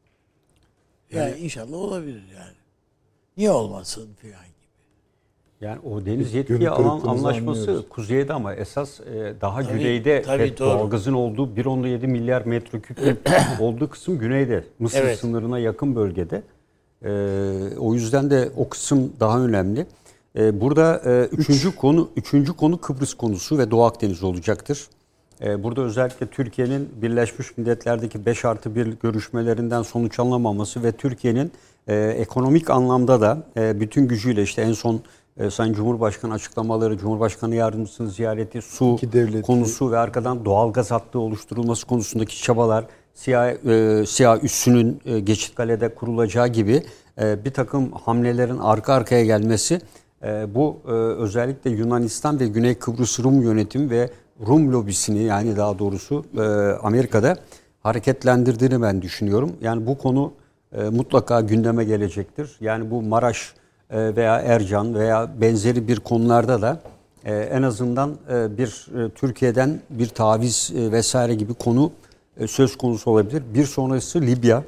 Yani inşallah olabilir yani. Niye olmasın filan gibi. Yani o deniz yetki Gönül alan kırıklığımızı anlaşması anlıyoruz. kuzeyde ama esas e, daha Tabii, güneyde tabii, hep doğru. doğalgazın olduğu bir nokta yedi milyar metreküp olduğu kısım güneyde. Mısır Evet. sınırına yakın bölgede. E, o yüzden de o kısım daha önemli. E, burada e, üçüncü konu üçüncü konu Kıbrıs konusu ve Doğu Akdeniz olacaktır. E, burada özellikle Türkiye'nin Birleşmiş Milletler'deki beş artı bir görüşmelerinden sonuç alamaması ve Türkiye'nin e, ekonomik anlamda da e, bütün gücüyle işte en son e, Sayın Cumhurbaşkanı açıklamaları, Cumhurbaşkanı yardımcısının ziyareti, su İki devletli- konusu ve arkadan doğalgaz hattı oluşturulması konusundaki çabalar, Siyah, e, Siyah Üssü'nün e, Geçitkale'de kurulacağı gibi e, bir takım hamlelerin arka arkaya gelmesi e, bu e, özellikle Yunanistan ve Güney Kıbrıs Rum yönetimi ve Rum lobisini yani daha doğrusu e, Amerika'da hareketlendirdiğini ben düşünüyorum. Yani bu konu e, mutlaka gündeme gelecektir. Yani bu Maraş e, veya Ercan veya benzeri bir konularda da e, en azından e, bir e, Türkiye'den bir taviz e, vesaire gibi konu e, söz konusu olabilir. Bir sonrası Libya.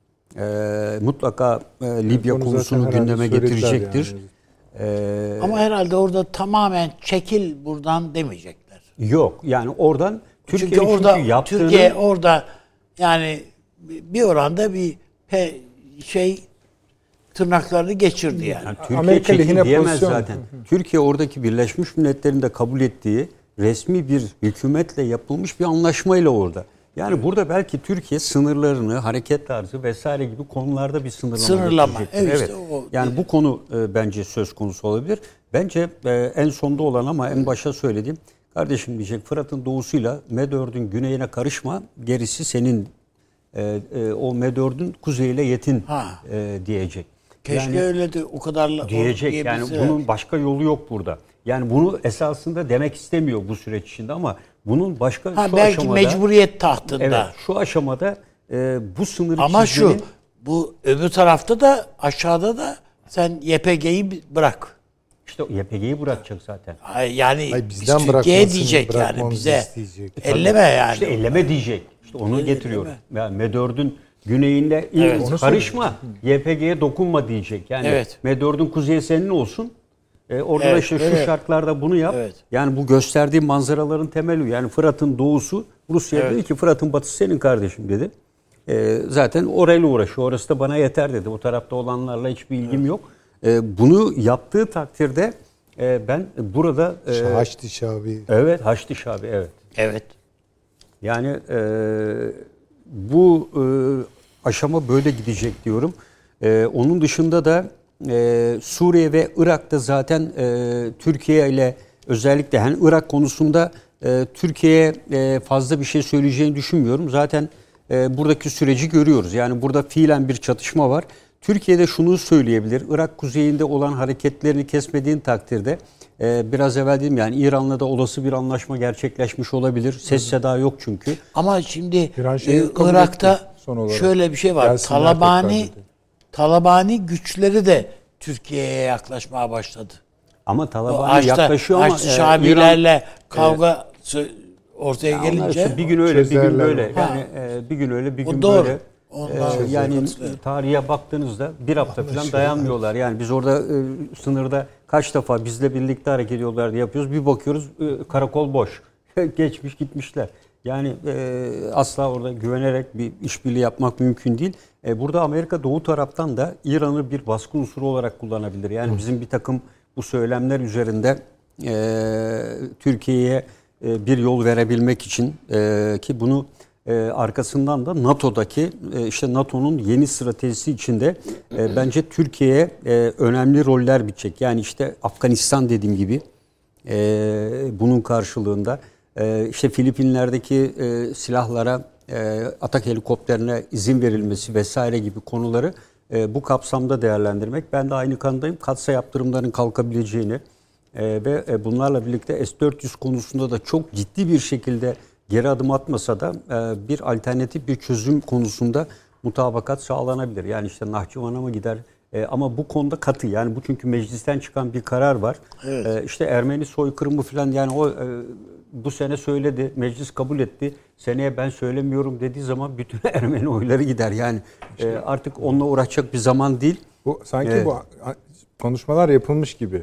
E, mutlaka e, Libya Onu zaten konusunu herhalde gündeme söylediler getirecektir. yani. E, Ama herhalde orada tamamen çekil buradan demeyecekler. Yok yani oradan Çünkü Türkiye'nin orada çünkü yaptığını Türkiye orada yani bir oranda bir pe, şey tırnaklarını geçirdi yani. Yani Türkiye Amerika çekil lehine diyemez pozisyon. zaten. Türkiye oradaki Birleşmiş Milletler'in de kabul ettiği resmi bir hükümetle yapılmış bir anlaşmayla orada. Yani burada belki Türkiye sınırlarını, hareket tarzı vesaire gibi konularda bir sınırlama, Sınırlama, getirecektir. evet, işte o- Yani bu konu e, bence söz konusu olabilir. Bence e, en sonda olan ama en başa söylediğim, kardeşim diyecek Fırat'ın doğusuyla M dördün güneyine karışma, gerisi senin. E, e, o M dördün kuzeyiyle yetin Ha. e, diyecek. Keşke Yani- öyle de o kadarla diyecek. Yani diyebilseler. bunun başka yolu yok burada. Yani bunu esasında demek istemiyor bu süreç içinde ama bunun başka Ha, şu belki aşamada mecburiyet tahtında. evet şu aşamada e, bu sınırı Ama çizmenin- şu bu öbür tarafta da aşağıda da sen Y P G'yi bırak. işte Y P G'yi bırakacak zaten. Ay, Yani Ay, biz bizden Türkiye bırakmasını- diyecek yani bırakmamızı bize. isteyecek. Elleme yani. İşte elleme diyecek. İşte onu getiriyor. Yani M dördün güneyinde iyi Evet. Onu karışma. Y P G'ye dokunma diyecek. Yani Evet. M dördün kuzeyi senin olsun. E, orada da Evet, işte şu evet. şartlarda bunu yap. Evet. Yani bu gösterdiği manzaraların temeli. Yani Fırat'ın doğusu Rusya Evet. dedi ki Fırat'ın batısı senin kardeşim dedi. E, zaten orayla uğraşıyor. Orası da bana yeter dedi. O tarafta olanlarla hiçbir ilgim yok. E, bunu yaptığı takdirde e, ben burada e, Haçlı Şabi. evet Haçlı Şabi evet. Evet. Yani e, bu e, aşama böyle gidecek diyorum. E, onun dışında da e, Suriye ve Irak'ta zaten e, Türkiye ile özellikle hani Irak konusunda e, Türkiye'ye e, fazla bir şey söyleyeceğini düşünmüyorum. Zaten e, buradaki süreci görüyoruz. Yani burada fiilen bir çatışma var. Türkiye'de şunu söyleyebilir. Irak kuzeyinde olan hareketlerini kesmediğin takdirde e, biraz evvel dedim yani İran'la da olası bir anlaşma gerçekleşmiş olabilir. Ses seda yok çünkü. Ama şimdi İran şeyi e, kabul Irak'ta etti son olarak. şöyle bir şey var. Gelsinler Talabani tekrar dedi. Talabani güçleri de Türkiye'ye yaklaşmaya başladı. Ama O Taliban Haçlı, yaklaşıyor ama Haçlı e, Şabilerle kavga sö- ortaya İran, onlar gelince işte bir gün öyle bir gün çözerler böyle. onu. Yani e, bir gün öyle bir O gün doğru. böyle. Ondan E, yani katılıyorum. tarihe baktığınızda bir hafta falan dayanmıyorlar. Yani biz orada e, sınırda kaç defa bizle birlikte hareket ediyorlar diye yapıyoruz. Bir bakıyoruz e, karakol boş. Geçmiş gitmişler. Yani e, asla orada güvenerek bir işbirliği yapmak mümkün değil. E, burada Amerika doğu taraftan da İran'ı bir baskı unsuru olarak kullanabilir. Yani bizim bir takım bu söylemler üzerinde e, Türkiye'ye e, bir yol verebilmek için e, ki bunu e, arkasından da NATO'daki e, işte NATO'nun yeni stratejisi içinde e, bence Türkiye'ye e, önemli roller bitecek. Yani işte Afganistan dediğim gibi e, bunun karşılığında e, işte Filipinler'deki e, silahlara e, atak helikopterine izin verilmesi vesaire gibi konuları e, bu kapsamda değerlendirmek. Ben de aynı kanıdayım. Katsa yaptırımların kalkabileceğini e, ve e, bunlarla birlikte S dört yüz konusunda da çok ciddi bir şekilde geri adım atmasa da e, bir alternatif bir çözüm konusunda mutabakat sağlanabilir. Yani işte Nahçıvan'a mı gider, E, ama bu konuda katı. Yani bu çünkü meclisten çıkan bir karar var. Evet. E, işte Ermeni soykırımı falan yani o e, bu sene söyledi, meclis kabul etti. Seneye ben söylemiyorum dediği zaman bütün Ermeni oyları gider. Yani e, artık onunla uğraşacak bir zaman değil. Bu sanki Evet. bu konuşmalar yapılmış gibi.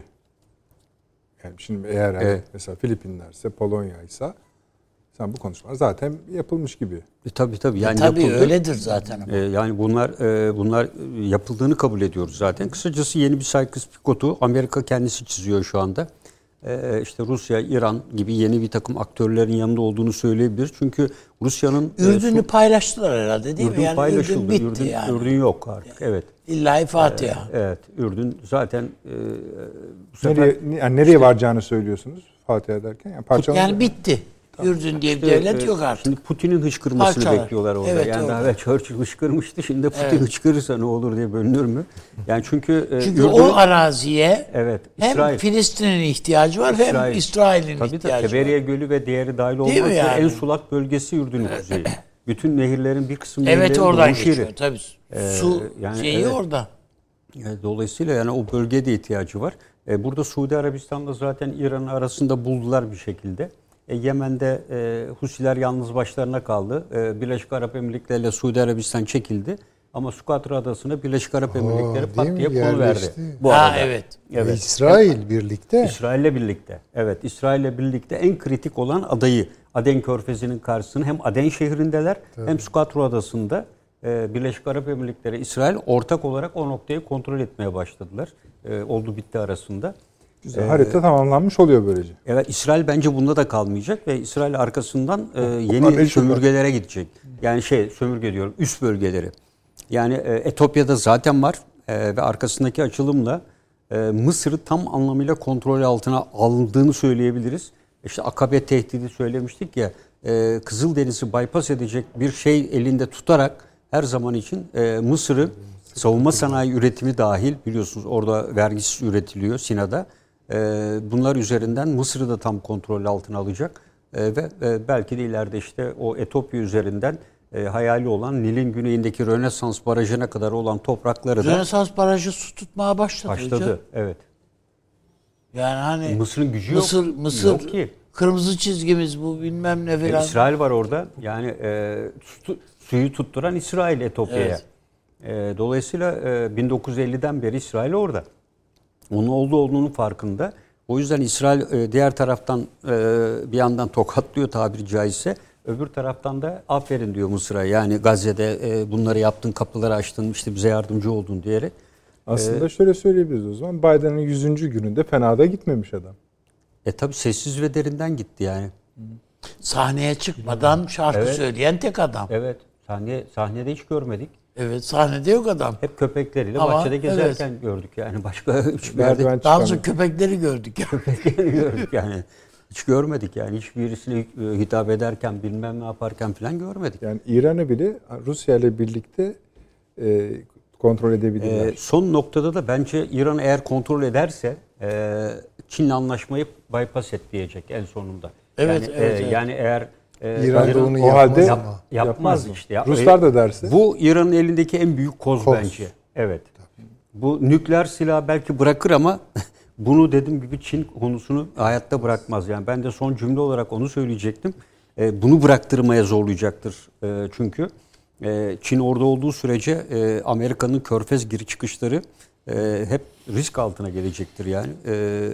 Yani şimdi eğer hani Evet. mesela Filipinlerse, Polonya'ysa sen bu konuşmalar zaten yapılmış gibi. E, tabii tabii. Yani E, tabii yapıldı. öyledir zaten. Ama. E, yani bunlar e, bunlar yapıldığını kabul ediyoruz zaten. Kısacası yeni bir Sykes-Picot'u Amerika kendisi çiziyor şu anda. E, işte Rusya, İran gibi yeni bir takım aktörlerin yanında olduğunu söyleyebiliriz. Çünkü Rusya'nın Ürdün'ü e, paylaştılar herhalde değil Ürdün mi? Yani paylaşıldı. Ürdün bitti Ürdün, yani. Ürdün yok artık. Evet. İllahi Fatiha. Evet. Ürdün zaten e, bu sefer Nereye, yani nereye varacağını söylüyorsunuz Fatih derken? Yani parçalandı. Yani bitti. Ürdün diye bir İşte, devlet e, yok artık. Şimdi Putin'in hıçkırmasını Parçalar. bekliyorlar orada. Evet, yani orada. daha evvel Churchill hıçkırmıştı. Şimdi Putin Evet. hıçkırırsa ne olur diye bölünür mü? Yani çünkü e, Çünkü Ürdün- o araziye evet, hem İsrail. Filistin'in ihtiyacı var hem İsrail. İsrail'in Tabii de ihtiyacı Teberiye var. Gölü ve diğeri dahil olmak Değil mi üzere yani? en sulak bölgesi Ürdün'ün kuzeyi. Bütün nehirlerin bir kısmı Evet nehirlerin oradan doğuş geçiyor yeri. tabii. Ee, Su yani şeyi evet. orada. Yani dolayısıyla yani o bölgeye de ihtiyacı var. E, burada Suudi Arabistan'da zaten İran'ın arasında buldular bir şekilde. E, Yemen'de e, Husiler yalnız başlarına kaldı. E, Birleşik Arap Emirlikleri ile Suudi Arabistan çekildi. Ama Sukatra Adası'na Birleşik Arap Emirlikleri değil pat mi? diye konu verdi. Yerleşti. Bu Ha arada. evet. Evet. İsrail birlikte. İsrail'le birlikte. Evet, İsrail'le birlikte en kritik olan adayı Aden Körfezi'nin karşısında hem Aden şehrindeler hem Sukatra Adası'nda e, Birleşik Arap Emirlikleri, İsrail ortak olarak o noktayı kontrol etmeye başladılar. E, oldu bitti arasında. Güzel. Harita tamamlanmış oluyor böylece. Evet, İsrail bence bunda da kalmayacak ve İsrail arkasından e, yeni Amerika- sömürgelere gidecek. Yani şey sömürge diyorum, üst bölgeleri. Yani e, Etiyopya'da zaten var e, ve arkasındaki açılımla e, Mısır'ı tam anlamıyla kontrol altına aldığını söyleyebiliriz. İşte Akabe tehdidi söylemiştik ya, e, Kızıldeniz'i bypass edecek bir şey elinde tutarak her zaman için e, Mısır'ı savunma sanayi üretimi dahil, biliyorsunuz orada vergisiz üretiliyor Sina'da. E, bunlar üzerinden Mısır'ı da tam kontrol altına alacak e, ve e, belki de ileride işte o Etiyopya üzerinden e, hayali olan Nil'in güneyindeki Rönesans Barajı'na kadar olan toprakları da Rönesans Barajı su tutmaya başladı. başladı. hocam. Evet. Yani hani Mısır'ın gücü yok. Mısır, Mısır Yok ki. kırmızı çizgimiz bu bilmem ne E, falan. İsrail var orada. Yani e, su, suyu tutturan İsrail Etiyopya'ya. Evet. E, dolayısıyla e, bin dokuz yüz elliden beri İsrail orada. Onun olduğu olduğunun farkında. O yüzden İsrail e, diğer taraftan e, bir yandan tokatlıyor tabiri caizse. Öbür taraftan da aferin diyor Mısır'a. Yani Gazze'de e, bunları yaptın, kapıları açtın, işte bize yardımcı oldun diyerek. Aslında şöyle söyleyebiliriz o zaman. Biden'ın yüzüncü gününde fena da gitmemiş adam. E tabi sessiz ve derinden gitti yani. Sahneye çıkmadan şarkı Evet. söyleyen tek adam. Evet, Evet. Sahne, sahnede hiç görmedik. sahnede yok adam. Hep köpekleriyle Ama bahçede gezerken gördük yani. Başka hiçbir yerde Merdiven Daha doğrusu çıkan. köpekleri gördük. gördük yani. Hiç görmedik yani. Hiçbirisine hitap ederken bilmem ne yaparken falan görmedik. Yani İran'ı bile Rusya ile birlikte e, kontrol edebilirler. Ee, son noktada da bence İran eğer kontrol ederse e, Çin'le anlaşmayı bypass et diyecek en sonunda. Evet, yani, evet, e, evet. yani eğer e, İran da İran- onu o yapmaz halde ama. yapmaz, Yapmaz mı? işte. Ya, Ruslar da derse. Bu İran'ın elindeki en büyük koz, Koz. bence. Evet. Bu nükleer silah belki bırakır ama bunu dediğim gibi Çin konusunu hayatta bırakmaz. Yani ben de son cümle olarak onu söyleyecektim. E, bunu bıraktırmaya zorlayacaktır e, çünkü. E, Çin orada olduğu sürece e, Amerika'nın körfez giri çıkışları e, hep risk altına gelecektir yani. E,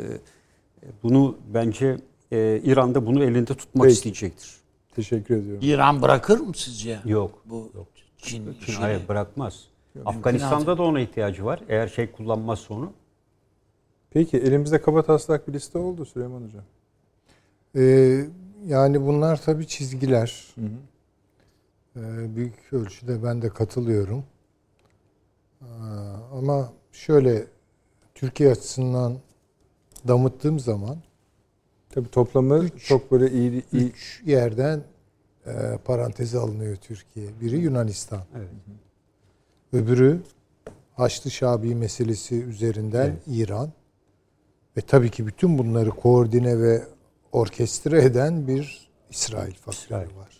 bunu bence e, İran'da bunu elinde tutmak Peki. isteyecektir. Teşekkür ediyorum. İran bırakır mı sizce? Yok. Bu Çin, Çin işini? hayır bırakmaz. Afganistan'da da ona ihtiyacı var. Eğer şey kullanmazsa onu. Peki elimizde kabataslak bir liste oldu Süleyman Hocam. Ee, yani bunlar tabii çizgiler. Ee, büyük ölçüde ben de katılıyorum. Ee, ama şöyle Türkiye açısından damıttığım zaman Tabii toplamı Üç. çok böyle iyi, iyi. üç yerden e, paranteze alınıyor Türkiye. Biri Yunanistan. Evet. Öbürü Haçlı Şabi meselesi üzerinden Evet. İran. Ve tabii ki bütün bunları koordine ve orkestre eden bir İsrail faktörü İsrail. var.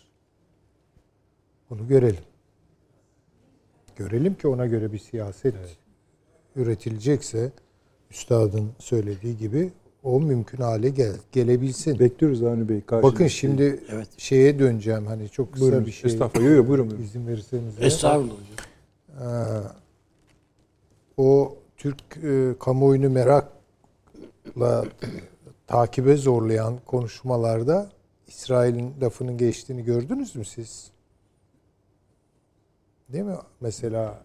Bunu görelim. Görelim ki ona göre bir siyaset üretilecekse üstadın söylediği gibi o mümkün hale gel, gelebilsin. Bekliyoruz Avni Bey. Bakın şimdi evet. şeye döneceğim. Hani çok kısa Buyurun, bir şey. Estağfurullah. Yok yok buyurun. buyurun. İzin verirseniz. Estağfurullah hocam. Ee, o Türk e, kamuoyunu merakla takibe zorlayan konuşmalarda İsrail'in lafının geçtiğini gördünüz mü siz? Değil mi? Mesela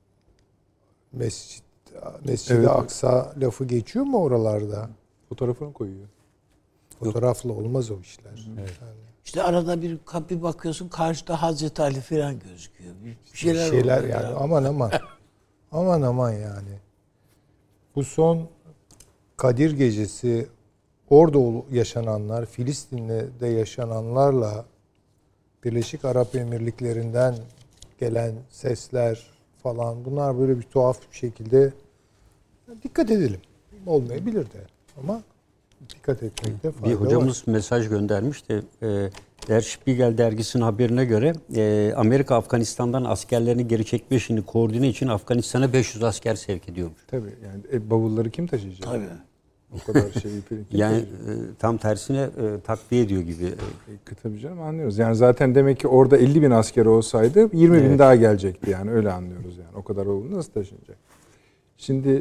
Mescid Mescid-i Evet. Aksa lafı geçiyor mu oralarda? Fotoğrafını koyuyor. Fotoğrafla olmaz o işler. Evet. Yani İşte arada bir kapı bakıyorsun karşıda Hazreti Ali falan gözüküyor. Bir şeyler, şeyler oluyor yani aman aman. aman aman yani. Bu son Kadir Gecesi orada yaşananlar, Filistin'de yaşananlarla Birleşik Arap Emirlikleri'nden gelen sesler falan bunlar böyle bir tuhaf bir şekilde dikkat edelim. Olmayabilir de ama dikkat etmekte fayda Bir var. hocamız mesaj göndermişti. E, Der Spiegel dergisinin haberine göre e, Amerika Afganistan'dan askerlerini geri çekme işini koordine için Afganistan'a beş yüz asker sevk ediyormuş. Tabii yani e, bavulları kim taşıyacak? Tabii. O kadar şeyi kim Yani taşıyacak? e, tam tersine e, takviye ediyor gibi. E, tabii canım anlıyoruz. Yani zaten demek ki orada elli bin asker olsaydı yirmi bin Evet. daha gelecekti yani öyle anlıyoruz yani. O kadar oldu nasıl taşınacak? Şimdi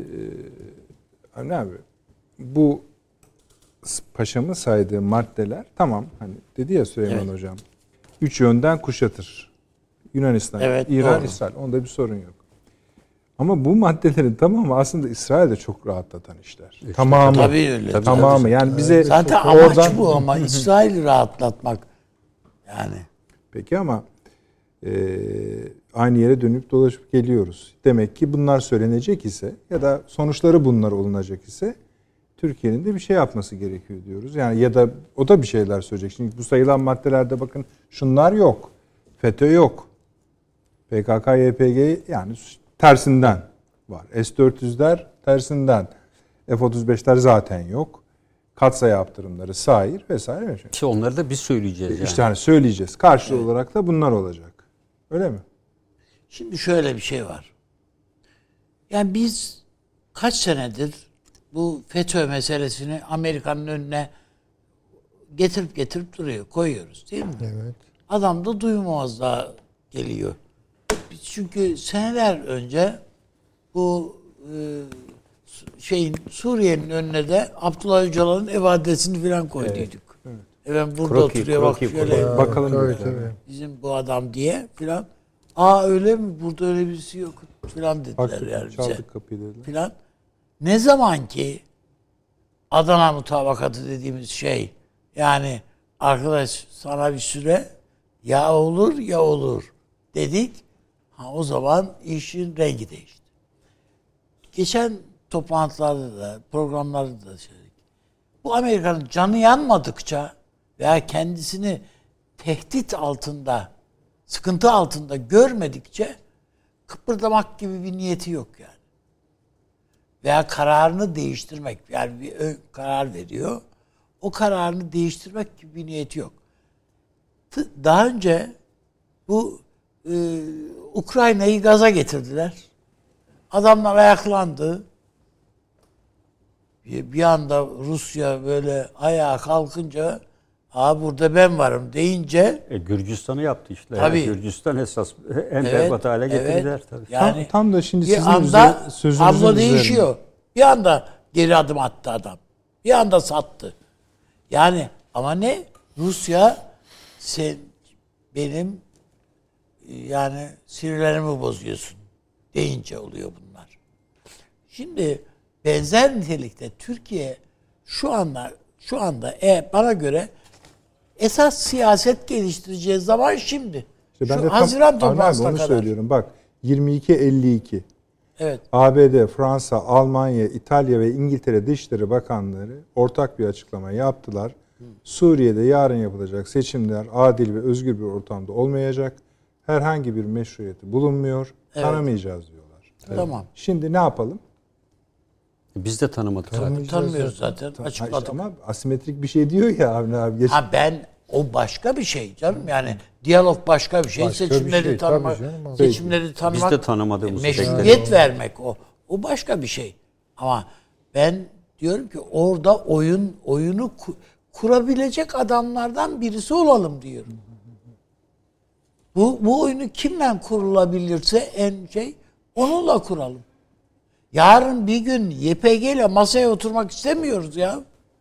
e, ne abi bu paşamın saydığı maddeler tamam hani dedi ya Süleyman Evet. Hocam. Üç yönden kuşatır. Yunanistan, Evet, İran, doğru. İsrail. Onda bir sorun yok. Ama bu maddelerin tamamı aslında İsrail'de çok rahatlatan işler. Tamamı. Tabii öyle. Tabii, tamamı. Yani bize Zaten oradan amaç bu ama İsrail'i rahatlatmak. Yani. peki ama e, aynı yere dönüp dolaşıp geliyoruz. Demek ki bunlar söylenecek ise ya da sonuçları bunlar olunacak ise Türkiye'nin de bir şey yapması gerekiyor diyoruz. Yani ya da o da bir şeyler söyleyecek. Şimdi bu sayılan maddelerde bakın şunlar yok. FETÖ yok. P K K Y P G yani tersinden var. S dört yüzler tersinden. F otuz beşler zaten yok. Katsayı yaptırımları, sair vesaire. İşte onları da biz söyleyeceğiz yani. İşte hani söyleyeceğiz. Karşılığı evet. olarak da bunlar olacak. Öyle mi? Şimdi şöyle bir şey var. Yani biz kaç senedir bu FETÖ meselesini Amerika'nın önüne getirip getirip duruyor, koyuyoruz değil mi? Evet. Adam da duymamazlığa geliyor. Biz çünkü seneler önce bu e, şeyin Suriye'nin önüne de Abdullah Öcalan'ın ev adresini falan koyduyduk. Evet. Evet, burada Kroki, oturuyor kroki, bak şöyle. Aa, bakalım. tabii, tabii. Bizim bu adam diye filan. Aa öyle mi? Burada öyle birisi yok filan dediler Baktık, yani bize. çaldık kapıyı dediler. Filan. Ne zaman ki Adana mutabakatı dediğimiz şey yani arkadaş sana bir süre ya olur ya olur dedik. Ha o zaman işin rengi değişti. Geçen toplantılarda da programlarda da söyledik. Bu Amerika'nın canı yanmadıkça veya kendisini tehdit altında, sıkıntı altında görmedikçe kıpırdamak gibi bir niyeti yok yani. Veya kararını değiştirmek, yani bir ön karar veriyor. O kararını değiştirmek gibi bir niyeti yok. Daha önce bu e, Ukrayna'yı gaza getirdiler. Adamlar ayaklandı. Bir, bir anda Rusya böyle ayağa kalkınca "Aa burada ben varım" deyince E, Gürcistan'ı yaptı işte. Tabii. Yani Gürcistan esas en Evet, berbat hale getirdiler evet. tabii. Yani tam, tam da şimdi bir sizin anda üzerine, sözünüzün tablo üzerine. değişiyor. Bir anda geri adım attı adam. Bir anda sattı. Yani ama ne? Rusya sen benim yani sinirlerimi bozuyorsun deyince oluyor bunlar. Şimdi benzer nitelikte Türkiye şu anda şu anda e, bana göre esas siyaset geliştireceği zaman şimdi. İşte ben şu de tam, Haziran Avni toplantısına abi onu kadar. söylüyorum. Bak yirmi iki elli iki Evet. A B D, Fransa, Almanya, İtalya ve İngiltere Dışişleri Bakanları ortak bir açıklama yaptılar. Suriye'de yarın yapılacak seçimler adil ve özgür bir ortamda olmayacak. Herhangi bir meşruiyeti bulunmuyor. Evet. Tanımayacağız diyorlar. Tamam. Şimdi ne yapalım? Biz de tanımadık zaten. Tanımayacağız Tanımıyoruz zaten. zaten. Ha Açıkladık. işte ama asimetrik bir şey diyor ya Avni abi. Geç. Ha ben o başka bir şey canım. Yani diyalog başka bir şey. Başka bir seçimleri şey, tanımak, tabii canım. seçimleri tanımak, Biz de tanımadığımız meşruiyet şekilde. vermek o. O başka bir şey. Ama ben diyorum ki orada oyun oyunu kurabilecek adamlardan birisi olalım diyorum. Bu, bu oyunu kimle kurulabilirse en şey onunla kuralım. Yarın bir gün Y P G ile masaya oturmak istemiyoruz ya.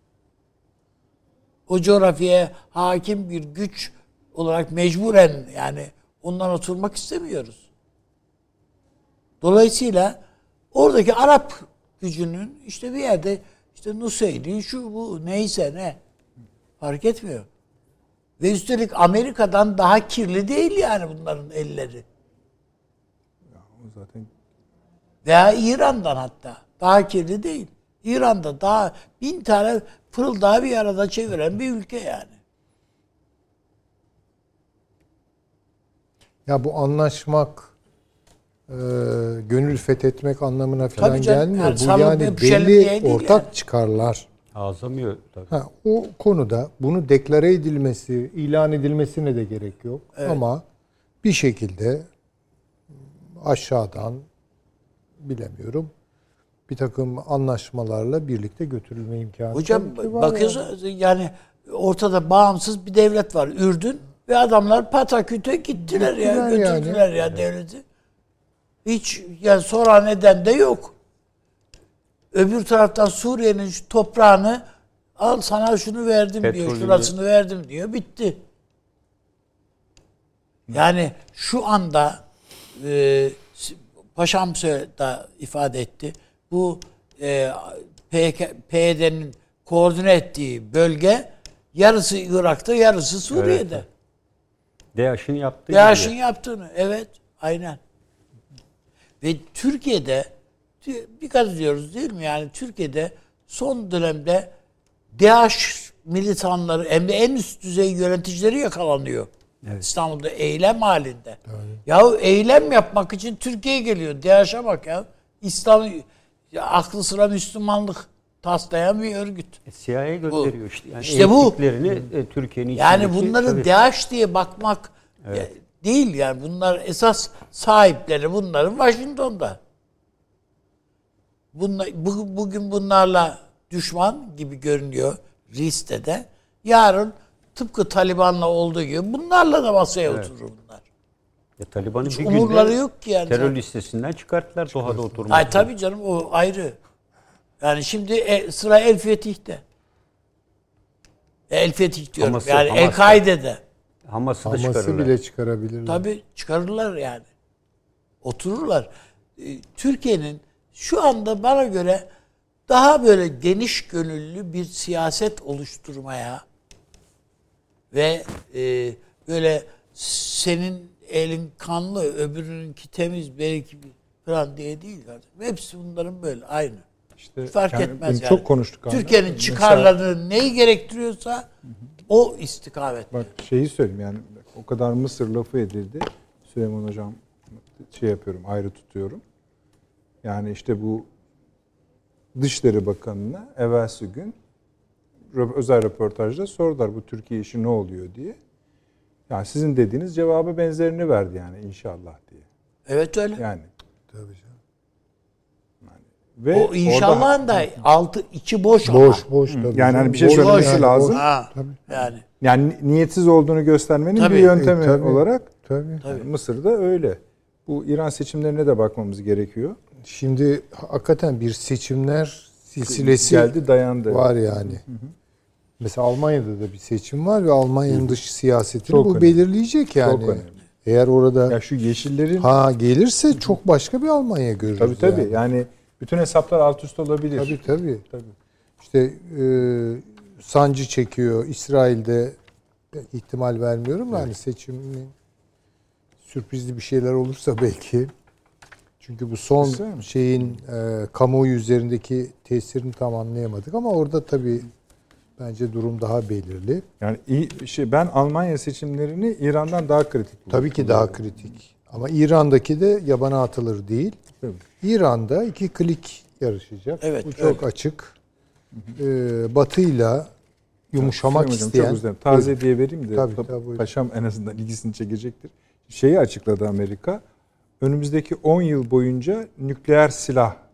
O coğrafyaya hakim bir güç olarak mecburen yani ondan oturmak istemiyoruz. Dolayısıyla oradaki Arap gücünün işte bir yerde işte Nusayri şu bu neyse ne fark etmiyor. Ve üstelik Amerika'dan daha kirli değil yani bunların elleri. Ya, o zaten Veya İran'dan hatta daha kirli değil. İran'da daha bin tane fırıldağı bir arada çeviren bir ülke yani. Ya bu anlaşmak, e, gönül fethetmek anlamına falan Tabii canım, gelmiyor. yani Bu salıp yani öpüşelim diye belli değil ortak yani. çıkarlar. Azamıyor tabii. Ha, o konuda bunu deklare edilmesi, ilan edilmesine de gerek yok. Evet. Ama bir şekilde aşağıdan bilemiyorum bir takım anlaşmalarla birlikte götürülme imkanı. Hocam tabii ki var bakıyorsunuz yani. yani ortada bağımsız bir devlet var. Ürdün ve adamlar pataküte gittiler ya. Gittiler Götürdüler yani. ya devleti. Hiç yani soran eden de yok. Öbür taraftan Suriye'nin şu toprağını al sana şunu verdim diyor. Petrolünü. Şurasını verdim diyor. Bitti. Yani şu anda e, Paşam da ifade etti. Bu e, P Y D'nin koordine ettiği bölge yarısı Irak'ta, yarısı Suriye'de. Evet. DAEŞ'in yaptığı DAEŞ'in gibi. yaptığını. Evet, aynen. Ve Türkiye'de dikkat ediyoruz değil mi? Yani Türkiye'de son dönemde DAEŞ militanları hem de en üst düzey yöneticileri yakalanıyor. Evet. İstanbul'da eylem halinde. Evet. Ya eylem yapmak için Türkiye'ye geliyor. DAEŞ'e bak ya. İslam ya, aklı sıra Müslümanlık taslayan bir örgüt. E, C I A gönderiyor işte. Yani işte bu. E, Türkiye'nin yani içindeki, bunları tabii. DAEŞ diye bakmak Evet. ya, değil yani. Bunlar esas sahipleri bunların Washington'da. Bunlar, bu, bugün bunlarla düşman gibi görünüyor listede. Yarın tıpkı Taliban'la olduğu gibi bunlarla da masaya evet. oturur bunlar. Ya, Taliban'ın hiç bir umurları günde yok ki yani. Terör listesinden çıkarttılar Doha'da oturmak. Ay tabii canım o ayrı. Yani şimdi e, sıra El Fetih'te. El Fetih diyorum. Hamas'ı, yani Hamas'ı. El-Kaide'de. Hamas'ı da Hamas'ı çıkarırlar. bile çıkarabilirler. Tabii çıkarırlar yani. Otururlar. Ee, Türkiye'nin şu anda bana göre daha böyle geniş gönüllü bir siyaset oluşturmaya ve e, böyle senin elin kanlı, öbürününki temiz belki falan diye değil kardeşim. Hepsi bunların böyle aynı. İşte fark yani etmez yani. Çok konuştuk. Türkiye'nin Mesela, çıkarlarını neyi gerektiriyorsa hı hı. o istikamet. Bak şeyi söyleyeyim yani o kadar Mısır lafı edildi. Süleyman Hocam şey yapıyorum ayrı tutuyorum. Yani işte bu Dışişleri Bakanı'na evvelsi gün özel röportajda sordular bu Türkiye işi ne oluyor diye. Yani sizin dediğiniz cevabı benzerini verdi yani inşallah diye. Evet öyle. Yani. Tabii canım. Yani, ve o inşallahın da altı içi boş ama. Boş boş tabii. Yani hani bir şey boş, söylemesi yani, lazım. boş. Ha, Tabii. yani. Yani niyetsiz olduğunu göstermenin Tabii. bir yöntemi E, tabii. olarak Tabii. yani Mısır'da öyle. Bu İran seçimlerine de bakmamız gerekiyor. Şimdi hakikaten bir seçimler silsilesi geldi dayandı. Var yani. Hı hı. Mesela Almanya'da da bir seçim var ve Almanya'nın dış siyasetini çok bu önemli. belirleyecek yani. Çok önemli. Eğer orada ya şu yeşillerin ha gelirse çok başka bir Almanya görürüz. Tabii tabii. Yani, yani bütün hesaplar alt üst olabilir. Tabii tabii. tabii. İşte e, sancı çekiyor İsrail'de ihtimal vermiyorum da evet. Hani seçimin sürprizli bir şeyler olursa belki. Çünkü bu son şeyin e, kamuoyu üzerindeki tesirini tam anlayamadık ama orada tabii bence durum daha belirli. Yani iyi şey ben Almanya seçimlerini İran'dan daha kritik buluyorum. Tabii ki daha kritik. Ama İran'daki de yabana atılır değil. Tabii. İran'da iki klik yarışacak. Evet, bu çok evet. açık. Ee, Batı'yla yumuşamak hocam, isteyen. çok taze diye vereyim de tabii, tabii, paşam en azından ilgisini çekecektir. Şeyi açıkladı Amerika. Önümüzdeki on yıl boyunca nükleer silah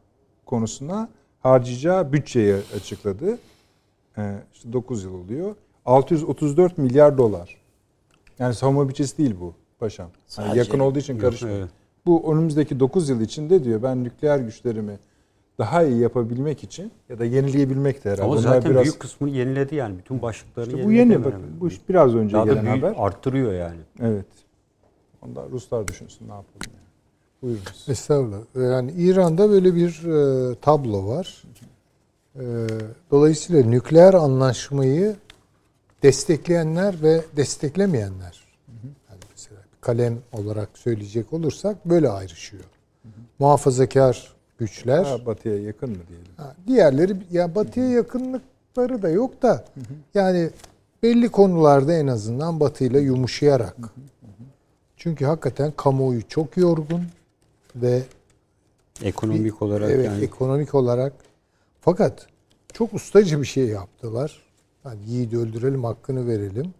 konusuna harcayacağı bütçeyi açıkladı. Ee, işte dokuz yıl oluyor. altı yüz otuz dört milyar dolar. Yani savunma bütçesi değil bu paşam. Yani yakın olduğu için karışmıyor. Evet. Bu önümüzdeki dokuz yıl içinde diyor ben nükleer güçlerimi daha iyi yapabilmek için ya da yenileyebilmek de herhalde. Ama Bunlar zaten biraz, büyük kısmını yeniledi yani. Bütün başlıklarını işte yeniledi. Bu yeni bakın. Bu biraz önce daha gelen da büyük, haber. arttırıyor yani. Evet. Onda Ruslar düşünsün ne yapalım yani. Buyurunuz. Estağfurullah. Yani İran'da böyle bir e, tablo var. E, dolayısıyla nükleer anlaşmayı destekleyenler ve desteklemeyenler. Yani mesela kalem olarak söyleyecek olursak böyle ayrışıyor. Hı hı. Muhafazakar güçler. Ha, batıya yakın mı diyelim? Ha, diğerleri ya batıya yakınlıkları da yok da hı hı. yani belli konularda en azından batıyla yumuşayarak. Hı hı. Çünkü hakikaten kamuoyu çok yorgun ve ekonomik bir, olarak evet, yani ekonomik olarak fakat çok ustaca bir şey yaptılar. Yani yiğidi öldürelim, hakkını verelim.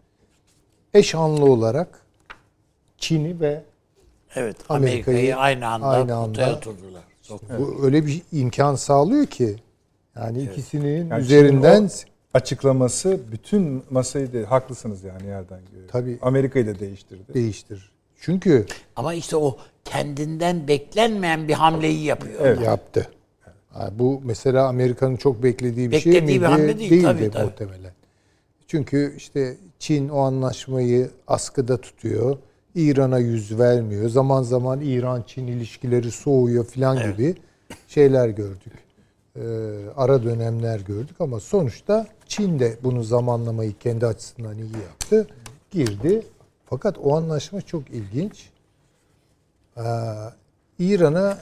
Eş anlı olarak Çin'i ve evet Amerika'yı, Amerika'yı aynı anda aynı anda oturdular. Çok evet. Bu öyle bir imkan sağlıyor ki yani evet. ikisinin yani üzerinden açıklaması bütün masayı da haklısınız yani yerden görüyor. Tabii Amerika'yı da değiştirdi. Değiştirir. Çünkü ama işte o kendinden beklenmeyen bir hamleyi yapıyor. Evet. Yaptı. Yani bu mesela Amerika'nın çok beklediği bir beklediği şey miydi? Bir hamle değil, Değildi tabii, tabii. muhtemelen. Çünkü işte Çin o anlaşmayı askıda tutuyor. İran'a yüz vermiyor. Zaman zaman İran-Çin ilişkileri soğuyor falan evet. gibi şeyler gördük. Ee, ara dönemler gördük ama sonuçta Çin de bunu zamanlamayı kendi açısından iyi yaptı. Girdi. Fakat o anlaşma çok ilginç. Ee, İran'a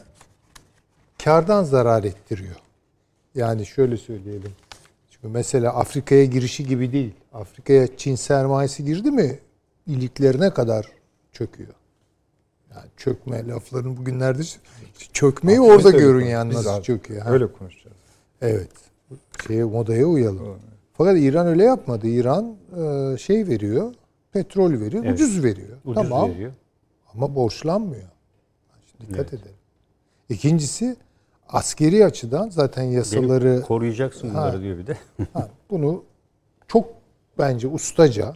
kardan zarar ettiriyor. Yani şöyle söyleyelim. Çünkü mesela Afrika'ya girişi gibi değil. Afrika'ya Çin sermayesi girdi mi iliklerine kadar çöküyor. Yani çökme laflarını bugünlerde çökmeyi Afrika orada görün yani nasıl abi, çöküyor. Öyle ha. konuşacağız. Evet. Şeye modaya uyalım. Evet. Fakat İran öyle yapmadı. İran şey veriyor, petrol veriyor, evet. ucuz veriyor. Ucuz tamam. veriyor. Ama borçlanmıyor. Şimdi dikkat evet. edelim. İkincisi askeri açıdan zaten yasaları Benim koruyacaksın bunları ha, diyor bir de. ha, bunu çok bence ustaca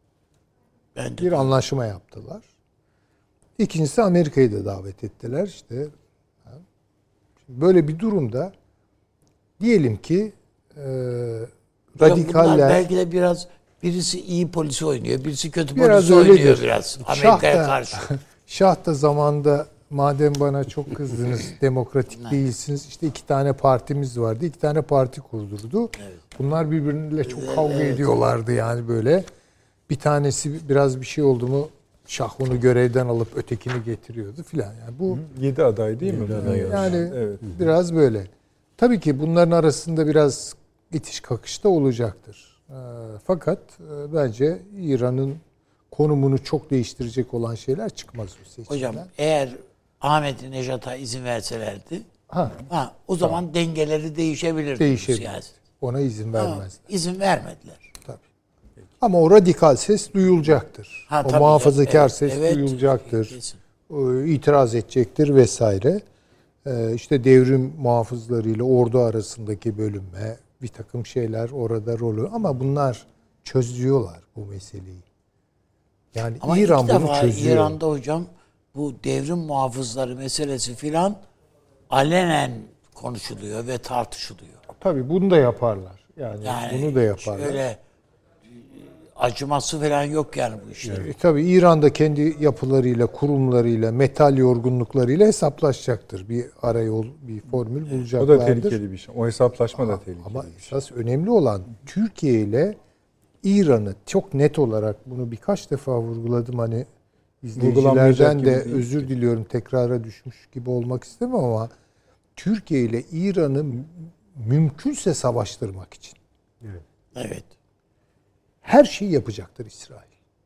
bence bir anlaşma yaptılar. İkincisi Amerika'yı da davet ettiler işte. Böyle bir durumda diyelim ki e, radikaller bunlar belki de biraz birisi iyi polisi oynuyor, birisi kötü polisi oynuyor öyledir. Biraz Amerika'ya karşı. Şah da zamanında madem bana çok kızdınız, demokratik değilsiniz. İşte iki tane partimiz vardı. İki tane parti kurdurdu. Evet. Bunlar birbirleriyle çok evet, kavga evet. ediyorlardı yani böyle. Bir tanesi biraz bir şey oldu mu Şah onu görevden alıp ötekini getiriyordu filan. Yani bu yedi aday değil mi? Yedi aday yani evet. biraz böyle. Tabii ki bunların arasında biraz itiş kakış da olacaktır. E, fakat e, bence İran'ın konumunu çok değiştirecek olan şeyler çıkmaz o seçimden. Hocam eğer Ahmet Nejat'a izin verselerdi ha, ha o zaman tamam. dengeleri değişebilirdi. Değişebilir. Siyaset. Ona izin vermezler. Ha, izin vermediler. Tabii. Ama o radikal ses duyulacaktır. Ha, o muhafazakar evet, ses evet, duyulacaktır. Kesin. İtiraz edecektir vesaire. Ee, işte devrim muhafızlarıyla ordu arasındaki bölünme, bir takım şeyler orada rolü ama bunlar çözüyorlar bu meseleyi. Yani ama İran bunu çözüyor. İran'da hocam bu devrim muhafızları meselesi filan alenen konuşuluyor ve tartışılıyor. Tabii bunu da yaparlar. Yani, yani bunu da yaparlar. Şöyle acıması falan yok yani bu işlerin. E, tabii İran'da kendi yapılarıyla, kurumlarıyla, metal yorgunluklarıyla hesaplaşacaktır. Bir arayol, bir formül evet. bulacaklardır. O da tehlikeli bir şey. O hesaplaşma Aa, da tehlikeli. Ama bir esas şey. önemli olan Türkiye ile İran'ı çok net olarak bunu birkaç defa vurguladım hani izleyicilerden de özür diliyorum tekrara düşmüş gibi olmak istemem ama Türkiye ile İran'ı mümkünse savaştırmak için. Evet. Evet. Her şeyi yapacaktır İsrail.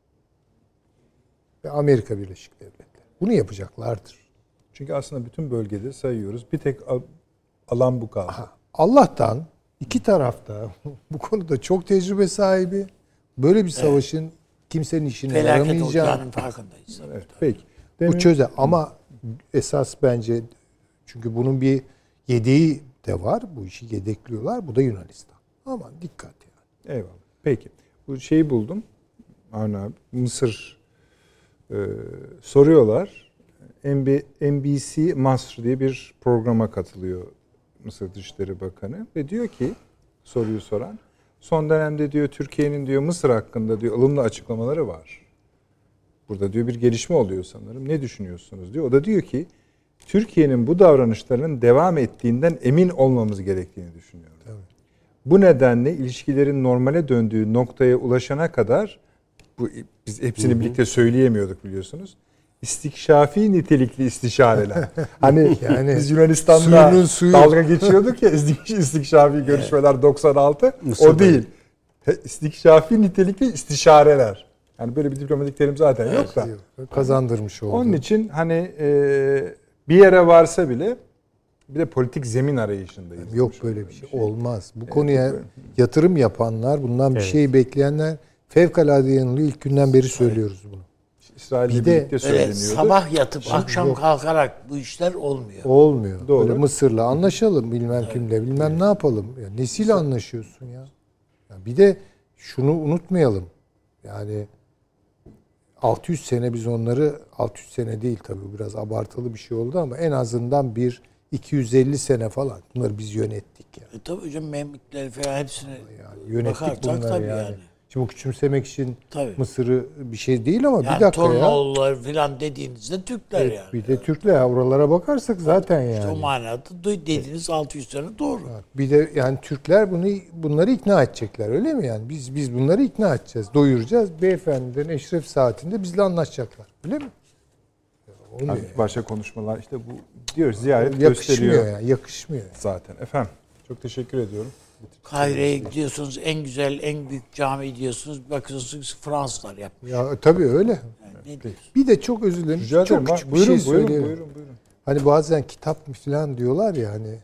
Ve Amerika Birleşik Devletleri. Bunu yapacaklardır. Çünkü aslında bütün bölgede sayıyoruz. Bir tek alan bu kaldı. Aha. Allah'tan iki tarafta bu konuda çok tecrübe sahibi. Böyle bir savaşın evet. kimsenin işine felaket yaramayacağı. Felaket olacağının farkındayız. Evet, peki. Demin, bu çözer. Ama esas bence çünkü bunun bir yedeği de var. Bu işi yedekliyorlar. Bu da Yunanistan. Aman dikkat yani. Eyvallah. Peki. Bu şeyi buldum. Avni abi. Mısır e, soruyorlar. M B C Masr diye bir programa katılıyor Mısır Dışişleri Bakanı ve diyor ki, soruyu soran, son dönemde diyor Türkiye'nin diyor Mısır hakkında diyor ılımlı açıklamaları var. Burada diyor bir gelişme oluyor sanırım. Ne düşünüyorsunuz diyor. O da diyor ki Türkiye'nin bu davranışlarının devam ettiğinden emin olmamız gerektiğini düşünüyorum. Evet. Bu nedenle ilişkilerin normale döndüğü noktaya ulaşana kadar, bu biz hepsini hı hı. birlikte söyleyemiyorduk biliyorsunuz. İstikşafi nitelikli istişareler. Hani yani biz Yunanistan'da suyu. dalga geçiyorduk ya istikşafi görüşmeler doksan altı. O değil. İstikşafi nitelikli istişareler. Yani böyle bir diplomatik terim zaten evet, yok da. Yok. Kazandırmış oldu. Onun için hani e, bir yere varsa bile bir de politik zemin arayışındayız. Yok böyle bir şey. şey. Olmaz. Bu evet, konuya böyle. yatırım yapanlar, bundan evet. bir şey bekleyenler fevkalade yanılıyor. İlk günden beri söylüyoruz bunu. İsrail'le birlikte söyleniyordu. Evet, sabah yatıp şimdi akşam yok. kalkarak bu işler olmuyor. Olmuyor. Doğru. Böyle Mısır'la anlaşalım bilmem evet. kimle bilmem evet. ne yapalım. Ya nesiyle anlaşıyorsun ya? ya? Bir de şunu unutmayalım. Yani altı yüz sene biz onları, altı yüz sene değil tabii biraz abartılı bir şey oldu ama en azından bir iki yüz elli sene falan bunları biz yönettik yani. E tabii hocam Memlükler falan hepsini yani yönettik bakarsak bunları tabii yani. yani. Şimdi bu küçümsemek için tabii. Mısır'ı bir şey değil ama yani bir dakika ya. Tornoğullar falan dediğinizde Türkler evet, yani. Bir de Türkler oralara bakarsak zaten yani. İşte o manada dediğiniz altı yüz sene doğru. Bir de yani Türkler bunu bunları ikna edecekler öyle mi yani? Biz biz bunları ikna edeceğiz, doyuracağız. Beyefendilerin eşref saatinde bizle anlaşacaklar. Öyle mi? Olmuyor yani. Başka konuşmalar işte bu diyoruz ziyaret yakışmıyor gösteriyor. Yani, yakışmıyor. Zaten. Efendim çok teşekkür ediyorum. Kahire'ye gidiyorsunuz, en güzel, en büyük cami diyorsunuz. Bakıyorsunuz Fransızlar yapmış. Ya tabii öyle. Yani ne bir de çok özür dilerim. Rica çok ederim. küçük Buyurun, bir şey buyurun, söyleyeyim. buyurun, buyurun. Hani bazen kitap mı falan diyorlar ya hani.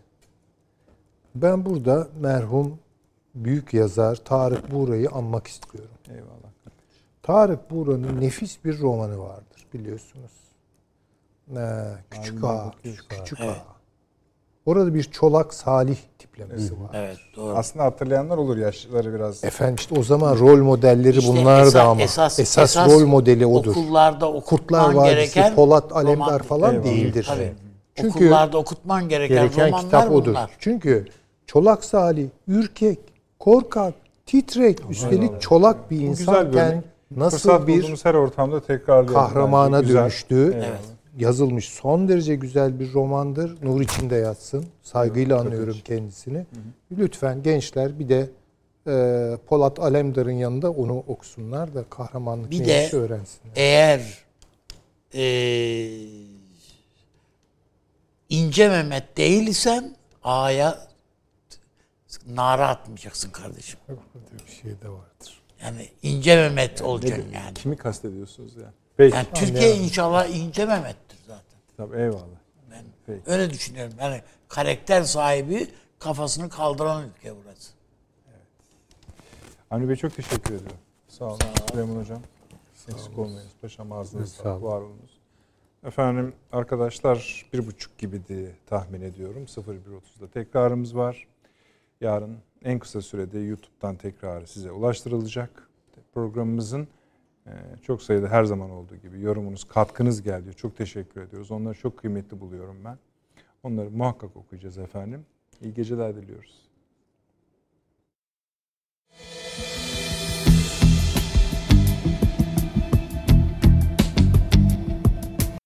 Ben burada merhum büyük yazar Tarık Buğra'yı anmak istiyorum. Eyvallah. Tarık Buğra'nın nefis bir romanı vardır biliyorsunuz. Ee, Küçük Ağa. Küçük, küçük evet. Ağa. Orada bir Çolak Salih tiplemesi evet. var. Evet, doğru. Aslında hatırlayanlar olur yaşlıları biraz. Efendim işte o zaman rol modelleri işte bunlar esas, da ama esas, esas, esas rol modeli odur. Okullarda okutman Kurtlar Vadisi, gereken Polat Alemdar falan Eyvallah. değildir. Tabii. Çünkü okullarda okutman gereken, gereken romanlar kitap odur. Bunlar. Çünkü Çolak Salih ürkek, korkak, titrek, Allah üstelik Allah. Çolak bir insanken nasıl Fırsat bir her ortamda tekrarlayalım. kahramana dönüştü. Evet. Yazılmış son derece güzel bir romandır. Nur içinde yatsın. Saygıyla evet, anıyorum evet. kendisini. Hı hı. Lütfen gençler bir de e, Polat Alemdar'ın yanında onu okusunlar da kahramanlık bir neymiş de öğrensinler. Eğer e, İnce Mehmet değilsen A'ya nara atmayacaksın kardeşim. Bir şey de vardır. Yani İnce Mehmet yani olacaksın nedir? yani. Kimi kastediyorsunuz yani? Peki. Yani Türkiye inşallah İnce Mehmet'tir zaten. Tabii eyvallah. Ben Peki. öyle düşünüyorum. Yani karakter sahibi, kafasını kaldıran ülke burası. Evet. Avni Bey çok teşekkür ediyorum. Sağ olun. Süleyman Hocam. Eksik olmayınız. Paşam ağzınız sağ var olunuz. Efendim arkadaşlar bir buçuk gibi diye tahmin ediyorum. sıfır bir otuzda tekrarımız var. Yarın en kısa sürede YouTube'dan tekrarı size ulaştırılacak. Programımızın çok sayıda her zaman olduğu gibi yorumunuz, katkınız geldi. Çok teşekkür ediyoruz. Onları çok kıymetli buluyorum ben. Onları muhakkak okuyacağız efendim. İyi geceler diliyoruz.